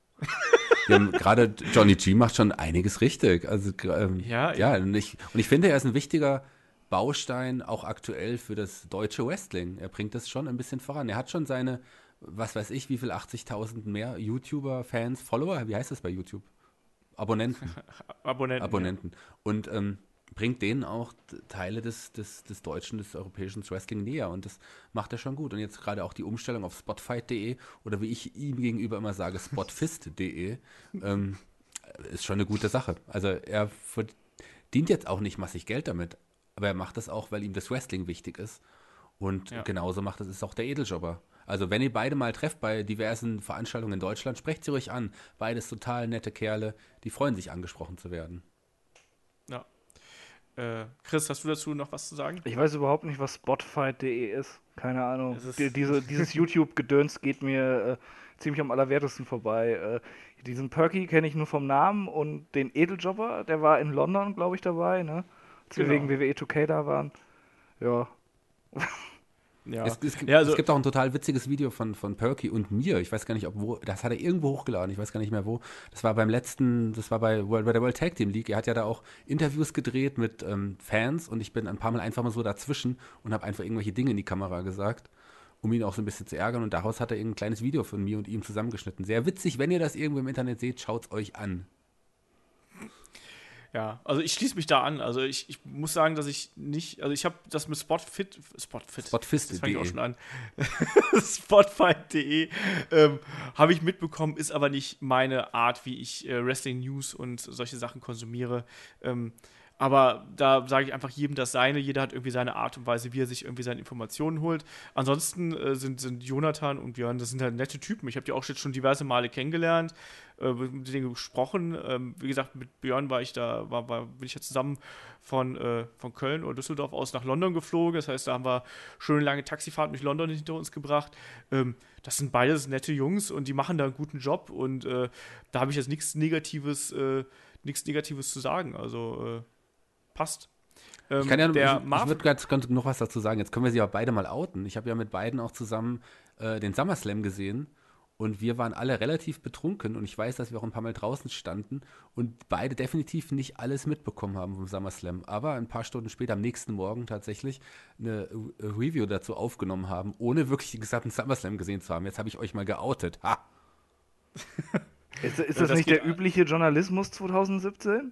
S4: Gerade Johnny G macht schon einiges richtig. Also ähm,
S2: Ja,
S4: ja, und ich, und ich finde, er ist ein wichtiger Baustein auch aktuell für das deutsche Wrestling. Er bringt das schon ein bisschen voran. Er hat schon seine, was weiß ich, wie viel, achtzigtausend mehr YouTuber, Fans, Follower, wie heißt das bei YouTube? Abonnenten.
S2: Abonnenten.
S4: Abonnenten. Und ähm, bringt denen auch Teile des, des, des deutschen, des europäischen Wrestling näher. Und das macht er schon gut. Und jetzt gerade auch die Umstellung auf spotfight punkt de oder wie ich ihm gegenüber immer sage, spotfist punkt de ähm, ist schon eine gute Sache. Also er verdient jetzt auch nicht massig Geld damit. Aber er macht das auch, weil ihm das Wrestling wichtig ist. Und
S2: Ja.
S4: genauso macht das ist auch der Edeljobber. Also wenn ihr beide mal trefft bei diversen Veranstaltungen in Deutschland, sprecht sie ruhig an. Beides total nette Kerle, die freuen sich, angesprochen zu werden.
S2: Ja. Äh, Chris, hast du dazu noch was zu sagen?
S3: Ich weiß überhaupt nicht, was spotfight punkt de ist. Keine Ahnung.
S2: Es ist-
S3: Die, diese, dieses YouTube-Gedöns geht mir äh, ziemlich am allerwertesten vorbei. Äh, diesen Perky kenne ich nur vom Namen und den Edeljobber, der war in London, glaube ich, dabei, ne? Als wir
S2: Genau.
S3: wegen W W E zwei K da waren. Ja.
S2: Ja.
S4: Es, es, gibt,
S2: ja, also,
S4: es gibt auch ein total witziges Video von, von Perky und mir. Ich weiß gar nicht, ob wo. Das hat er irgendwo hochgeladen. Ich weiß gar nicht mehr wo. Das war beim letzten, das war bei, World, bei der World Tag Team League. Er hat ja da auch Interviews gedreht mit ähm, Fans und ich bin ein paar Mal einfach mal so dazwischen und habe einfach irgendwelche Dinge in die Kamera gesagt, um ihn auch so ein bisschen zu ärgern. Und daraus hat er ein kleines Video von mir und ihm zusammengeschnitten. Sehr witzig. Wenn ihr das irgendwo im Internet seht, schaut's euch an.
S2: ja, also ich schließe mich da an. Also ich, ich muss sagen, dass ich nicht, also ich habe das mit Spotfit, Spotfit,
S4: Spotfist
S2: das fange ich auch
S4: punkt de.
S2: schon an. spotfight punkt de ähm, habe ich mitbekommen, ist aber nicht meine Art, wie ich äh, Wrestling News und solche Sachen konsumiere. Ähm, aber da sage ich einfach jedem das Seine. Jeder hat irgendwie seine Art und Weise, wie er sich irgendwie seine Informationen holt. Ansonsten äh, sind, sind Jonathan und Björn, das sind halt nette Typen. Ich habe die auch jetzt schon diverse Male kennengelernt, äh, mit denen gesprochen. Ähm, wie gesagt, mit Björn war ich da, war, war, bin ich ja zusammen von, äh, von Köln oder Düsseldorf aus nach London geflogen. Das heißt, da haben wir schöne lange Taxifahrten durch London hinter uns gebracht. Ähm, das sind beides nette Jungs und die machen da einen guten Job und äh, da habe ich jetzt nichts Negatives, äh, nichts Negatives zu sagen. Also äh, passt. Ähm,
S4: Ich kann ja,
S2: der
S4: ich, ich
S2: Marv-
S4: würde ganz, ganz noch was dazu sagen. Jetzt können wir sie aber beide mal outen. Ich habe ja mit beiden auch zusammen äh, den SummerSlam gesehen und wir waren alle relativ betrunken und ich weiß, dass wir auch ein paar Mal draußen standen und beide definitiv nicht alles mitbekommen haben vom SummerSlam. Aber ein paar Stunden später, am nächsten Morgen tatsächlich, eine äh, Review dazu aufgenommen haben, ohne wirklich den gesamten SummerSlam gesehen zu haben. Jetzt habe ich euch mal geoutet. Ha!
S3: Ist, ist
S2: Ja,
S3: das,
S2: das
S3: nicht
S2: geht
S3: der übliche Journalismus zwanzig siebzehn?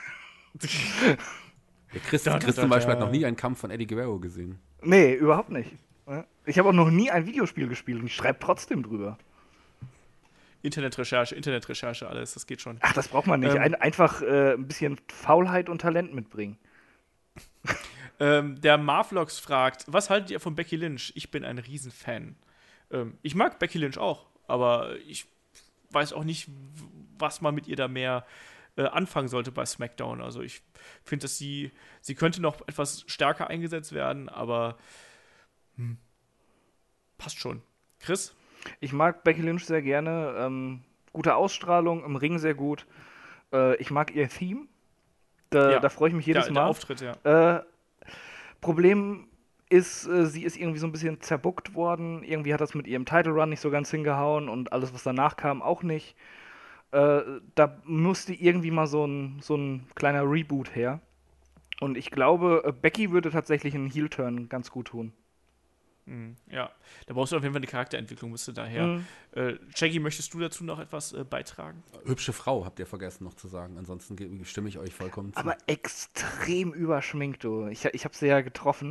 S4: Der Chris,
S2: Da,
S4: Chris
S2: da,
S4: zum Beispiel
S2: da.
S4: hat noch nie einen Kampf von Eddie Guerrero gesehen.
S3: Nee, überhaupt nicht. Ich habe auch noch nie ein Videospiel gespielt und ich schreibe trotzdem drüber.
S2: Internetrecherche, Internetrecherche, alles, das geht schon.
S3: Ach, das braucht man nicht.
S2: Ähm,
S3: ein, einfach äh, ein bisschen Faulheit und Talent mitbringen.
S2: Ähm, der Marvlogs fragt, was haltet ihr von Becky Lynch? Ich bin ein Riesenfan. Ähm, ich mag Becky Lynch auch, aber ich weiß auch nicht, w- was man mit ihr da mehr äh, anfangen sollte bei SmackDown. Also ich finde, dass sie, sie könnte noch etwas stärker eingesetzt werden, aber hm, passt schon. Chris?
S3: Ich mag Becky Lynch sehr gerne. Ähm, gute Ausstrahlung, im Ring sehr gut. Äh, ich mag ihr Theme. Da,
S2: Ja.
S3: da freue ich mich jedes
S2: der,
S3: Mal.
S2: Der Auftritt, ja.
S3: Äh, Problem ist, äh, sie ist irgendwie so ein bisschen zerbuckt worden. Irgendwie hat das mit ihrem Title Run nicht so ganz hingehauen und alles, was danach kam, auch nicht. Äh, da musste irgendwie mal so ein, so ein kleiner Reboot her. Und ich glaube, äh, Becky würde tatsächlich einen Heel-Turn ganz gut tun.
S2: Mhm, ja, da brauchst du auf jeden Fall eine Charakterentwicklung, müsste daher.
S3: Mhm.
S2: Äh, Jackie, möchtest du dazu noch etwas äh, beitragen?
S4: Hübsche Frau, habt ihr vergessen noch zu sagen. Ansonsten ge- stimme ich euch vollkommen zu.
S3: Aber extrem überschminkt, du. Ich, ich habe sie ja getroffen.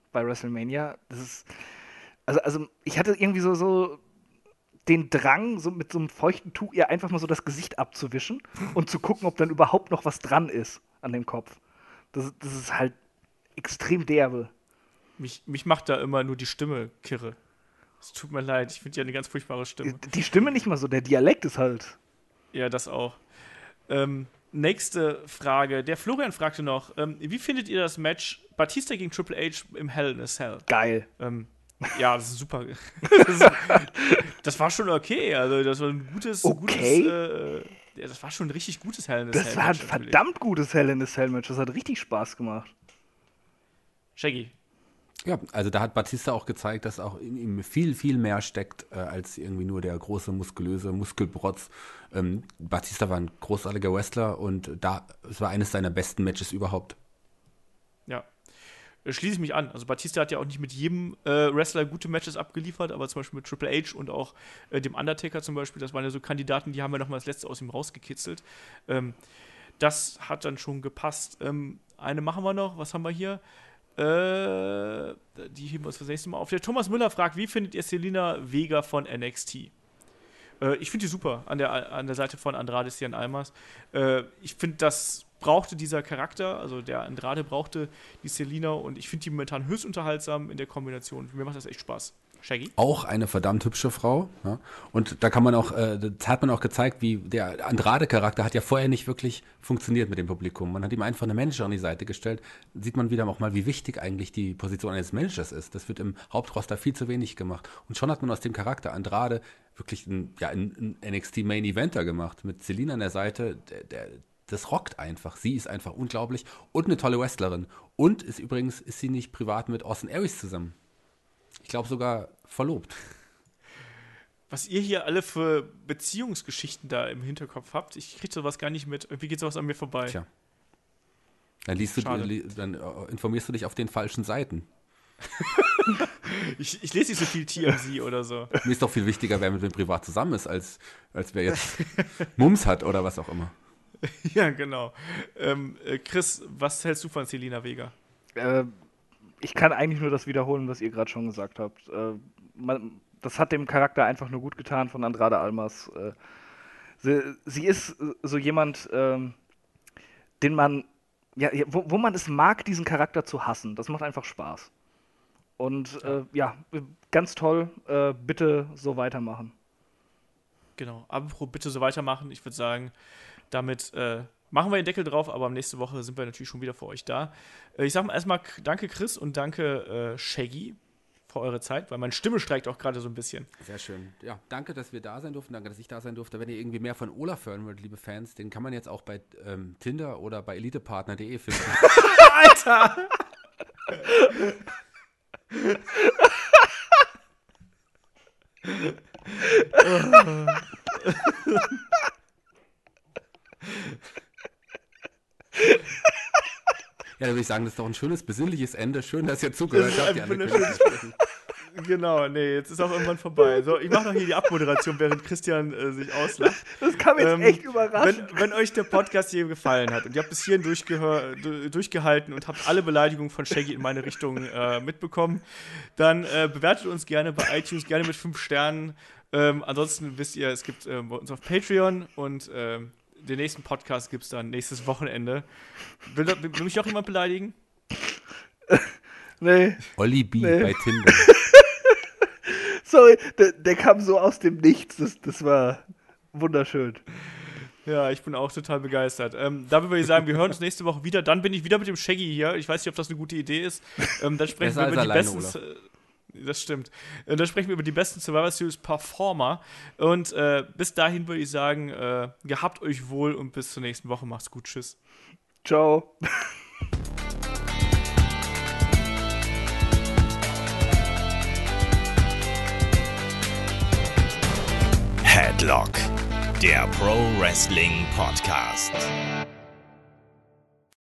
S3: bei WrestleMania. Das ist, also, also ich hatte irgendwie so, so den Drang, so mit so einem feuchten Tuch ihr einfach mal so das Gesicht abzuwischen und zu gucken, ob dann überhaupt noch was dran ist an dem Kopf. Das, das ist halt extrem derbe.
S2: Mich, mich macht da immer nur die Stimme kirre. Es tut mir leid, ich finde ja eine ganz furchtbare Stimme.
S3: Die Stimme nicht mal so, der Dialekt ist halt.
S2: Ja, das auch. Ähm, nächste Frage. Der Florian fragte noch, ähm, wie findet ihr das Match Batista gegen Triple H im Hell in a Cell?
S3: Geil.
S2: Ähm, ja, das ist super. das, ist, das war schon okay. Also, das war ein gutes,
S3: okay.
S2: gutes äh, ja, das war schon ein richtig gutes Hell in a Cell.
S3: Das war ein verdammt gutes Hell in a Cell Match. Das hat richtig Spaß gemacht.
S2: Shaggy.
S4: Ja, also da hat Batista auch gezeigt, dass auch in ihm viel, viel mehr steckt, äh, als irgendwie nur der große, muskulöse Muskelprotz. Ähm, Batista war ein großartiger Wrestler und da, es war eines seiner besten Matches überhaupt.
S2: Ja, schließe ich mich an. Also Batista hat ja auch nicht mit jedem äh, Wrestler gute Matches abgeliefert, aber zum Beispiel mit Triple H und auch äh, dem Undertaker zum Beispiel, das waren ja so Kandidaten, die haben wir nochmal das letzte aus ihm rausgekitzelt. Ähm, das hat dann schon gepasst. Ähm, eine machen wir noch, was haben wir hier? Äh, die heben wir uns fürs nächste Mal auf. Der Thomas Müller fragt, wie findet ihr Zelina Vega von N X T? Äh, ich finde die super an der, an der Seite von Andrade Cien Almas. Äh, ich finde, das brauchte dieser Charakter, also der Andrade brauchte die Zelina und ich finde die momentan höchst unterhaltsam in der Kombination. Mir macht das echt Spaß. Shaggy?
S4: Auch eine verdammt hübsche Frau. Ja? Und da kann man auch, äh, das hat man auch gezeigt, wie der Andrade-Charakter hat ja vorher nicht wirklich funktioniert mit dem Publikum. Man hat ihm einfach eine Manager an die Seite gestellt. Sieht man wieder auch mal, wie wichtig eigentlich die Position eines Managers ist. Das wird im Hauptroster viel zu wenig gemacht. Und schon hat man aus dem Charakter Andrade wirklich ein, ja, ein, ein N X T-Main-Eventer gemacht. Mit Zelina an der Seite, der, der, das rockt einfach. Sie ist einfach unglaublich und eine tolle Wrestlerin. Und ist übrigens, ist sie nicht privat mit Austin Aries zusammen? Ich glaube sogar verlobt.
S2: Was ihr hier alle für Beziehungsgeschichten da im Hinterkopf habt, ich kriege sowas gar nicht mit. Irgendwie geht sowas an mir vorbei.
S4: Tja. Dann, liest du, dann informierst du dich auf den falschen Seiten.
S2: ich, ich lese nicht so viel T M Z oder so.
S4: Mir ist doch viel wichtiger, wer mit wem privat zusammen ist, als, als wer jetzt Mums hat oder was auch immer.
S2: Ja, genau. Ähm, äh, Chris, was hältst du von Zelina Vega?
S3: Äh, ich kann eigentlich nur das wiederholen, was ihr gerade schon gesagt habt. Äh, man, das hat dem Charakter einfach nur gut getan von Andrade Almas. Äh, sie, sie ist so jemand, ähm, den man, ja, wo, wo man es mag, diesen Charakter zu hassen. Das macht einfach Spaß. Und ja, äh, ja ganz toll. Äh, bitte so weitermachen.
S2: Genau. Apropos bitte so weitermachen. Ich würde sagen, damit äh, machen wir den Deckel drauf, aber nächste Woche sind wir natürlich schon wieder für euch da. Äh, ich sage mal erstmal danke Chris und danke äh, Shaggy für eure Zeit, weil meine Stimme streikt auch gerade so ein bisschen.
S4: Sehr schön. Ja, danke, dass wir da sein durften. Danke, dass ich da sein durfte. Wenn ihr irgendwie mehr von Olaf hören wollt, liebe Fans, den kann man jetzt auch bei ähm, Tinder oder bei elitepartner punkt de finden.
S2: Alter!
S4: Ja, da würde ich sagen, das ist doch ein schönes, besinnliches Ende. Schön, dass ihr zugehört habt. Die
S2: Genau, nee, jetzt ist auch irgendwann vorbei. So, ich mache noch hier die Abmoderation, während Christian äh, sich auslacht.
S3: Das kam jetzt
S2: ähm,
S3: echt überraschend.
S2: Wenn, wenn euch der Podcast hier gefallen hat und ihr habt bis hierhin durchgehör, durchgehalten und habt alle Beleidigungen von Shaggy in meine Richtung äh, mitbekommen, dann äh, bewertet uns gerne bei iTunes, gerne mit fünf Sternen. Ähm, ansonsten wisst ihr, es gibt äh, bei uns auf Patreon und äh, den nächsten Podcast gibt es dann nächstes Wochenende. Will, will mich noch jemand beleidigen?
S3: Nee.
S4: Olli B.
S3: Nee.
S4: bei Tinder.
S3: Sorry, der, der kam so aus dem Nichts. Das, das war wunderschön.
S2: Ja, ich bin auch total begeistert. Ähm, damit würde ich sagen, wir hören uns nächste Woche wieder. Dann bin ich wieder mit dem Shaggy hier. Ich weiß nicht, ob das eine gute Idee ist. Ähm, dann sprechen wir über die besten. Olaf. Das stimmt. Äh, dann sprechen wir über die besten Survivor Series Performer. Und äh, bis dahin würde ich sagen, äh, gehabt euch wohl und bis zur nächsten Woche. Macht's gut. Tschüss.
S3: Ciao.
S1: Headlock, der Pro Wrestling Podcast.